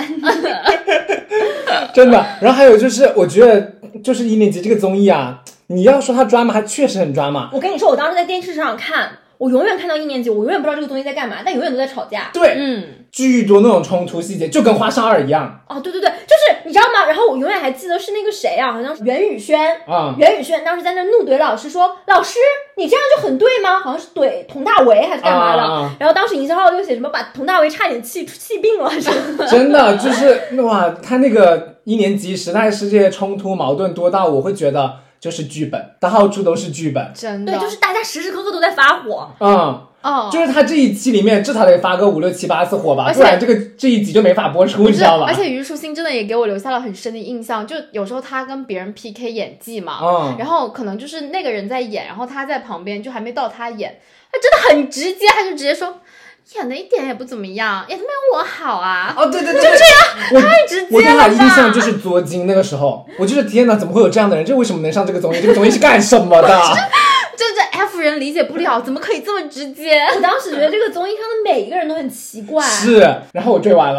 S3: 真的。然后还有就是，我觉得就是1年级这个综艺啊。你要说他抓马，他确实很抓马。
S4: 我跟你说，我当时在电视上看，我永远看到1年级，我永远不知道这个综艺在干嘛，但永远都在吵架。
S3: 对，巨多那种冲突细节，就跟花少儿一样。
S4: 对，就是你知道吗？然后我永远还记得是那个谁啊，好像是袁宇轩袁宇轩当时在那怒怼老师说：“老师，你这样就很对吗？”好像是怼佟大为还是干嘛的。然后当时营销号就写什么把佟大为差点气病了什么的。
S3: 真的就是哇，他那个1年级实在是这些冲突矛盾多到我会觉得。就是剧本，到处都是剧本，
S2: 真的。
S4: 对，就是大家时时刻刻都在发火。
S3: 就是他这一期里面至少得发个5、6、7、8次火吧，不然这一集就没法播出，你知道吧？
S2: 而且虞书欣真的也给我留下了很深的印象，就有时候他跟别人 PK 演技嘛，然后可能就是那个人在演，然后他在旁边就还没到他演，他真的很直接，他就直接说。演的一点也不怎么样，演的没有我好啊！
S3: 对，
S2: 就这样，太直接了吧！
S3: 我对他印象就是作精那个时候，我觉得天哪，怎么会有这样的人？这为什么能上这个综艺？这个综艺是干什么的？
S2: 这 F 人理解不了，怎么可以这么直接？
S4: 我当时觉得这个综艺上的每一个人都很奇怪。
S3: 是，然后我追完了。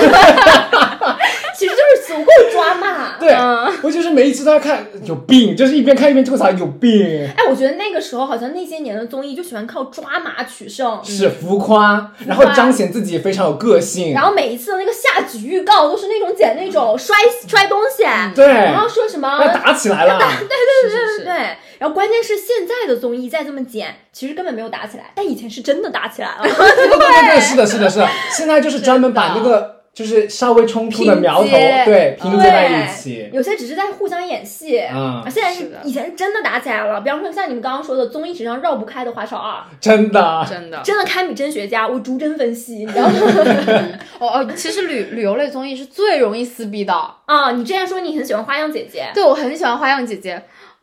S4: 其实就是足够抓马。
S3: 对，我就是每一次都要看，有病，就是一边看一边吐槽，有病。
S4: 我觉得那个时候好像那些年的综艺就喜欢靠抓马取胜，
S3: 是浮夸，然后彰显自己非常有个性。
S4: 然后每一次的那个下局预告都是那种剪那种摔东西，
S3: 对，
S4: 然后说什么
S3: 要打起来了，
S4: 对。然后关键是现在的综艺再这么剪，其实根本没有打起来，但以前是真的打起来了。
S3: 对，是的，现在就是专门把那个。就是稍微冲突的苗头，对，拼接在一起。
S4: 有些只是在互相演戏，现在是以前是真的打起来了。比方说像你们刚刚说的综艺史上绕不开的华少儿，
S3: 真的
S4: 堪比真学家，我逐帧分析，你知道吗？
S2: 其实旅游类综艺是最容易撕逼的
S4: 你之前说你很喜欢花样姐姐，
S2: 对，我很喜欢花样姐姐。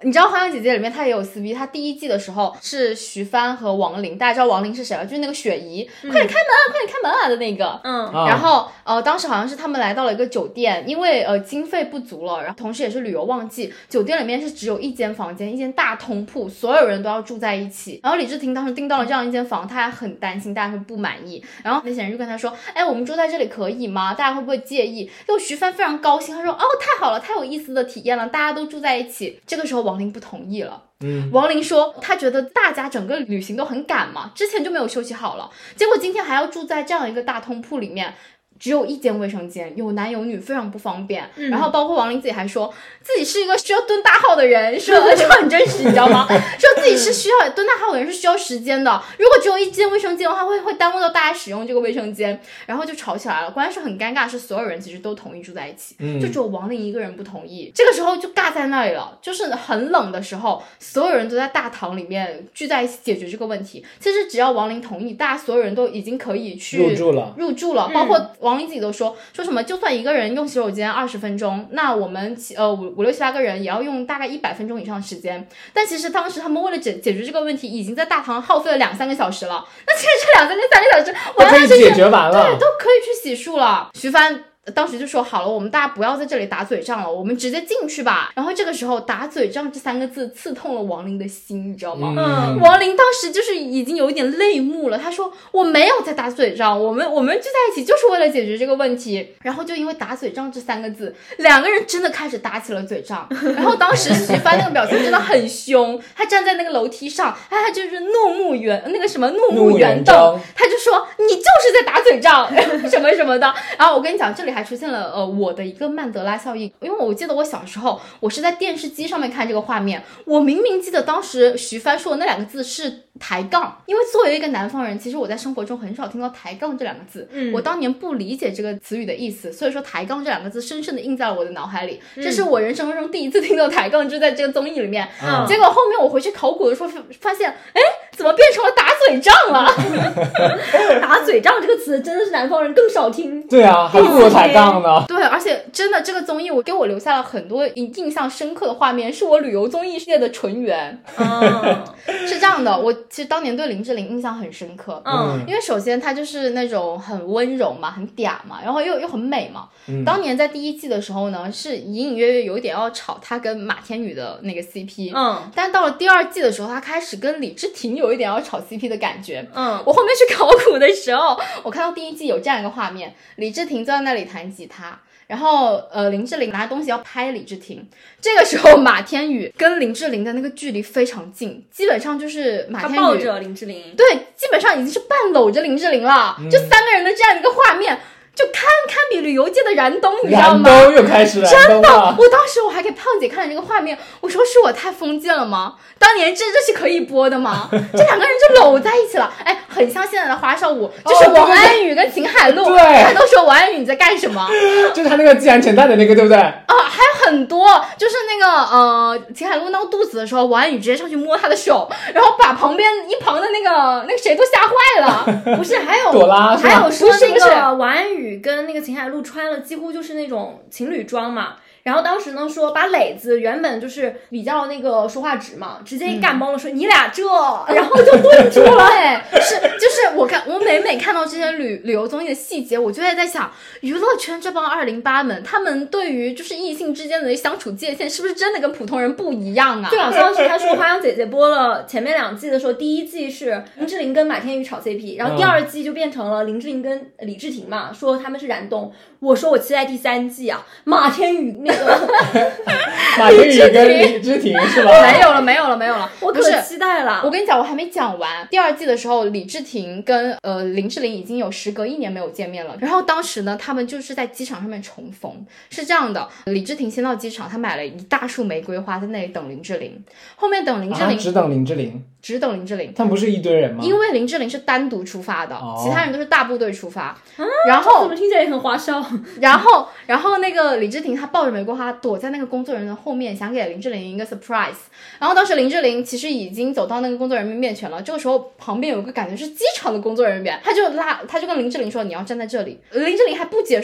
S2: 你知道《花样姐姐》里面她也有撕逼，她第1季的时候是徐帆和王琳，大家知道王琳是谁了？就是那个雪姨，快点开门啊，快点开门啊的那个。然后当时好像是他们来到了一个酒店，因为经费不足了，然后同时也是旅游旺季，酒店里面是只有1间房间，1间大通铺，所有人都要住在一起。然后李治廷当时订到了这样一间房，他还很担心大家会不满意，然后那些人就跟他说，哎，我们住在这里可以吗？大家会不会介意？结果徐帆非常高兴，他说，哦，太好了，太有意思的体验了，大家都住在一起。这个时候王琳不同意了。王琳说她觉得大家整个旅行都很赶嘛，之前就没有休息好了，结果今天还要住在这样一个大通铺里面，只有1间卫生间，有男有女，非常不方便。然后包括王琳自己还说自己是一个需要蹲大号的人，说就很真实，你知道吗？说自己是需要蹲大号的人，是需要时间的，如果只有1间卫生间的话，会耽误到大家使用这个卫生间，然后就吵起来了。关键是很尴尬，是所有人其实都同意住在一起，就只有王琳一个人不同意。这个时候就尬在那里了，就是很冷的时候，所有人都在大堂里面聚在一起解决这个问题。其实只要王琳同意，大家所有人都已经可以去入住了，包括王琳自己都说什么，就算一个人用洗手间20分钟，那我们5、6、7、8个人也要用大概100分钟以上的时间。但其实当时他们为了解决这个问题，已经在大堂耗费了2、3个小时了。那其实这2、3个小时完全
S3: 可以解决完了，
S2: 对，都可以去洗漱了。徐帆当时就说好了，我们大家不要在这里打嘴仗了，我们直接进去吧。然后这个时候打嘴仗这3个字刺痛了王琳的心，你知道吗？王琳当时就是已经有一点泪目了，她说我没有在打嘴仗，我们聚在一起就是为了解决这个问题。然后就因为打嘴仗这3个字，2个人真的开始打起了嘴仗。然后当时徐帆那个表情真的很凶，他站在那个楼梯上，他就是怒目圆瞪，他就说你就是在打嘴仗什么什么的。然后我跟你讲，这里还出现了我的一个曼德拉效应，因为我记得我小时候我是在电视机上面看这个画面，我明明记得当时徐帆说的那2个字是抬杠，因为作为一个南方人，其实我在生活中很少听到抬杠这2个字，我当年不理解这个词语的意思，所以说抬杠这2个字深深的印在了我的脑海里，这是我人生中第一次听到抬杠，就在这个综艺里面。结果后面我回去考古的时候发现，哎，怎么变成了打嘴仗了？
S4: 打嘴仗这个词真的是南方人更少听。
S3: 对啊，还不如抬杠呢。
S2: 对，而且真的这个综艺给我留下了很多印象深刻的画面，是我旅游综艺界的纯元。是这样的，我其实当年对林志玲印象很深刻，因为首先她就是那种很温柔嘛，很嗲嘛，然后又很美嘛。当年在第1季的时候呢，是隐隐约约有一点要炒她跟马天宇的那个 CP，但到了第2季的时候，她开始跟李治廷有一点要炒 CP 的感觉。我后面去考古的时候，我看到第1季有这样一个画面，李治廷坐在那里弹吉他，然后林志玲拿东西要拍李治廷，这个时候马天宇跟林志玲的那个距离非常近，基本上就是马天宇
S4: 他抱着林志玲，
S2: 对，基本上已经是半搂着林志玲了，就3个人的这样一个画面，就堪比旅游界的燃冬，你知道吗？
S3: 燃冬又开始燃冬了。
S2: 真的，我当时我还给胖姐看了这个画面，我说是我太封建了吗？当年这是可以播的吗？这2个人就搂在一起了，哎，很像现在的花少舞，就是王安宇跟秦海璐，他都说王安宇你在干什么？
S3: 就是他那个系安全带的那个，对不对？
S2: 还有很多，就是那个秦海璐闹肚子的时候，王安宇直接上去摸她的手，然后把旁的那个谁都吓坏了。
S4: 不是，还有
S3: 朵拉，
S4: 还有说那个王安宇跟那个秦海璐穿了几乎就是那种情侣装嘛。然后当时呢说把磊子原本就是比较那个说话直嘛，直接一干懵了，说你俩这，然后就顿住了。
S2: 就是我每看到这些旅游综艺的细节，我就在想，娱乐圈这帮208们，他们对于就是异性之间的相处界限，是不是真的跟普通人不一样啊？
S4: 最搞笑是他说花样姐姐播了前面2季的时候，第1季是林志玲跟马天宇炒 CP， 然后第2季就变成了林志玲跟李治廷嘛，说他们是燃冬。我说我期待第3季啊，马天宇那个
S3: 马天宇跟李治廷是吧？
S2: 没有了，
S4: 我可期待了。
S2: 我跟你讲，我还没讲完。第2季的时候，李治廷跟林志玲已经有时隔1年没有见面了。然后当时呢，他们就是在机场上面重逢。是这样的，李治廷先到机场，他买了一大束玫瑰花在那里等林志玲。后面等林志玲，
S3: 只等林志玲。他们不是一堆人吗？
S2: 因为林志玲是单独出发的，其他人都是大部队出发。然后
S4: 怎么听起来也很花哨？
S2: 然后那个李治廷他抱着玫瑰花躲在那个工作人员的后面，想给林志玲一个 surprise。然后当时林志玲其实已经走到那个工作人员面前了，这个时候旁边有个感觉是机场的工作人员，他就跟林志玲说你要站在这里。林志玲还不解说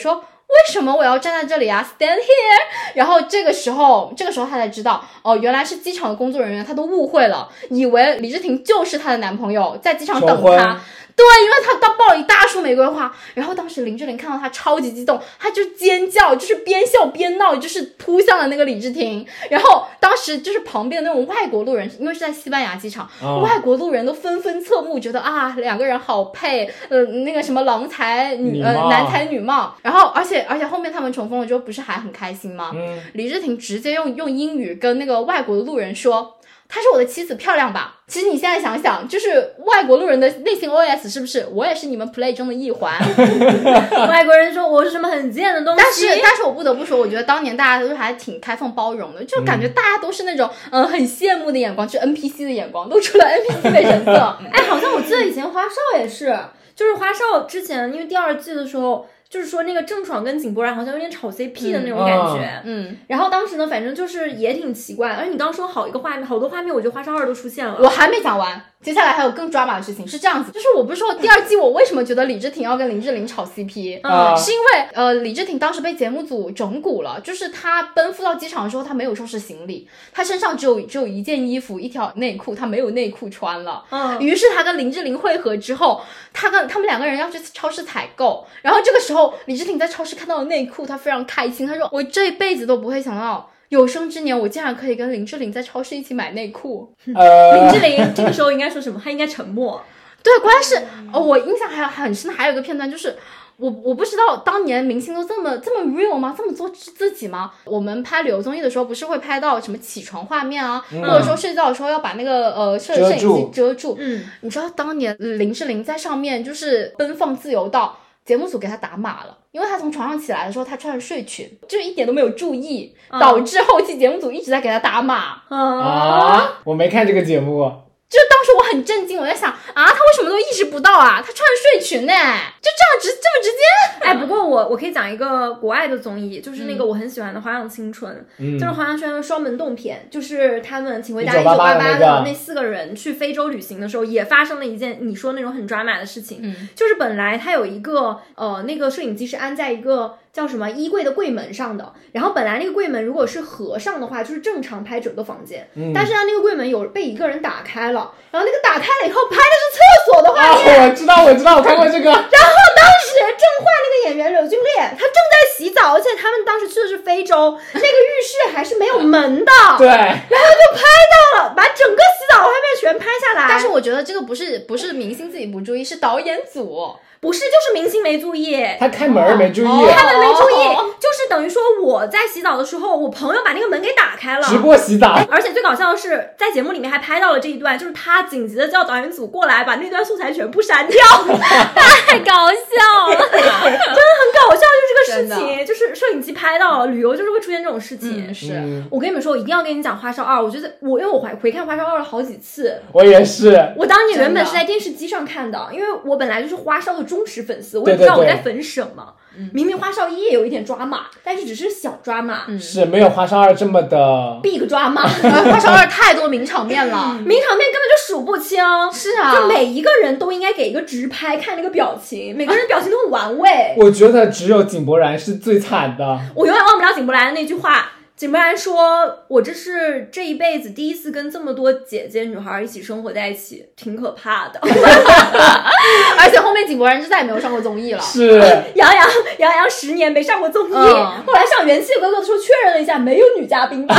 S2: 为什么我要站在这里啊 ？Stand here。然后这个时候他才知道，原来是机场的工作人员，他都误会了，以为李治廷就是她的男朋友，在机场等她。对，因为他抱了一大束玫瑰花，然后当时林志玲看到他超级激动，他就尖叫，就是边笑边闹，就是扑向了那个李治廷。然后当时就是旁边的那种外国路人，因为是在西班牙机场，外国路人都纷纷侧目，觉得啊两个人好配，那个什么男才女貌。然后而且后面他们重逢了之后，不是还很开心吗？李治廷直接用英语跟那个外国的路人说。她是我的妻子，漂亮吧？其实你现在想想，就是外国路人的内心 OS 是不是？我也是你们 play 中的一环。
S4: 外国人说我是什么很贱的东西。
S2: 但是我不得不说，我觉得当年大家都还挺开放包容的，就感觉大家都是那种很羡慕的眼光，就是 NPC 的眼光，都出了 NPC 的人色。
S4: 哎，好像我记得以前花少也是，就是花少之前因为第2季的时候。就是说那个郑爽跟井柏然好像有点炒 CP 的那种感觉，然后当时呢，反正就是也挺奇怪。而你刚说好多画面，我觉得花少2都出现了。
S2: 我还没讲完，接下来还有更抓马的事情，是这样子，就是我不是说第2季我为什么觉得李治廷要跟林志玲炒 CP，是因为李治廷当时被节目组整蛊了，就是他奔赴到机场的时候，他没有收拾行李，他身上只有一件衣服，一条内裤，他没有内裤穿了。于是他跟林志玲会合之后，他们2个人要去超市采购，然后这个时候李治廷在超市看到了内裤，他非常开心，他说我这辈子都不会想到有生之年我竟然可以跟林志玲在超市一起买内裤。
S4: 林志玲这个时候应该说什么？她应该沉默。
S2: 对，关键是我印象还很深的还有一个片段，就是我不知道当年明星都这么 real 吗？这么做自己吗？我们拍旅游综艺的时候不是会拍到什么起床画面啊，或者说睡觉的时候要把那个摄影机遮住。你知道当年林志玲在上面就是奔放自由到节目组给她打码了，因为她从床上起来的时候她穿着睡裙，就一点都没有注意，导致后期节目组一直在给她打码。
S3: 我没看这个节目。
S2: 就当时我很震惊，我在想他为什么都意识不到啊？他穿着睡裙呢，就这么直接。
S4: 哎，不过我可以讲一个国外的综艺，就是那个我很喜欢的《花样青春》，就是黄阳轩的双门洞片，就是他们请回答1988的那4个人去非洲旅行的时候，也发生了一件你说那种很抓马的事情，就是本来他有一个那个摄影机是安在一个叫什么衣柜的柜门上的，然后本来那个柜门如果是合上的话，就是正常拍整个房间，但是那个柜门有被一个人打开了，然后那个打开了以后拍的是厕所的画面。
S3: 我知道，我看过这个。然
S4: 后当时正换那个演员柳俊烈，他正在洗澡，而且他们当时去的是非洲，那个浴室还是没有门的。
S3: 对。
S4: 然后就拍到了，把整个洗澡的画面全拍下来。
S2: 但是我觉得这个不是明星自己不注意，是导演组。
S4: 不是，就是明星没注意，
S3: 他开门没注意，
S4: 开门没注意，就是等于说我在洗澡的时候，我朋友把那个门给打开了，
S3: 直播洗澡。
S4: 而且最搞笑的是，在节目里面还拍到了这一段，就是他紧急的叫导演组过来把那段素材全部删掉，
S2: 太搞笑了，真的
S4: 很搞笑，就这个事情，就是摄影机拍到了，旅游就是会出现这种事情。
S2: 是
S4: 我跟你们说，我一定要跟你讲花少2，我觉得因为我回看花少2了好几次，
S3: 我也是。
S4: 我当年原本是在电视机上看的，因为我本来就是花少的忠实粉丝，我也不知道我在粉什么。明明花少1也有一点抓马，但是只是小抓马，
S3: 是没有花少2这么的
S4: big 抓马。
S2: 花少2太多名场面了，
S4: 名场面根本就数不清。
S2: 是啊，
S4: 就每一个人都应该给一个直拍，看那个表情，每个人表情都很完味。
S3: 我觉得只有井柏然是最惨的，
S4: 我永远忘不了井柏然的那句话。井柏然说：“我这是这一辈子第一次跟这么多姐姐女孩一起生活在一起，挺可怕的。”
S2: 而且后面井柏然就再也没有上过综艺了。
S3: 是
S4: 杨洋10年没上过综艺，后来上《元气哥哥》的时候确认了一下，没有女嘉宾吧。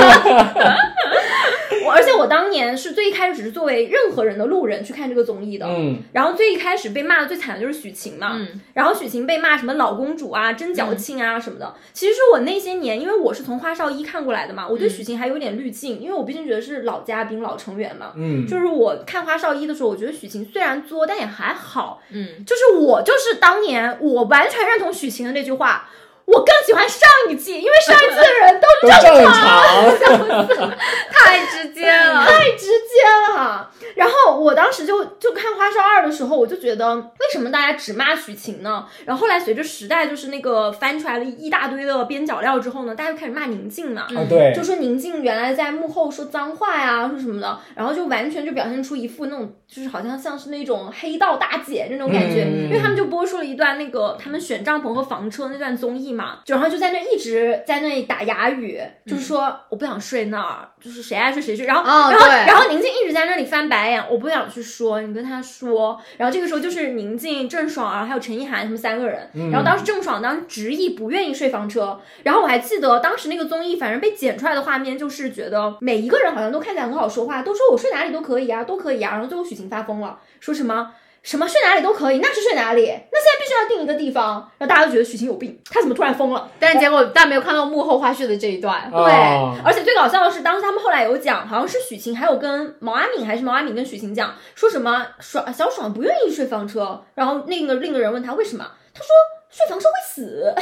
S4: 而且我当年是最一开始只是作为任何人的路人去看这个综艺的，然后最一开始被骂的最惨的就是许晴嘛，然后许晴被骂什么老公主啊、真矫情啊什么的。其实我那些年，因为我是从花少1看过来的嘛，我对许晴还有点滤镜，因为我毕竟觉得是老嘉宾、老成员嘛。就是我看花少1的时候，我觉得许晴虽然作，但也还好。就是我就是当年我完全认同许晴的那句话。我更喜欢上一季，因为上一季的人都正常，
S2: 太直接了，
S4: 太直接了。 然后我当时就看花少2的时候，我就觉得为什么大家只骂许晴呢？然后后来随着时代就是那个翻出来了一大堆的边角料之后呢，大家就开始骂宁静嘛，
S3: 对，
S4: 就说宁静原来在幕后说脏话呀，说什么的，然后就完全就表现出一副那种就是好像是那种黑道大姐那种感觉，因为他们就播出了一段那个他们选帐篷和房车那段综艺嘛，然后就在那一直在那里打哑语，就是说我不想睡那儿，就是谁爱睡谁睡，然后宁静一直在那里翻白眼，我不想去说，你跟他说。然后这个时候就是宁静、郑爽还有陈意涵他们3个人，然后当时郑爽当时执意不愿意睡房车，然后我还记得当时那个综艺反正被剪出来的画面就是觉得每一个人好像都看起来很好说话，都说我睡哪里都可以啊，都可以啊，然后最后许晴发疯了，说什么睡哪里都可以，那是睡哪里？那现在必须要定一个地方，然后大家都觉得许晴有病，他怎么突然疯了？
S2: 但结果大家没有看到幕后花絮的这一段。
S4: 对，而且最搞笑的是，当时他们后来有讲，好像是许晴还有跟毛阿敏，还是毛阿敏跟许晴讲，说什么小爽不愿意睡房车，然后另一个人问他为什么，他说睡房车会死，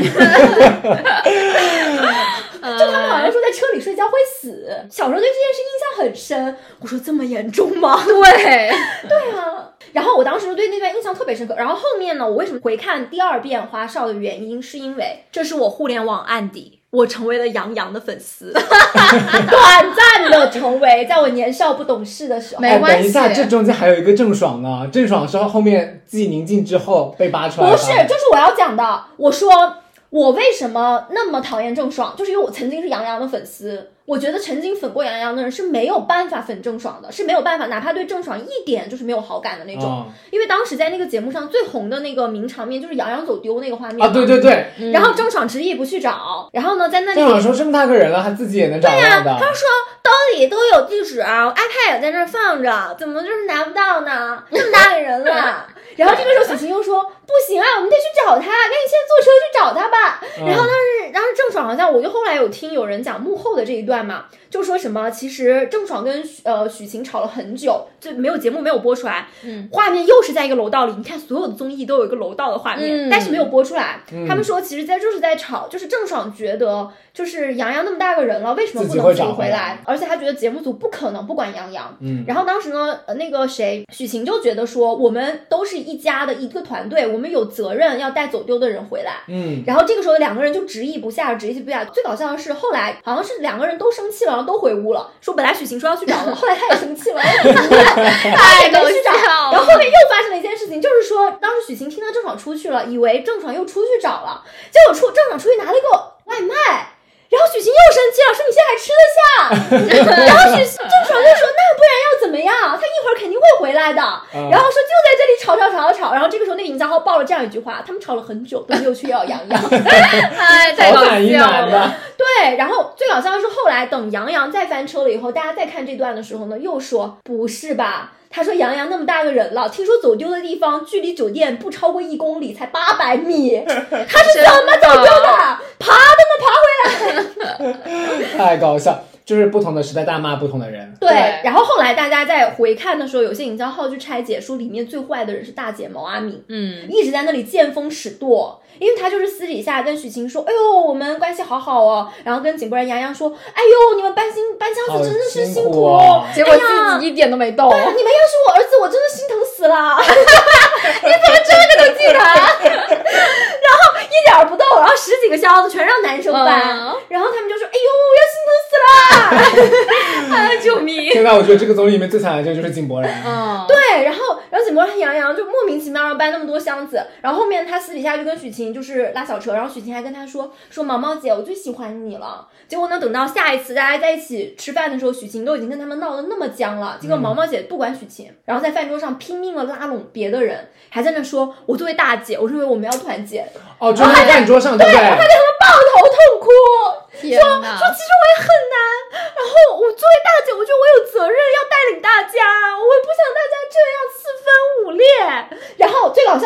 S4: 就他们好像说在车里睡觉会死。小时候对这件事印象很深，我说这么严重吗？
S2: 对
S4: 啊。然后我当时对那段印象特别深刻。然后后面呢，我为什么回看第2遍花少的原因，是因为这是我互联网案底，我成为了杨洋的粉丝，短暂的成为，在我年少不懂事的时候。
S2: 没关系，
S3: 等一下，这中间还有一个郑爽呢。郑爽是后面继宁静之后被扒出来的。
S4: 不是，就是我要讲的。我说我为什么那么讨厌郑爽，就是因为我曾经是杨洋的粉丝。我觉得曾经粉过杨洋的人是没有办法粉郑爽的，是没有办法，哪怕对郑爽一点就是没有好感的那种。因为当时在那个节目上最红的那个名场面就是杨洋走丢那个画面
S3: 啊，对对对。
S4: 然后郑爽执意不去找，然后呢在那里
S3: 郑爽说这么大个人了，他自己也能找到的。对
S4: 呀，他说兜里都有地址啊 ，iPad 也在那放着，怎么就是拿不到呢？这么大个人了。然后这个时候许晴又说不行啊，我们得去找他，赶紧现在坐车去找他吧。然后当时郑爽好像我就后来有听有人讲幕后的这一段嘛，就说什么其实郑爽跟许晴吵了很久，就没有节目没有播出来，画面又是在一个楼道里，你看所有的综艺都有一个楼道的画面，但是没有播出来。他们说其实就是在吵，就是郑爽觉得就是杨洋那么大个人了，为什么不能自己回来？而且他觉得节目组不可能不管杨洋。然后当时呢，那个许晴就觉得说我们都是一家的一个团队，我们有责任要带走丢的人回来。然后这个时候2个人就执意不下。最搞笑的是后来好像是2个人都生气了，然后都回屋了，说本来许晴说要去找了，后来他也生气了，
S2: 太搞笑了。
S4: 然后后面又发生了一件事情，就是说当时许晴听到郑爽出去了，以为郑爽又出去找了，结果郑爽出去拿了一个外卖。然后许晴又生气了，说你现在还吃得下？然后郑爽就说那不然要怎么样？他一会儿肯定会回来的。然后说就在这里吵。然后这个时候那个营销号爆了这样一句话，他们吵了很久都没有去要杨洋。
S2: 哎，太搞笑了。
S4: 对，然后最搞笑的是后来等杨洋再翻车了以后，大家再看这段的时候呢，又说不是吧？他说杨洋那么大个人了，听说走丢的地方距离酒店不超过1公里，才800米，他是怎么走丢的？爬都能爬回来。
S3: 太搞笑，就是不同的时代大骂不同的人。
S4: 对，然后后来大家在回看的时候，有些营销号去拆解说里面最坏的人是大姐毛阿敏，一直在那里见风使舵。因为他就是私底下跟许晴说，哎呦，我们关系好好哦，然后跟井柏然、杨洋说，哎呦，你们搬箱子真的是辛苦哦，
S2: 结果自己一点都没动。
S4: 对，你们要是我儿子，我真的心疼死了。你怎么这个都记得？然后一点不动，然后10几个箱子全让男生搬，然后他们就说，哎呦，我要心疼死了。
S2: 啊，救命！
S3: 现在我觉得这个综艺里面最惨的就是井柏然。
S4: 对，然后井柏然、杨洋就莫名其妙要搬那么多箱子，然后后面他私底下就跟许晴就是拉小车，然后许晴还跟他说毛毛姐，我最喜欢你了。结果呢，等到下一次大家在一起吃饭的时候，许晴都已经跟他们闹得那么僵了，结果毛毛姐不管许晴，然后在饭桌上拼命的拉拢别的人，还在那说我作为大姐，我认为我们要团结。
S3: 哦，就在饭桌上，对不对？
S4: 他给他们抱头痛哭，说其实我也很难，然后我作为大姐，我觉得我有责任要带领大家，我也不想大家这样4分5裂。然后最搞笑的是后面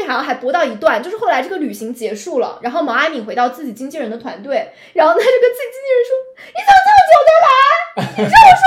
S4: 面好像还播到一段，就是后来这个旅行结束了，然后毛阿敏回到自己经纪人的团队，然后他就跟自己经纪人说：“你怎么这么久才来？你知道我受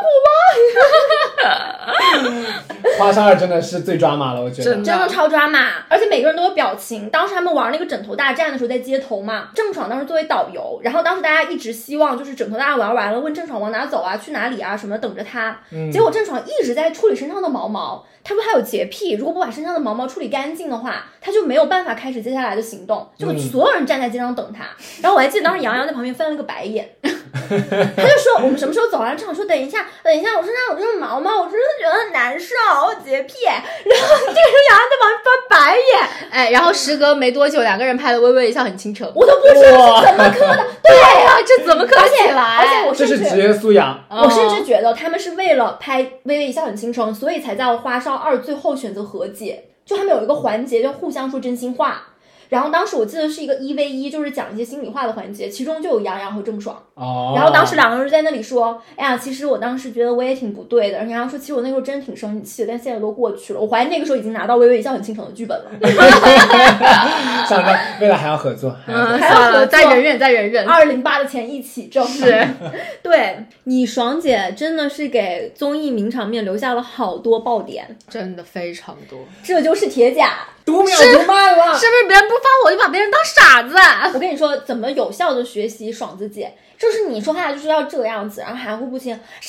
S3: 乐谷吗？”花少儿真的是最抓马了，我觉得
S4: 真的超抓马，而且每个人都有表情。当时他们玩那个枕头大战的时候，在街头嘛，郑爽当时作为导游，然后当时大家一直希望就是枕头大战玩完了，问郑爽往哪走啊，去哪里啊什么，等着他。结果郑爽一直在处理身上的毛毛，他说他有洁癖，如果不把身上的毛毛处理干净的话，他就没有办法开始接下来的行动。结果所有人站在街上等他，然后我还记得当时杨洋在旁边翻了个白眼，他就说我们什么时候走啊？郑爽说等一下，我身上有这种毛毛，我真的觉得很难受，我有洁癖。然后这个时候杨洋在旁边翻白眼，
S2: 哎，然后时隔没多久，两个人拍的微微一笑很倾城，
S4: 我都不知道是怎么磕的。对
S2: 呀，这怎么磕起来？
S4: 而且我甚至
S3: 这是职业素养。
S4: 我甚至觉得他们是为了拍微微一笑很倾城，所以才在花少2最后选择和解。就他们有一个环节，就互相说真心话。然后当时我记得是一个1v1，就是讲一些心里话的环节，其中就有杨洋和郑爽。然后当时两个人就在那里说：“哎呀，其实我当时觉得我也挺不对的。”然后杨洋说：“其实我那时候真的挺生气的，但现在都过去了。我怀疑那个时候已经拿到微微一笑很倾城的剧本了。”
S3: 想着未来还要合作，
S4: 还要合作，
S2: 再忍忍。
S4: 2008的钱一起挣。是，对你爽姐真的是给综艺名场面留下了好多爆点，
S2: 真的非常多。
S4: 这就是铁甲。
S3: 读秒读慢了，
S2: 是不是别人不发火就把别人当傻子？
S4: 我跟你说，怎么有效的学习爽子姐，就是你说话就是要这个样子，然后含糊不清，是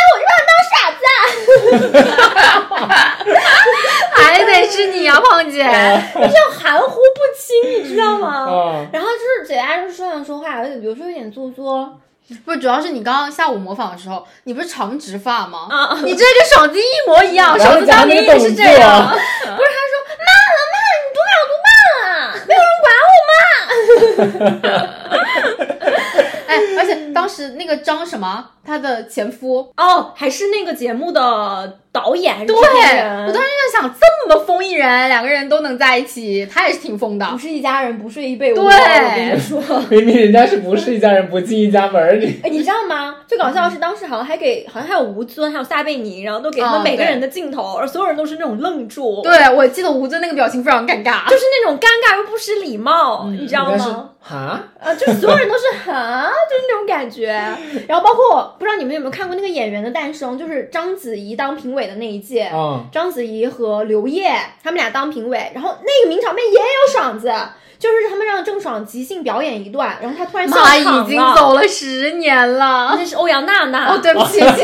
S4: 没有我就把你当傻子，
S2: 还得是你啊，胖姐，
S4: 你这样含糊不清，你知道吗？然后就是姐大就是说话，而且比如说有点做作。
S2: 不，主要是你刚刚下午模仿的时候，你不是长直发吗？你这跟爽子一模一样，爽子当年也是这样。
S4: 不是，他说慢了，你读秒读慢了，没有人管我嘛。
S2: 哎，而且当时那个张什么，他的前夫
S4: 还是那个节目的导演，
S2: 对，我当时就在想，这么疯一人，两个人都能在一起，他也是挺疯的。
S4: 不是一家人，不睡一被窝。
S2: 对，
S4: 我跟你说，
S3: 明明人家是不是一家人，不进一家门里。
S4: 你知道吗？最搞笑的是当时好像还有吴尊，还有撒贝宁，然后都给他们每个人的镜头，而所有人都是那种愣住。
S2: 对，我记得吴尊那个表情非常尴尬，
S4: 就是那种尴尬又不失礼貌，你知道吗？就是所有人都是就是那种感觉。然后包括不知道你们有没有看过那个《演员的诞生》，就是章子怡当评委的那一届，章子怡和刘烨他们俩当评委，然后那个名场面也有爽子。就是他们让郑爽即兴表演一段，然后他突然笑场了。
S2: 已经走了10年了，
S4: 那是欧阳娜娜。
S2: 对不起，记串了。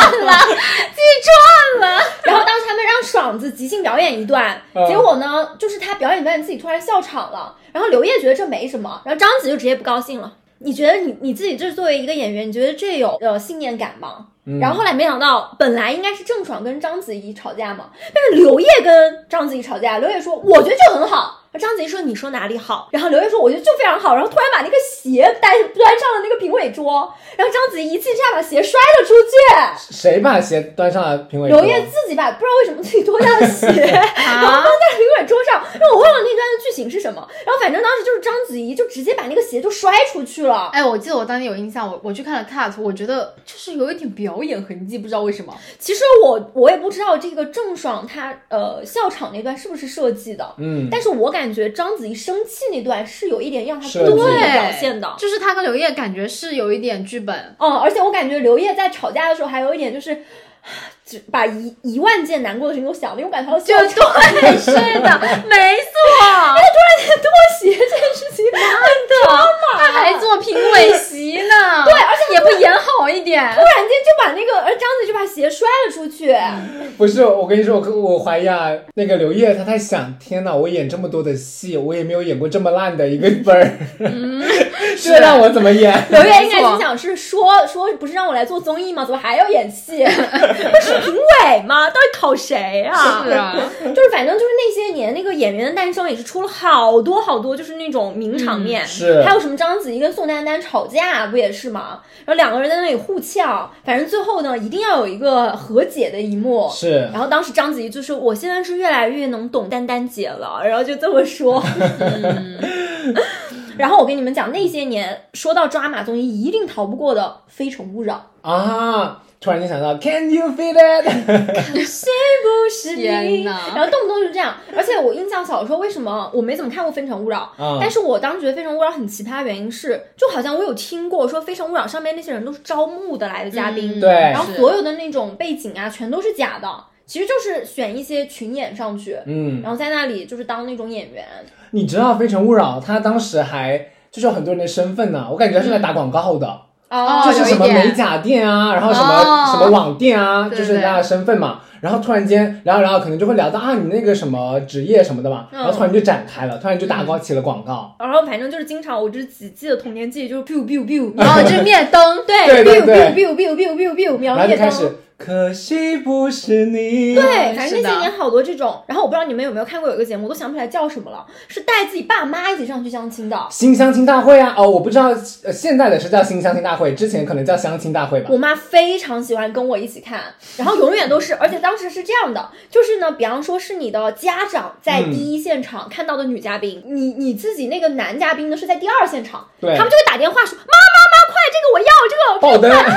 S4: 然后当时他们让爽子即兴表演一段，结果呢，就是他表演一段自己突然笑场了，然后刘烨觉得这没什么，然后章子就直接不高兴了。你觉得你自己这作为一个演员，你觉得这有信念感吗？然后后来没想到，本来应该是郑爽跟章子怡吵架嘛，但是刘烨跟章子怡吵架，刘烨说我觉得就很好。章子怡说你说哪里好，然后刘烨说我觉得就非常好，然后突然把那个鞋端上了那个评委桌，然后章子怡一气之下把鞋摔了出去。
S3: 谁把鞋端上了评委桌？
S4: 刘烨自己把，不知道为什么自己脱下了鞋然后放在评委桌上，然后我忘了那段的剧情是什么，然后反正当时就是章子怡就直接把那个鞋就摔出去了。
S2: 哎，我记得我当年有印象，我去看了 cut， 我觉得就是有一点表演痕迹，不知道为什么。
S4: 其实我也不知道这个郑爽她笑场那段是不是设计的，但是我感觉章子怡生气那段是有一点让她刻意表现的，
S2: 就是她跟刘烨感觉是有一点剧本。
S4: 而且我感觉刘烨在吵架的时候还有一点就是把1万件难过的事情都想了，因为我感觉他
S2: 就对，是的，没错。
S4: 因为突然间脱鞋这件事情很抓马，
S2: 他还做评委席呢，
S4: 对，而且
S2: 也不演好一点，
S4: 突然间就把那个章子就把鞋摔了出去。
S3: 不是，我跟你说，我怀疑啊，那个刘烨他在想，天哪，我演这么多的戏，我也没有演过这么烂的一个本儿，这让我怎么演？
S4: 刘烨应该心想是说不是让我来做综艺吗？怎么还要演戏？不是评委吗？到底考谁啊？
S2: 是啊，
S4: 就是反正就是那些年那个《演员的诞生》也是出了好多就是那种名场面，
S3: 是
S4: 还有什么章子怡跟宋丹丹吵架不也是吗？然后两个人在那里互呛，反正最后呢一定要有一个和解的一幕。
S3: 是，
S4: 然后当时章子怡就说我现在是越来越能懂丹丹姐了，然后就这么说。然后我跟你们讲，那些年说到抓马综艺一定逃不过的《非诚勿扰》
S3: 啊。 突然间想到 Can you feel it
S4: 是不是你，
S2: 然
S4: 后动不动就是这样。而且我印象小时候为什么我没怎么看过《非诚勿扰》，但是我当时觉得《非诚勿扰》很奇葩，原因是就好像我有听过说《非诚勿扰》上面那些人都是招募的来的嘉宾，
S3: 对，
S4: 然后所有的那种背景啊全都是假的，其实就是选一些群演上去，然后在那里就是当那种演员。
S3: 你知道《非诚勿扰》他当时还就是有很多人的身份呢，我感觉他是来打广告的。就是什么美甲店啊，然后什么网店啊，就是大家的身份嘛。然后突然间聊一聊，可能就会聊到啊，你那个什么职业什么的嘛。然后突然就展开了，突然就打起了广告。
S4: 然后反正就是经常，我就是只记得童年记忆就是 biu biu biu，
S2: 然后就是灭灯，
S4: 对 biu biu biu biu biu biu biu 秒灭灯。
S3: 可惜不是你。
S4: 对，反正那些年好多这种。然后我不知道你们有没有看过有一个节目，我都想不起来叫什么了，是带自己爸妈一起上去相亲的。
S3: 新相亲大会啊！哦，我不知道，现在的是叫新相亲大会，之前可能叫相亲大会吧。
S4: 我妈非常喜欢跟我一起看，然后永远都是，而且当时是这样的，就是呢，比方说是你的家长在第一现场看到的女嘉宾，你自己那个男嘉宾呢是在第二现场，
S3: 对，
S4: 他们就会打电话说妈，快，这个我要，这个
S3: 爆灯，
S4: 快，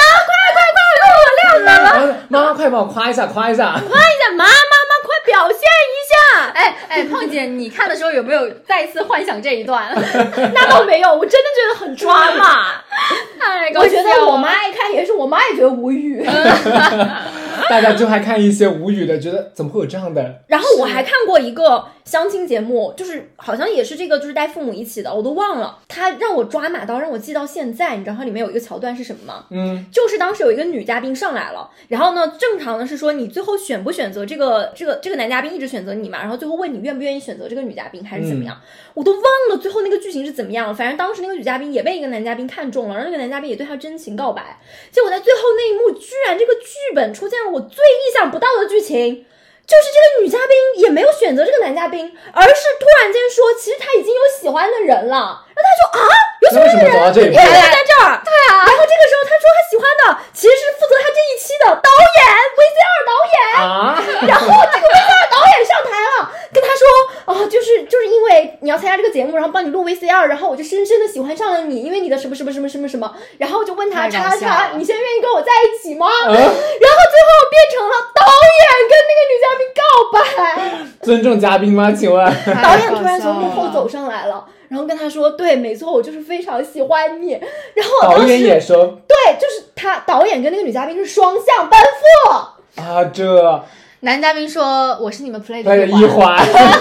S4: 给我亮灯了，
S3: 妈，快帮我夸一下，妈，
S4: 快表现一下。
S2: 哎，胖姐，你看的时候有没有再次幻想这一段？
S4: 那倒没有，我真的觉得很抓马。我觉得我妈爱看，也是我妈也觉得无语。
S3: 大家就还看一些无语的，觉得怎么会有这样的。
S4: 然后我还看过一个相亲节目，就是好像也是这个，就是带父母一起的，我都忘了。他让我抓马到，让我记到现在。你知道它里面有一个桥段是什么吗？就是当时有一个女嘉宾上来了，然后呢，正常的是说你最后选不选择这个男嘉宾一直选择你嘛，然后最后问你愿不愿意选择这个女嘉宾还是怎么样，我都忘了最后那个剧情是怎么样了。反正当时那个女嘉宾也被一个男嘉宾看中了，然后那个男嘉宾也对她真情告白。结果在最后那一幕，居然这个剧本出现了我最意想不到的剧情。就是这个女嘉宾也没有选择这个男嘉宾，而是突然间说其实他已经有喜欢的人了。然后他说啊，有喜欢的人，你还在这儿？对啊。然后这个时候他说他喜欢的其实是负责他这一期的导演 VCR 导演然后这个 VCR 导演上台了，跟他说就是因为你要参加这个节目，然后帮你录 VCR， 然后我就深深的喜欢上了你，因为你的什么什么什么什么什么，然后就问他叉你现在愿意跟我在一起吗？然后最后变成了导演跟那个女嘉宾告白。
S3: 尊重嘉宾吗？请问
S4: 导演突然从幕后走上来了，然后跟他说对，没错，我就是非常喜欢你。然后
S3: 导演也说
S4: 对，就是他导演跟那个女嘉宾是双向奔赴
S3: 啊。这
S2: 男嘉宾说我是你们 play
S3: 的一环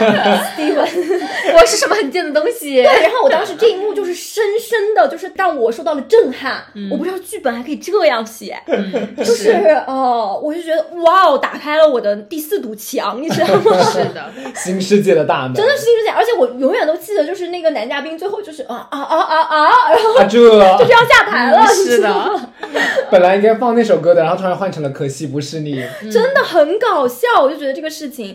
S4: Steven
S2: 我是什么很贱的东西。
S4: 对，然后我当时这一幕就是深深的就是让我受到了震撼，我不知道剧本还可以这样写，就是我就觉得哇，打开了我的第4堵墙，你知道吗？
S2: 是的，
S3: 新世界的大门，
S4: 真的是新世界。而且我永远都记得就是那个男嘉宾最后就是然后就这样下台了，
S2: 是的。
S3: 本来应该放那首歌的，然后突然换成了可惜不是你，
S4: 真的很搞笑。我就觉得这个事情。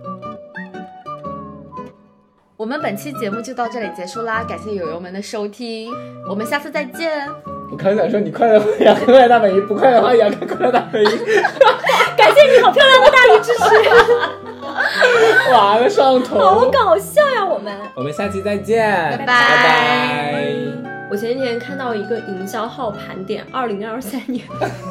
S2: 我们本期节目就到这里结束啦，感谢友友们的收听，我们下次再见。
S3: 我刚想说你快乐也要看快乐大本营，不快乐的话也要看快乐大本营。
S4: 感谢你好漂亮的大力支持。
S3: 哇，那上头
S4: 好搞笑呀！
S3: 我们下期再见，
S2: 拜拜。
S4: 我前几天看到一个营销号盘点2023年。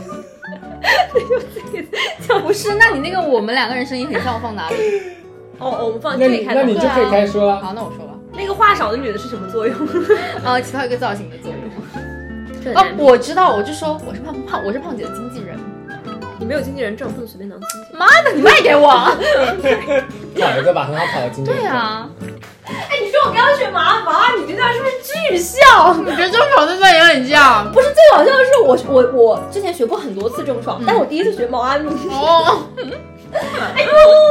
S2: 不是，那你那个我们2个人声音很像，我放哪里？
S4: 我们放这里开头。
S3: 那你就可以开始说了。
S2: 好，那我说吧。
S4: 那个话少的女的是什么作用？
S2: 起到一个造型的作用。我知道，我就说我是胖姐的经纪人。
S4: 你没有经纪人证，不能随便当经纪人。
S2: 妈的，你卖给我！
S3: 找一个吧，很好跑的经纪人。
S2: 对啊。
S4: 你说我刚学麻，你这段是不是巨像？
S2: 你觉得郑爽这段也很像？
S4: 不是，最搞笑的是我之前学过很多次郑爽，但我第一次学毛阿敏。